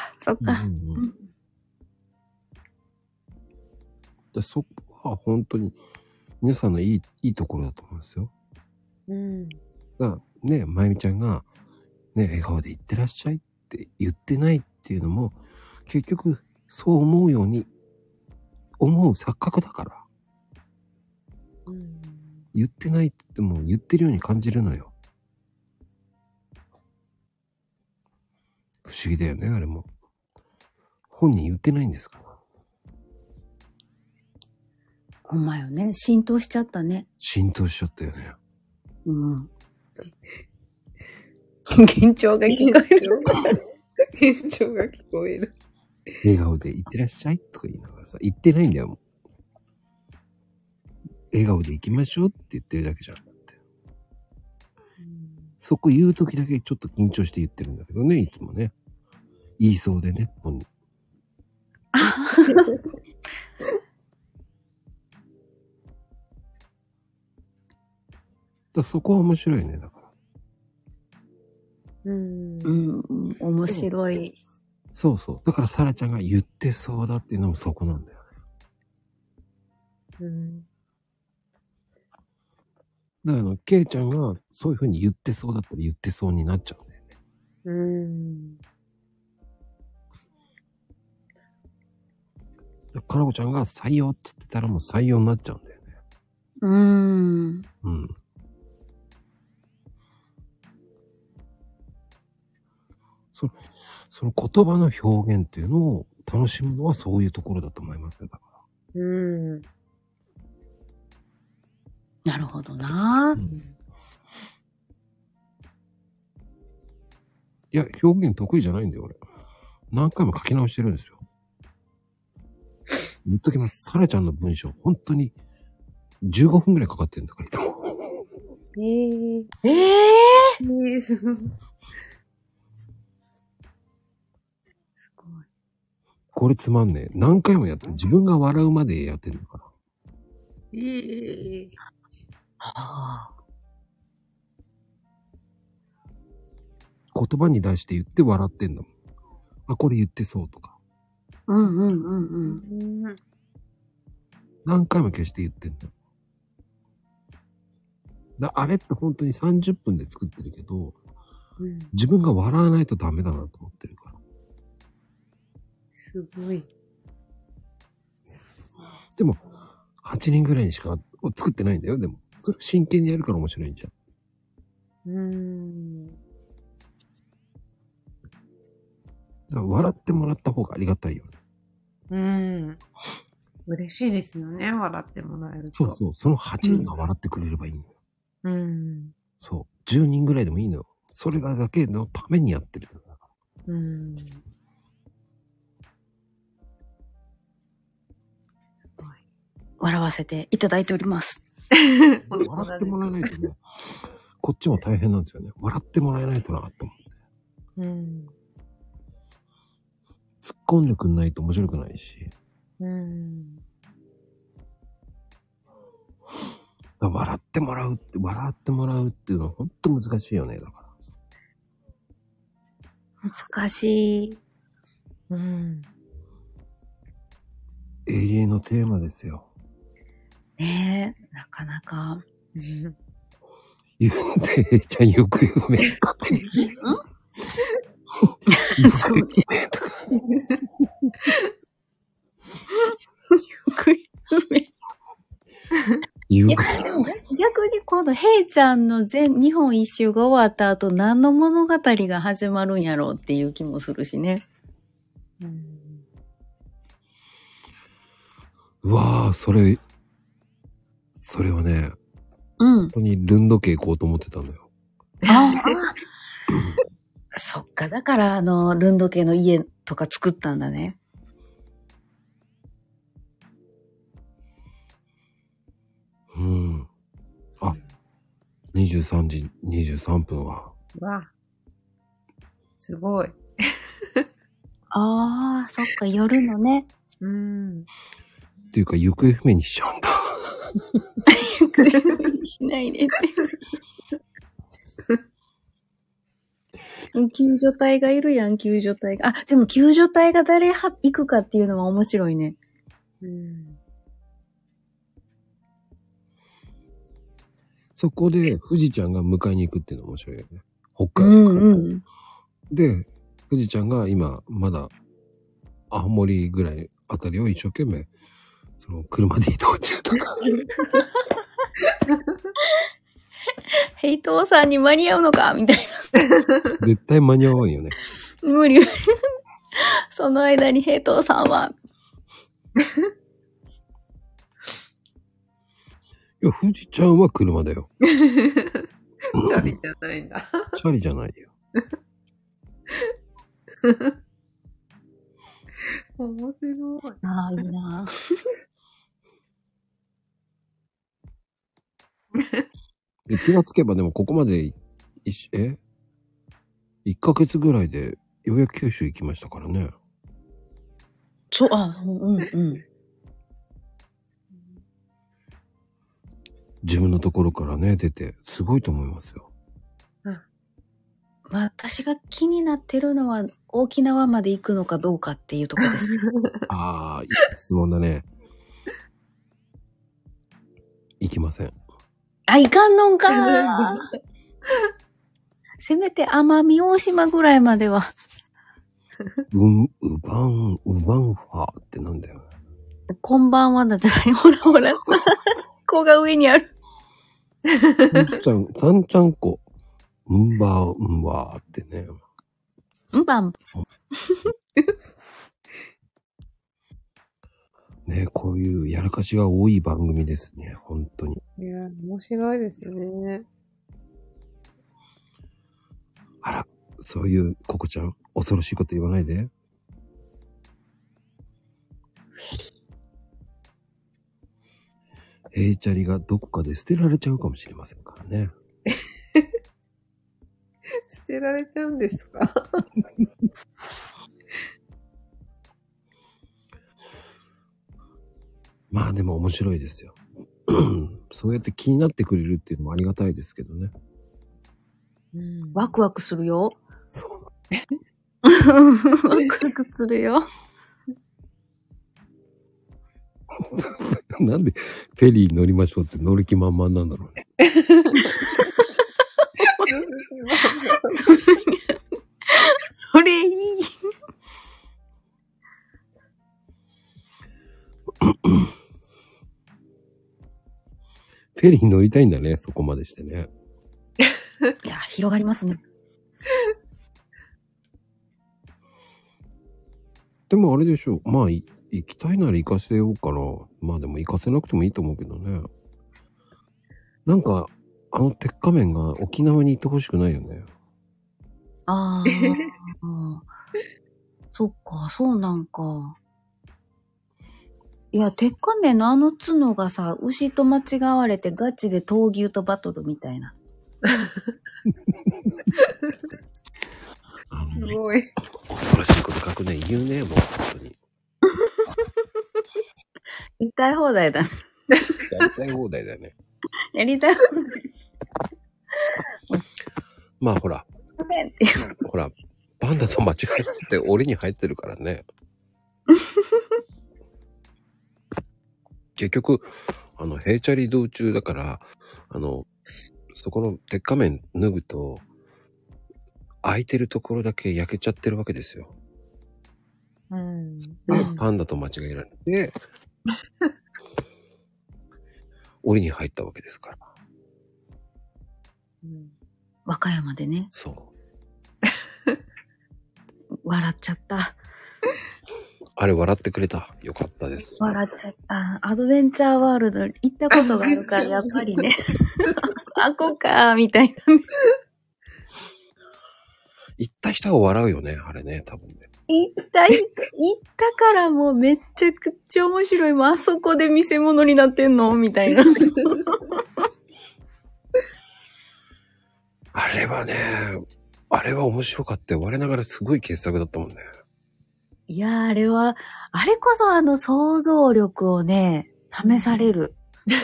でそこは本当に皆さんのいいところだと思うんですよ。だからね、まゆみちゃんがね、笑顔で言ってらっしゃいって言ってないっていうのも、結局そう思うように思う錯覚だから。言ってないって言っても言ってるように感じるのよ。不思議だよね、あれも。本人言ってないんですから。 ほんまよね。浸透しちゃったね。 浸透しちゃったよね。 幻聴が聞こえる。 幻聴が聞こえる。 笑顔で言ってらっしゃいとか言いながらさ、言ってないんだよ、もう。笑顔で行きましょうって言ってるだけじゃんって。そこ言うときだけちょっと緊張して言ってるんだけどね、いつもね。言いそうでね、本人。そこは面白いね、だから。 面白い。 そうそう。だからサラちゃんが言ってそうだっていうのもそこなんだよね。だからケイちゃんがそういう風に言ってそうだったら言ってそうになっちゃうんだよね。かなこちゃんが採用って言ってたらもう採用になっちゃうんだよね。 その言葉の表現っていうのを楽しむのはそういうところだと思いますね。だから。 なるほどな、 いや、表現得意じゃないんだよ、俺。何回も書き直してるんですよ。言っときます。サラちゃんの文章、本当に15分くらいかかってるんだから、いつも。 すごい。 これつまんねえ。何回もやってる。自分が笑うまでやってるんだから。言葉に出して言って笑ってんだもん。あ、これ言ってそうとか。何回も消して言ってんだよ。あれって本当に30分で作ってるけど、自分が笑わないとダメだなと思ってるから。 すごい。 でも、8人ぐらいにしか作ってないんだよ。でも、それ真剣にやるから面白いんじゃん。だから笑ってもらった方がありがたいよね。 嬉しいですよね、笑ってもらえると。 そうそう。その8人が笑ってくれればいいのよ。そう。10人ぐらいでもいいのよ。それだけのためにやってる。 笑わせていただいております。 笑ってもらわないとね、こっちも大変なんですよね。笑ってもらえないとなと思って。突っ込んでくんないと面白くないし。笑ってもらうっていうのは本当難しいよね、だから。 難しい。 永遠のテーマですよ。 ねえ、なかなか。 言うんで、ちゃん行方不明かって。行方不明とか。 逆に今度、ヘイちゃんの日本一周が終わった後、何の物語が始まるんやろうっていう気もするしね。 うわぁ、それはね、本当にルンド家行こうと思ってたんだよ。 そっか、だからルンド家の家とか作ったんだね。 あ、23時23分は。 わ、すごい。 ああ、そっか、夜のね。 っていうか、行方不明にしちゃうんだ。 行方不明にしないでって。救助隊がいるやん、救助隊が。でも救助隊が誰行くかっていうのは面白いね。 そこで、富士ちゃんが迎えに行くっていうのが面白いよね。北海道。で、富士ちゃんが今、まだ、青森ぐらいあたりを一生懸命、車で移動中とか。 ヘイトーさんに間に合うのかみたいな。 絶対間に合わんよね。 無理。その間にヘイトーさんは。 いや、富士ちゃんは車だよ。 チャリじゃないんだ。 チャリじゃないよ。 面白い。 ああ、いいな。 気がつけばでもここまで1ヶ月ぐらいでようやく九州行きましたからね。自分のところからね、出て、すごいと思いますよ。 私が気になってるのは、沖縄まで行くのかどうかっていうところです。 ああ、いい質問だね。行きません。 行かんのんかせめて奄美大島ぐらいまでは。 ウバンファーってなんだよ。 こんばんはだじゃない。ほらほら。子が上にある。 さんちゃんこ。んばーってね。 バン。 ね、こういうやらかしが多い番組ですね。本当に。 いや、面白いですね。 あら、そういうココちゃん、恐ろしいこと言わないで。ヘイチャリがどこかで捨てられちゃうかもしれませんからね。 捨てられちゃうんですか？ まあでも面白いですよ。そうやって気になってくれるっていうのもありがたいですけどね。 ワクワクするよ。 そう。 ワクワクするよ。 なんでフェリー乗りましょうって乗る気満々なんだろうね。 それいい。 フェリー乗りたいんだね、そこまでしてね。 いや、広がりますね。 でもあれでしょう。まあ、行きたいなら行かせようかな。まあでも行かせなくてもいいと思うけどね。なんか、あの鉄仮面が沖縄に行ってほしくないよね。 ああ。そっか、そうなんか。いや、鉄仮面のあの角がさ、牛と間違われてガチで闘牛とバトルみたいな。 すごい。 恐ろしいこと書くね。言うね、もう本当に。 言いたい放題だね。 やりたい放題だよね。 やりたい放題。 まあほら、ほら、パンダと間違えて檻に入ってるからね。結局、ヘイチャリ道中だから、そこの鉄仮面脱ぐと、空いてるところだけ焼けちゃってるわけですよ。パンダと間違えられて、檻に入ったわけですから。 和歌山でね。 そう。 笑っちゃった。 あれ笑ってくれた。よかったです。 笑っちゃった。アドベンチャーワールド行ったことがあるから、やっぱりね。あこか、みたいなね。 行った人は笑うよね、あれね、多分ね。 行ったからもうめっちゃくちゃ面白い。もうあそこで見せ物になってんのみたいな。 あれはね、あれは面白かった。我ながらすごい傑作だったもんね。 いやー、あれこそ想像力をね、試される。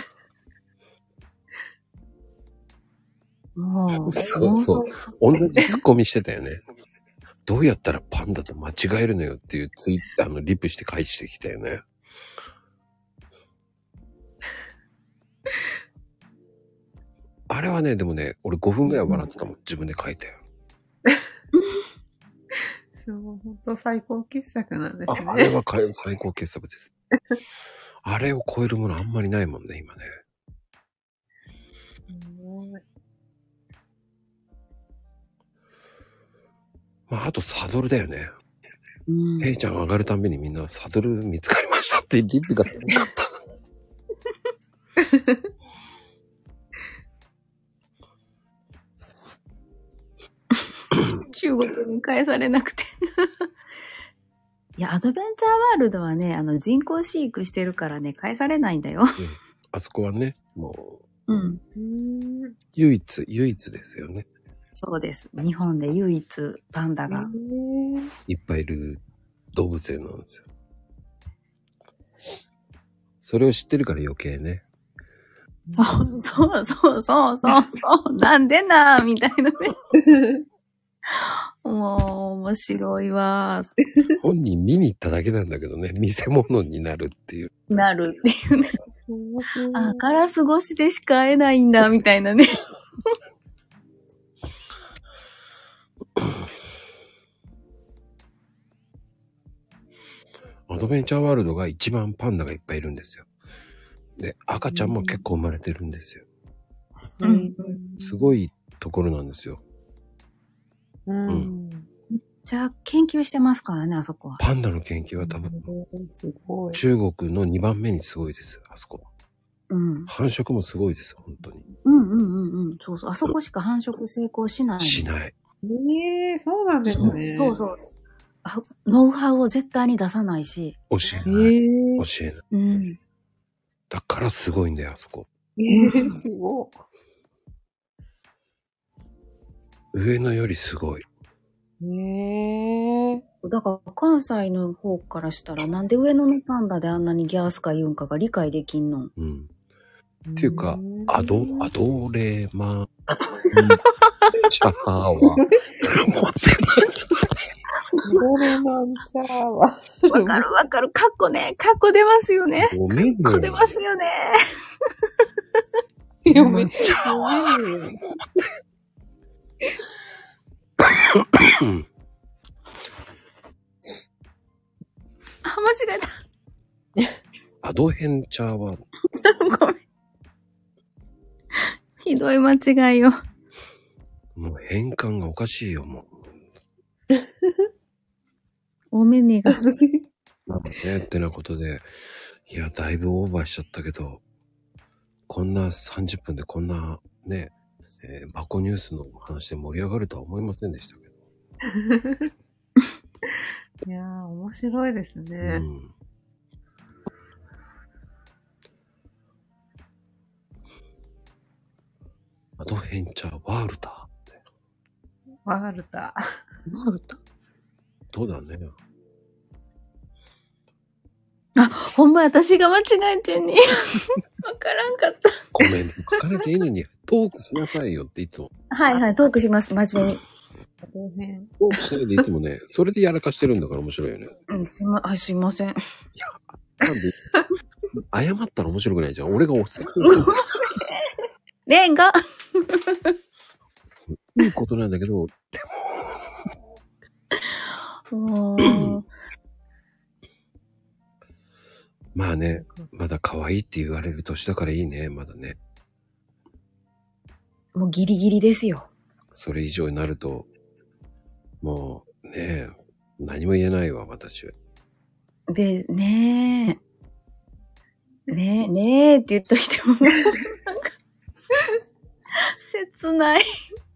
もう。 そうそう。同じツッコミしてたよね。どうやったらパンダと間違えるのよっていうツイッターのリプして返してきたよね。あれはね、でもね、俺5分ぐらい笑ってたもん。自分で書いて。 そう、本当最高傑作なんですね。 あれは最高傑作です。あれを超えるものあんまりないもんね、今ね。まあ、あとサドルだよね。ヘイちゃんが上がるたんびにみんなサドル見つかりましたってリプがすごかった。 中国に返されなくて。いや、アドベンチャーワールドはね、人工飼育してるからね、返されないんだよ。 あそこはね、もう、唯一ですよね。 そうです。日本で唯一パンダがいっぱいいる動物園なんですよ。それを知ってるから余計ね。 そう。なんでなーみたいなね。もう、面白いわー。 本人見に行っただけなんだけどね、見せ物になるっていう。 なるっていうね。あ、ガラス越しでしか会えないんだ、みたいなね。 アドベンチャーワールドが一番パンダがいっぱいいるんですよ。で、赤ちゃんも結構生まれてるんですよ。すごいところなんですよ。 めっちゃ研究してますからね、あそこは。 パンダの研究は多分、 すごい。 中国の2番目にすごいです、あそこ。 うん。 繁殖もすごいです、本当に。 そうそう。あそこしか繁殖成功しない。 しない。 そうなんですね。 そう。ノウハウを絶対に出さないし。 教えない。教えない。 うん。 だからすごいんだよ、あそこ。 すごい。 上野よりすごい。 だから関西の方からしたらなんで上野のパンダであんなにギャースか言うんかが理解できんの。 うん。っていうか、アドレマチャーは、持ってない。 アドレマンチャーは。 わかる。カッコね。カッコ出ますよね。 ごめんね。 カッコ出ますよね。 読めちゃうわ。 あ、間違えた。 アドヘンチャーは。 ごめん。ひどい間違いよ。 もう変換がおかしいよ、もう。 お耳が。 まあね、ってなことで、いや、だいぶオーバーしちゃったけど、こんな30分でこんなね、バコニュースの話で盛り上がるとは思いませんでしたけど。 いやー、面白いですね。うん。 アドヘンチャーワールターって。 ワールター。 どうだね。 あ、ほんま私が間違えてんね。わからんかった。 コメント書かなきゃいいのに、トークしなさいよっていつも。 はい、トークします、真面目に。 トークしないでいつもね、それでやらかしてるんだから面白いよね。 すいません。いや、なんで、謝ったら面白くないじゃん。俺が押す。 レンガいいことなんだけど、でも。まあね、まだ可愛いって言われる年だからいいね、まだね。 もうギリギリですよ。 それ以上になると、もうね、何も言えないわ、私は。 で、ねえって言っといても、なんか、切ない。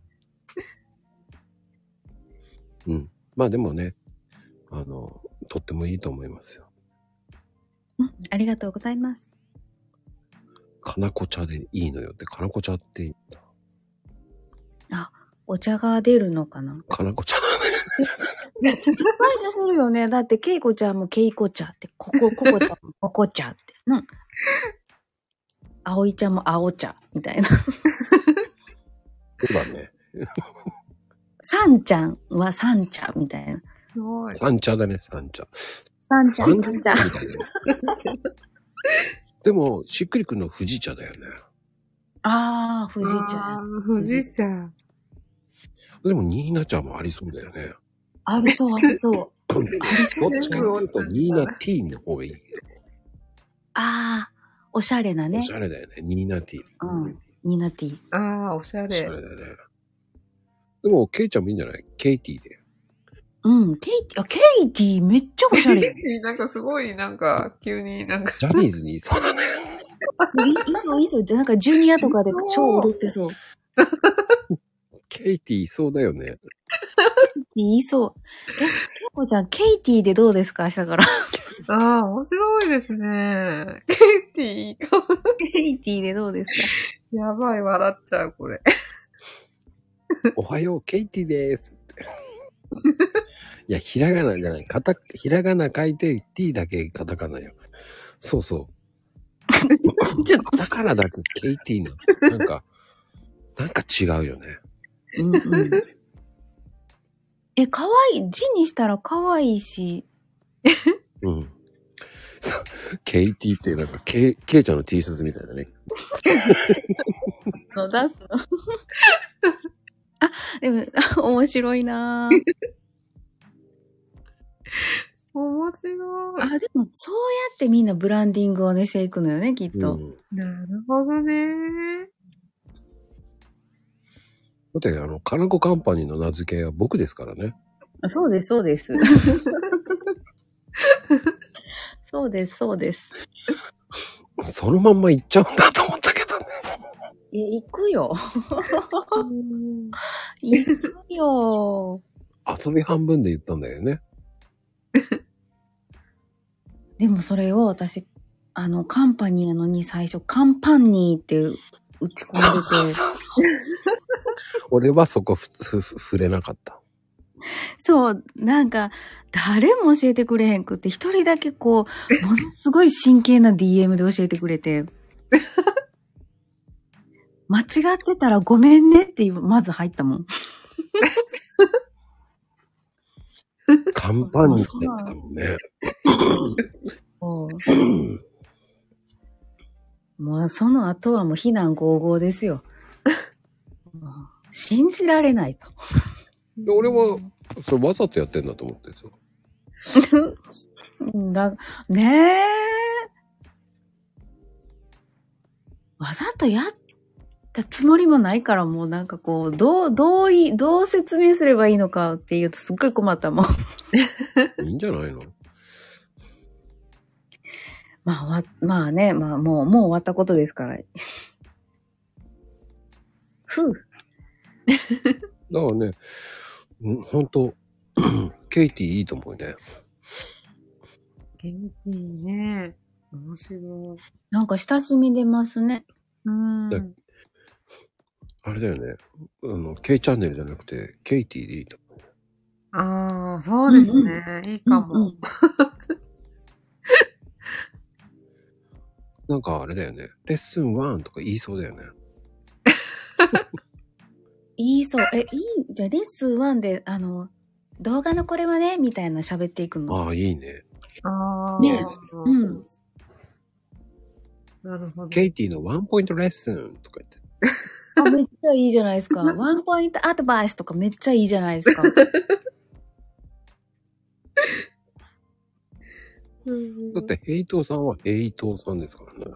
うん。まあでもね、とってもいいと思いますよ。 ありがとうございます。 かなこ茶でいいのよって、かなこ茶って言った。 あ、お茶が出るのかな。 かなこ茶だね。いっぱい出せるよね。だって、けいこちゃんもけいこ茶って、ここちゃんもここ茶って。うん。あおいちゃんも青茶みたいな。 そうだね。 さんちゃんはさん茶みたいな。 すごい。 三茶だね、三茶。 三茶。 でも、しっくりくんの富士茶だよね。 ああ、富士茶。 富士茶。 でも、ニーナ茶もありそうだよね。 ありそう。ありそう。 どっちかというと、ニーナティーの方がいい。 ああ、おしゃれなね。 おしゃれだよね、ニーナティー。 うん、ニーナティー。 ああ、おしゃれ。 おしゃれだよね。でも、ケイちゃんもいいんじゃない？ケイティで。 うん、ケイティめっちゃおしゃれ。 ケイティなんかすごい、なんか、急になんか。 ジャニーズにいそうだね。 いそう。なんか、ジュニアとかで超踊ってそう。 ケイティいそうだよね。 いそう。ケイコちゃん、ケイティでどうですか？明日から。 ああ、面白いですね。ケイティいいかも。 ケイティでどうですか？ やばい、笑っちゃう、これ。 おはよう、ケイティでーす。いや、ひらがなじゃない。ひらがな書いて、T だけカタカナよ。そうそう。カタカナだけケイティの。なんか違うよね。 うんうん。かわいい。字にしたらかわいいし。 うん。ケイティってなんか、ケイちゃんの T シャツみたいだね。 出すの。あ、でも、面白いなぁ。 面白い。 あ、でも、そうやってみんなブランディングをね、していくのよね、きっと。 なるほどね。 だって、カナコカンパニーの名付けは僕ですからね。 そうです、そうです。そうです、そうです。 そのまんま行っちゃうんだと思ったけどね。 行くよ。行くよ。 遊び半分で言ったんだよね。 でもそれを私、カンパニーなのに最初、カンパニーって打ち込んでて。 そうそうそう。俺はそこ触れなかった。 そう、なんか、誰も教えてくれへんくって、一人だけこう、ものすごい真剣な DM で教えてくれて、間違ってたらごめんねってまず入ったもん。 カンパニーって言ってたもんね。 もうその後はもう非難合々ですよ。信じられないと。 で俺は、それわざとやってんだと思ってさ。 ねえ。わざとやったつもりもないからもうなんかこう、どう説明すればいいのかっていうとすっごい困ったもん。 いいんじゃないの？ まあね、まあもう終わったことですから。ふう。 だからね、ほんと、ケイティいいと思うね。 ケイティね。面白い。 なんか親しみ出ますね。 あれだよね。K チャンネルじゃなくて、ケイティでいいと思う。 ああ、そうですね。いいかも。 なんかあれだよね。レッスン1とか言いそうだよね。 言いそう。じゃあレッスン1で、動画のこれはね、みたいな喋っていくの。 ああ、いいね。 ああ。 ね。うん。 なるほど。 ケイティのワンポイントレッスンとか言って。 めっちゃいいじゃないですか。ワンポイントアドバイスとかめっちゃいいじゃないですか。 だってヘイトーさんはヘイトーさんですからね。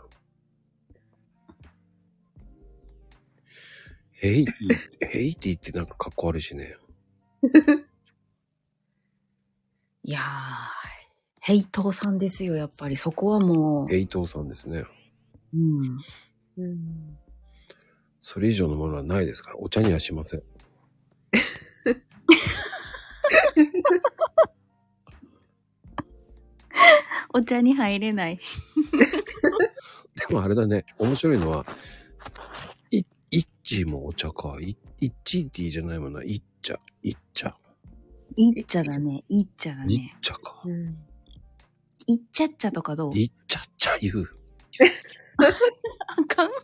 ヘイティってなんかかっこ悪いしね。 いやー、ヘイトーさんですよ、やっぱり。そこはもう。 ヘイトーさんですね。それ以上のものはないですから、お茶にはしません。 お茶に入れない。 でもあれだね、面白いのは、イッチーもお茶か。イッチーティーじゃないもんな。イッチャ。 イッチャだね。イッチャだね。 イッチャか。 イッチャッチャとかどう？ イッチャッチャ言う。 あかん。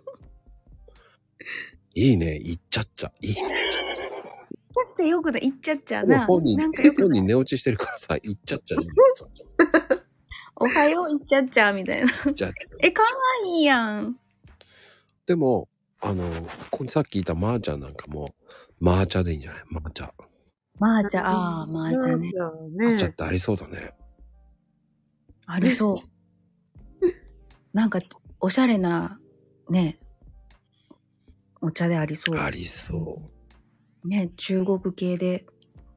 いいね、イッチャッチャ。いいね。 イッチャッチャよくだ、イッチャッチャな。 本人寝落ちしてるからさ、イッチャッチャいい。 おはよう、イッチャッチャみたいな。かわいいやん。 でも、さっき言ったマーチャなんかも、マーチャでいいんじゃない？マーチャ。 マーチャ、マーチャね。 マーチャってありそうだね。 ありそう。なんか、おしゃれな、ね、お茶でありそう。 ありそう。 ね、中国系で。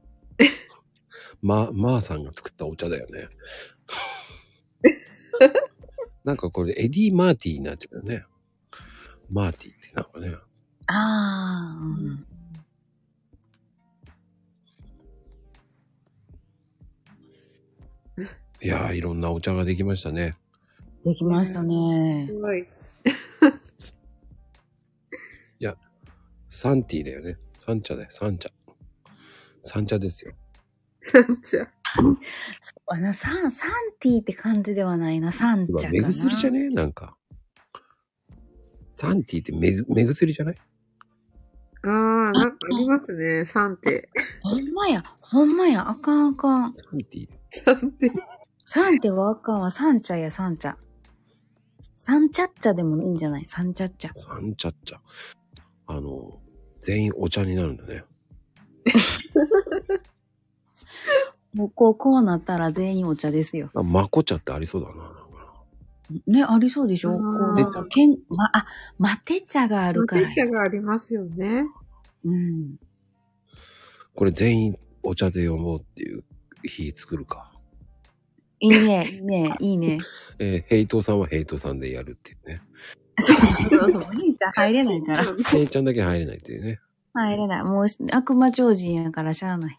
マーさんが作ったお茶だよね。なんかこれエディ・マーティーになっちゃうよね。マーティーってなんかね。いやー、いろんなお茶ができましたね。 できましたね。 すごい。 いや、サンティーだよね。サン茶だよ、サン茶。サン茶ですよ。 サン茶。 サンティーって感じではないな、サン茶かな。 目薬じゃねえなんか。サンティーって目薬じゃない？ なんかありますね、サンテ。 ほんまや、あかん。 サンティー。 サンテはあかんわ、サン茶や、サン茶。サンチャッチャでもいいんじゃない？サンチャッチャ。 サンチャッチャ。全員お茶になるんだね。 もうこうなったら全員お茶ですよ。 マコ茶ってありそうだな。 ね、ありそうでしょ？こうなんかマテ茶があるから。 マテ茶がありますよね。 これ全員お茶で読もうっていう日作るか。 いいね、いいね、いいね。 ヘイトさんはヘイトさんでやるっていうね。 そうそうそう。お兄ちゃん入れないから。 ヘイちゃんだけ入れないっていうね。 入れない。もう悪魔超人やからしゃあない。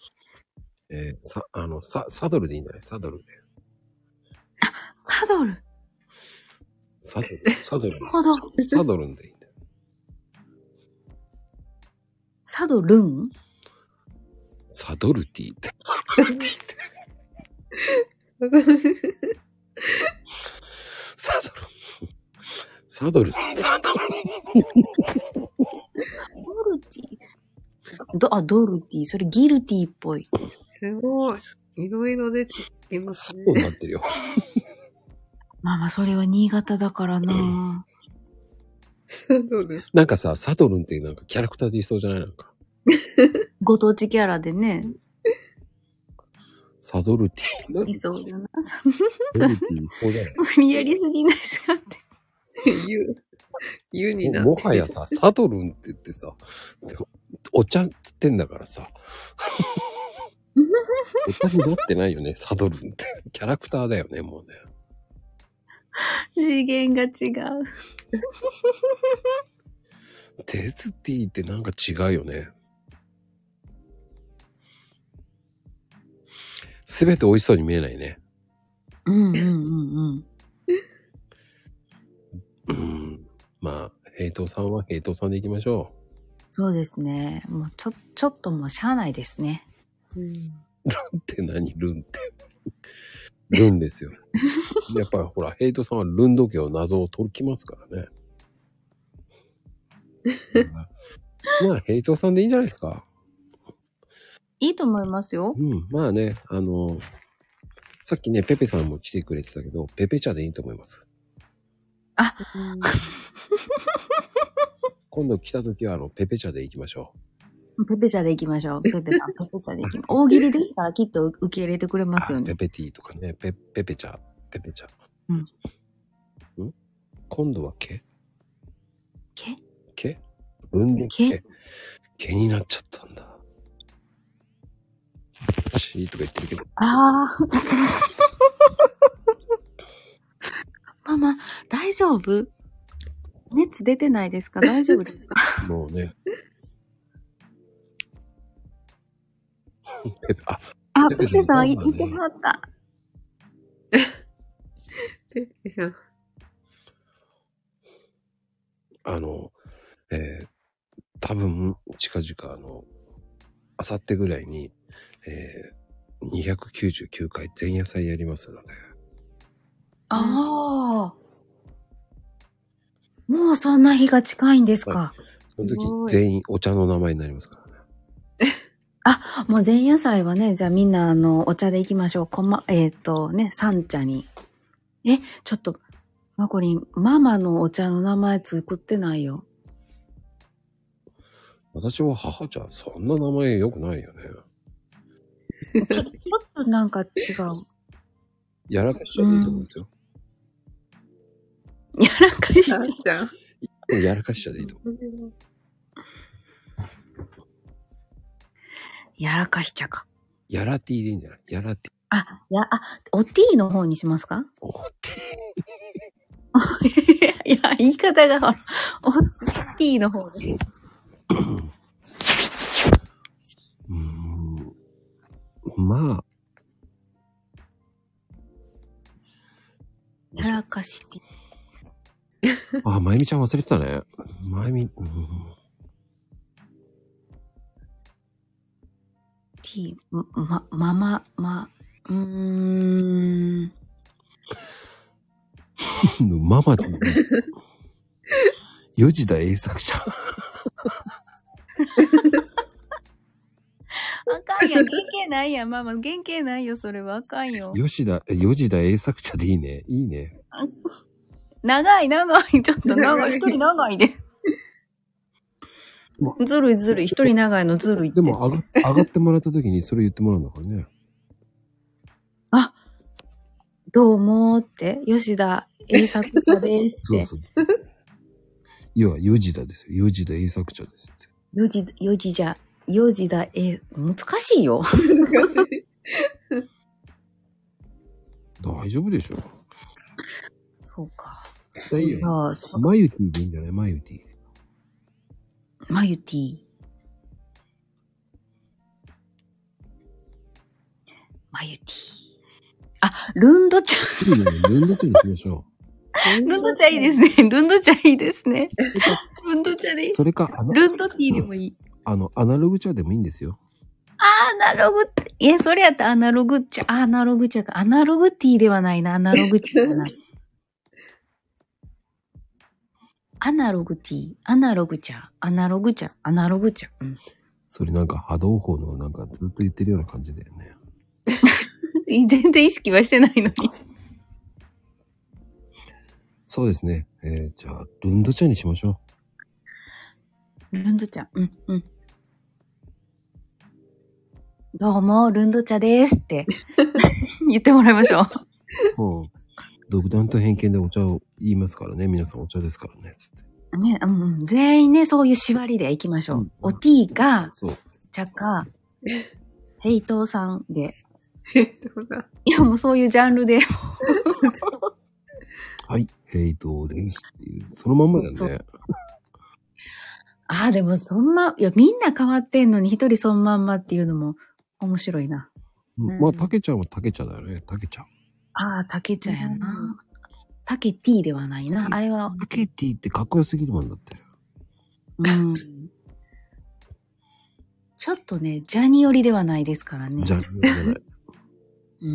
サドルでいいんじゃない？サドルで。 サドル。 サドル。サドルでいいんだよ。 サドルン？ サドルティって。サドルティ。ドルティ。それギルティっぽい。 すごい。いろいろ出てきますね。 そうなってるよ。 まあ、それは新潟だからな。 サドル。 なんかさ、サドルンっていうなんかキャラクターでいそうじゃない？なんか。 ご当地キャラでね。 サドルティ。 いそうだな。 サドルティいそうじゃない？ 無理やりすぎないですかって。 湯になってもはやさ、サドルンって言ってさ、お茶って言ってんだからさ。お茶になってないよね、サドルンって。キャラクターだよね、もうね。 次元が違う。 テズティってなんか違うよね。すべて美味しそうに見えないね。 うんうんうんうん。 まあ、ヘイトさんはヘイトさんでいきましょう。 そうですね。もうちょっともうしゃあないですね。 ルンって何？ルンって。ルンですよ。やっぱりほら、ヘイトさんはルン時計を謎を解きますからね。まあ、ヘイトさんでいいんじゃないですか。 いいと思いますよ。 まあね、さっきね、ペペさんも来てくれてたけど、ペペ茶でいいと思います。 あ、 今度来た時はペペ茶で行きましょう。ペペ茶で行きましょう。ペペ茶で行きましょう。大喜利ですからきっと受け入れてくれますよね。 ペペティとかね、ペペ茶。 うん。 今度は毛毛ルンで毛になっちゃったんだ。シーとか言ってるけど。 ママ、大丈夫？熱出てないですか？大丈夫ですか？ もうね。ペペペさん、いてはった。 ペペさん。 多分、近々あさってぐらいに、299回前夜祭やりますので。 ああ。もうそんな日が近いんですか。 その時全員お茶の名前になりますからね。 もう前夜祭はね、じゃあみんなお茶で行きましょう。三茶に。ちょっと、マコリン、ママのお茶の名前作ってないよ。 私は母茶、そんな名前良くないよね。 ちょっとなんか違う。 やらかしちゃでいいと思うんですよ。 やらかしちゃう。 やらかしちゃでいいと思う。 やらかしちゃか。 やらティーでいいんじゃない？やらティー。おティーの方にしますか？ おティー。いや、言い方が、おティーの方で。 まあ。 やらかしティー。まゆみちゃん忘れてたね。まゆみ、 T、ママ、 ママで。吉田栄作ちゃん。 あかんやん、原型ないやん、ママ。原型ないよ、それはあかんよ。 吉田栄作ちゃんでいいね。いいね。 長い。ちょっと長い。一人長いで。ずるい。一人長いのずるいって。 でも上がってもらった時にそれ言ってもらうんだからね。 どうもーって、吉田栄作者ですって。 そう。要は吉田ですよ。吉田栄作者ですって。 吉じゃ。 4時だ。難しいよ。 難しい。 大丈夫でしょ。 そうか。 いいよ。マユティでいいんじゃない？マユティ。 マユティ。マユティ。あ、ルンド茶。 ルンド茶にしましょう。ルンド茶いいですね。ルンド茶いいですね。ルンド茶でいい。 それか、 ルンドティーでもいい。 アナログ茶でもいいんですよ。 アナログ、いや、それやったらアナログ茶、アナログ茶か。アナログティーではないな、アナログ茶だな。アナログティー、アナログ茶、アナログ茶、アナログ茶。うん。 それなんか波動砲のなんかずっと言ってるような感じだよね。 全然意識はしてないのに。 そうですね。じゃあ、ルンド茶にしましょう。ルンド茶。うん、うん。どうも、ルンド茶ですって言ってもらいましょう。もう、独断と偏見でお茶を言いますからね。皆さんお茶ですからね。 ね、うん、全員ね、そういう縛りで行きましょう。うん、おティーか、茶か、ヘイトーさんで。 ヘイトーさん。 いや、もうそういうジャンルで。 はい、ヘイトーですっていう、そのまんまだよね。そうああ、でもいや、みんな変わってんのに一人そのまんまっていうのも面白いな。 うん、まあ、タケちゃんはタケ茶だよね、タケ茶。 ああ、タケ茶やな。タケティーではないな。あれは。 タケティーってかっこよすぎるもんだって。 うん。ちょっとね、ジャニ寄りではないですからね。 ジャニ寄りじゃない。 うん。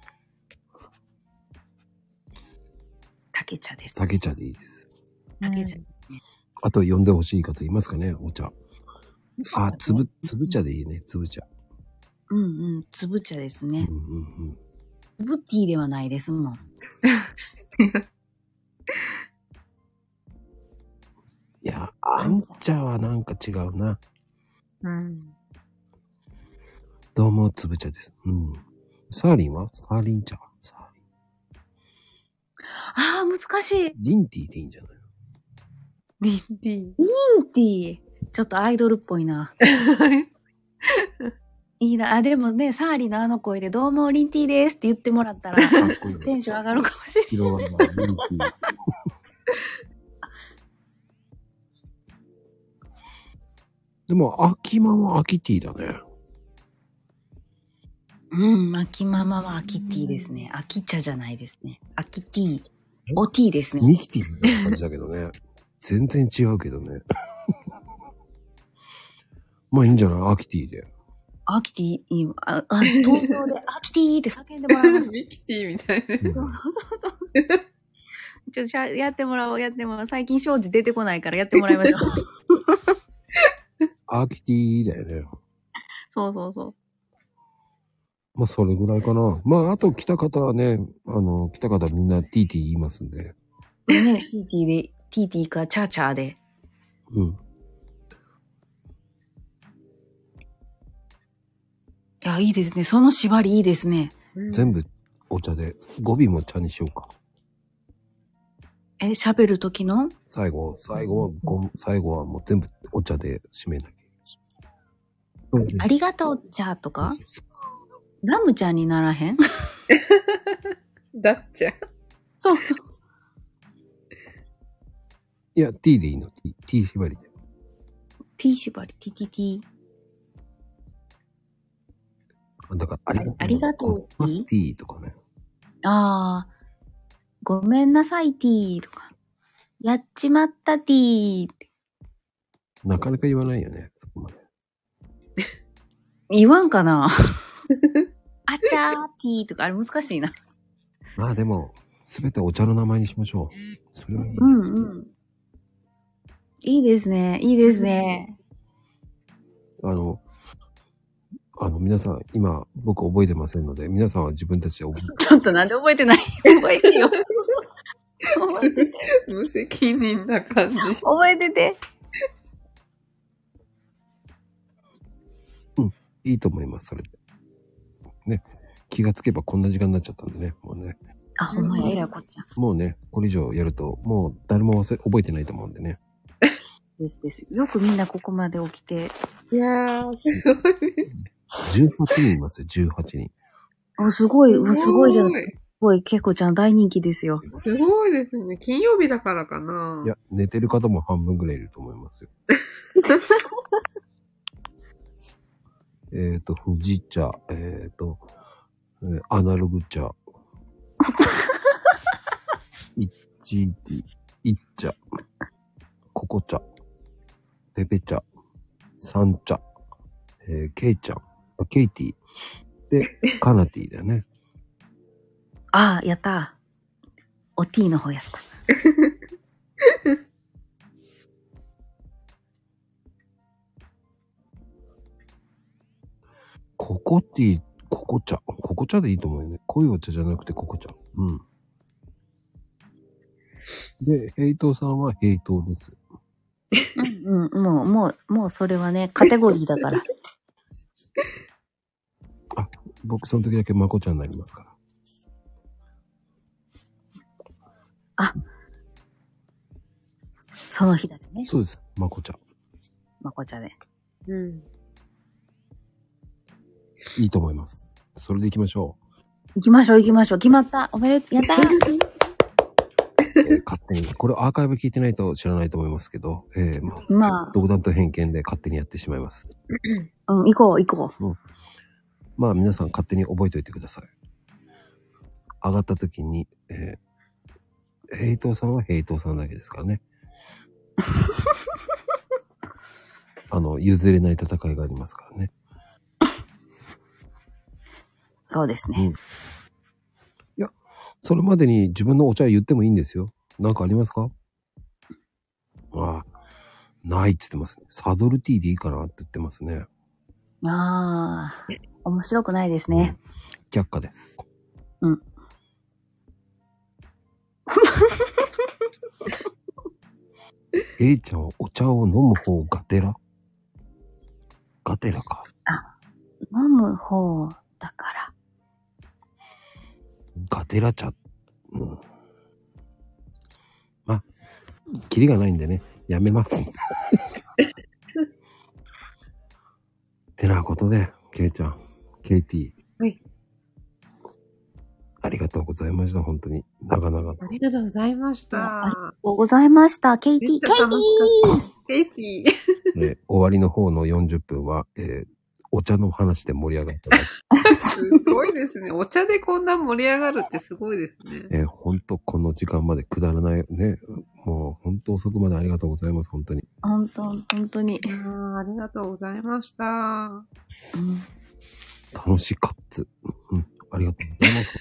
タケ茶です。 タケ茶でいいです。 タケ茶ですね。 あと呼んでほしい方いますかね、お茶。あ、粒茶でいいね、粒茶。 うんうん、粒茶ですね。 うんうんうん。 粒ティーではないですもん。 いや、あん茶はなんか違うな。 うん。 どうも、粒茶です。うん。サーリンは？サーリン茶。サーリン。 ああ、難しい。 リンティーでいいんじゃないの？ リンティー。 リンティー。ちょっとアイドルっぽいな。いいな。あ、でもね、サーリンのあの声で、どうも、リンティーですって言ってもらったら、テンション上がるかもしれない。 広がるな、リンティー。でも、秋ママは秋ティーだね。 うん、秋ママは秋ティーですね。秋茶じゃないですね。秋ティー。おティーですね。 ミキティーみたいな感じだけどね。全然違うけどね。まあいいんじゃない？秋ティーで。 アキティ、東京でアキティって叫んでもらう。 ミキティみたいな。 そうそうそう。ちょっとやってもらおう。最近庄司出てこないからやってもらいましょう。 アキティだよね。 そうそうそう。 まあそれぐらいかな。まああと来た方はね、来た方みんなティーティー言いますんで。 ね、ティーティーかチャーチャーで。 うん。 いや、いいですね。その縛りいいですね。 全部お茶で、語尾も茶にしようか。 喋る時の最後はもう全部お茶で締めなきゃいけない。 ありがとう茶とかラムちゃんにならへんだっちゃ。 そう。 いや、T でいいの。T 縛りで。 T 縛り、T。 だから、 ありがとう。 T とかね。 ああ、ごめんなさい T とか。やっちまった T って。 なかなか言わないよね、そこまで。 言わんかなあちゃー T とか、あれ難しいな。 まあでも、すべてお茶の名前にしましょう。それはいい。 うんうん。いいですね。いいですね。 皆さん、今、僕覚えてませんので、皆さんは自分たちで覚えて。 ちょっとなんで覚えてない覚えてよ。覚えてて。 無責任な感じ。 覚えてて。 うん、いいと思います、それで。ね。気がつけばこんな時間になっちゃったんでね、もうね。 あ、ほんまや、えらいこっちゃ。 もうね、これ以上やると、もう誰も覚えてないと思うんでね。 です。よくみんなここまで起きて。 いやー、すごい。 18人いますよ、18人。 すごいじゃん。すごい、けいこちゃん大人気ですよ。 すごいですね。金曜日だからかな。 いや、寝てる方も半分ぐらいいると思いますよ。富士茶、アナログ茶、いっ茶、ココ茶、ペペ茶、三茶、ケイちゃん、ケイティ、で、カナティだよね。 ああ、やったー。お T の方やった。 ココティ、ココ茶。ココ茶でいいと思うよね。濃いお茶じゃなくてココ茶。うん。で、ヘイトさんはヘイトです。 もうそれはね、カテゴリーだから。 あ、僕その時だけマコちゃんになりますから。 あ、その日だね。 そうです。マコちゃん。 マコちゃんで。 うん。 いいと思います。それで行きましょう。行きましょう。決まった。おめでとう。やったー。 勝手に。これアーカイブ聞いてないと知らないと思いますけど、 まあ。 独断と偏見で勝手にやってしまいます。 うん、行こう。 うん。まあ皆さん勝手に覚えておいてください。上がった時に、ヘイトさんはヘイトさんだけですからね。譲れない戦いがありますからね。 そうですね。 うん。いや、それまでに自分のお茶言ってもいいんですよ。なんかありますか？ああ、ないって言ってますね。サドルティーでいいかなって言ってますね。 ああ、面白くないですね。 却下です。 うん。 A ちゃんはお茶を飲む方ガテラか。 あ、飲む方だから。 ガテラ茶。うん。まあ、キリがないんでね、やめます。てなことで、ケイちゃん、ケイティ。 はい。 ありがとうございました。本当に。長々と。 ありがとうございました。 ありがとうございました。ケイティ。 ケイティ。 終わりの方の40分は、お茶の話で盛り上がった。 すごいですね。お茶でこんな盛り上がるってすごいですね。 本当この時間までくだらないね。もう本当遅くまでありがとうございます。本当に。 本当に。 ありがとうございました。 楽しかった。ありがとうございます。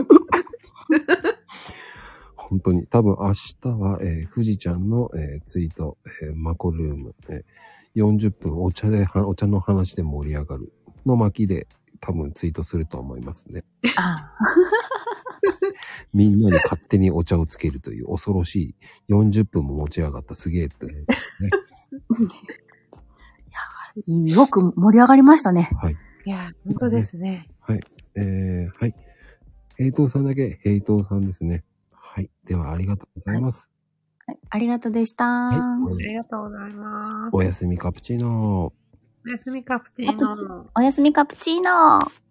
本当に。多分明日は、富士ちゃんの、ツイート、マコルーム、40分お茶の話で盛り上がるの巻で多分ツイートすると思いますね。みんなに勝手にお茶をつけるという恐ろしい40分も持ち上がったすげえってね。 いやよく盛り上がりましたね。 はい。 いや、本当ですね。 はい。はい。ヘイトーさんだけヘイトーさんですね。はい。ではありがとうございます。 はい、ありがとうでした。はい。 ありがとうございます。 おやすみカプチーノ。 おやすみカプチーノ。 おやすみカプチーノ。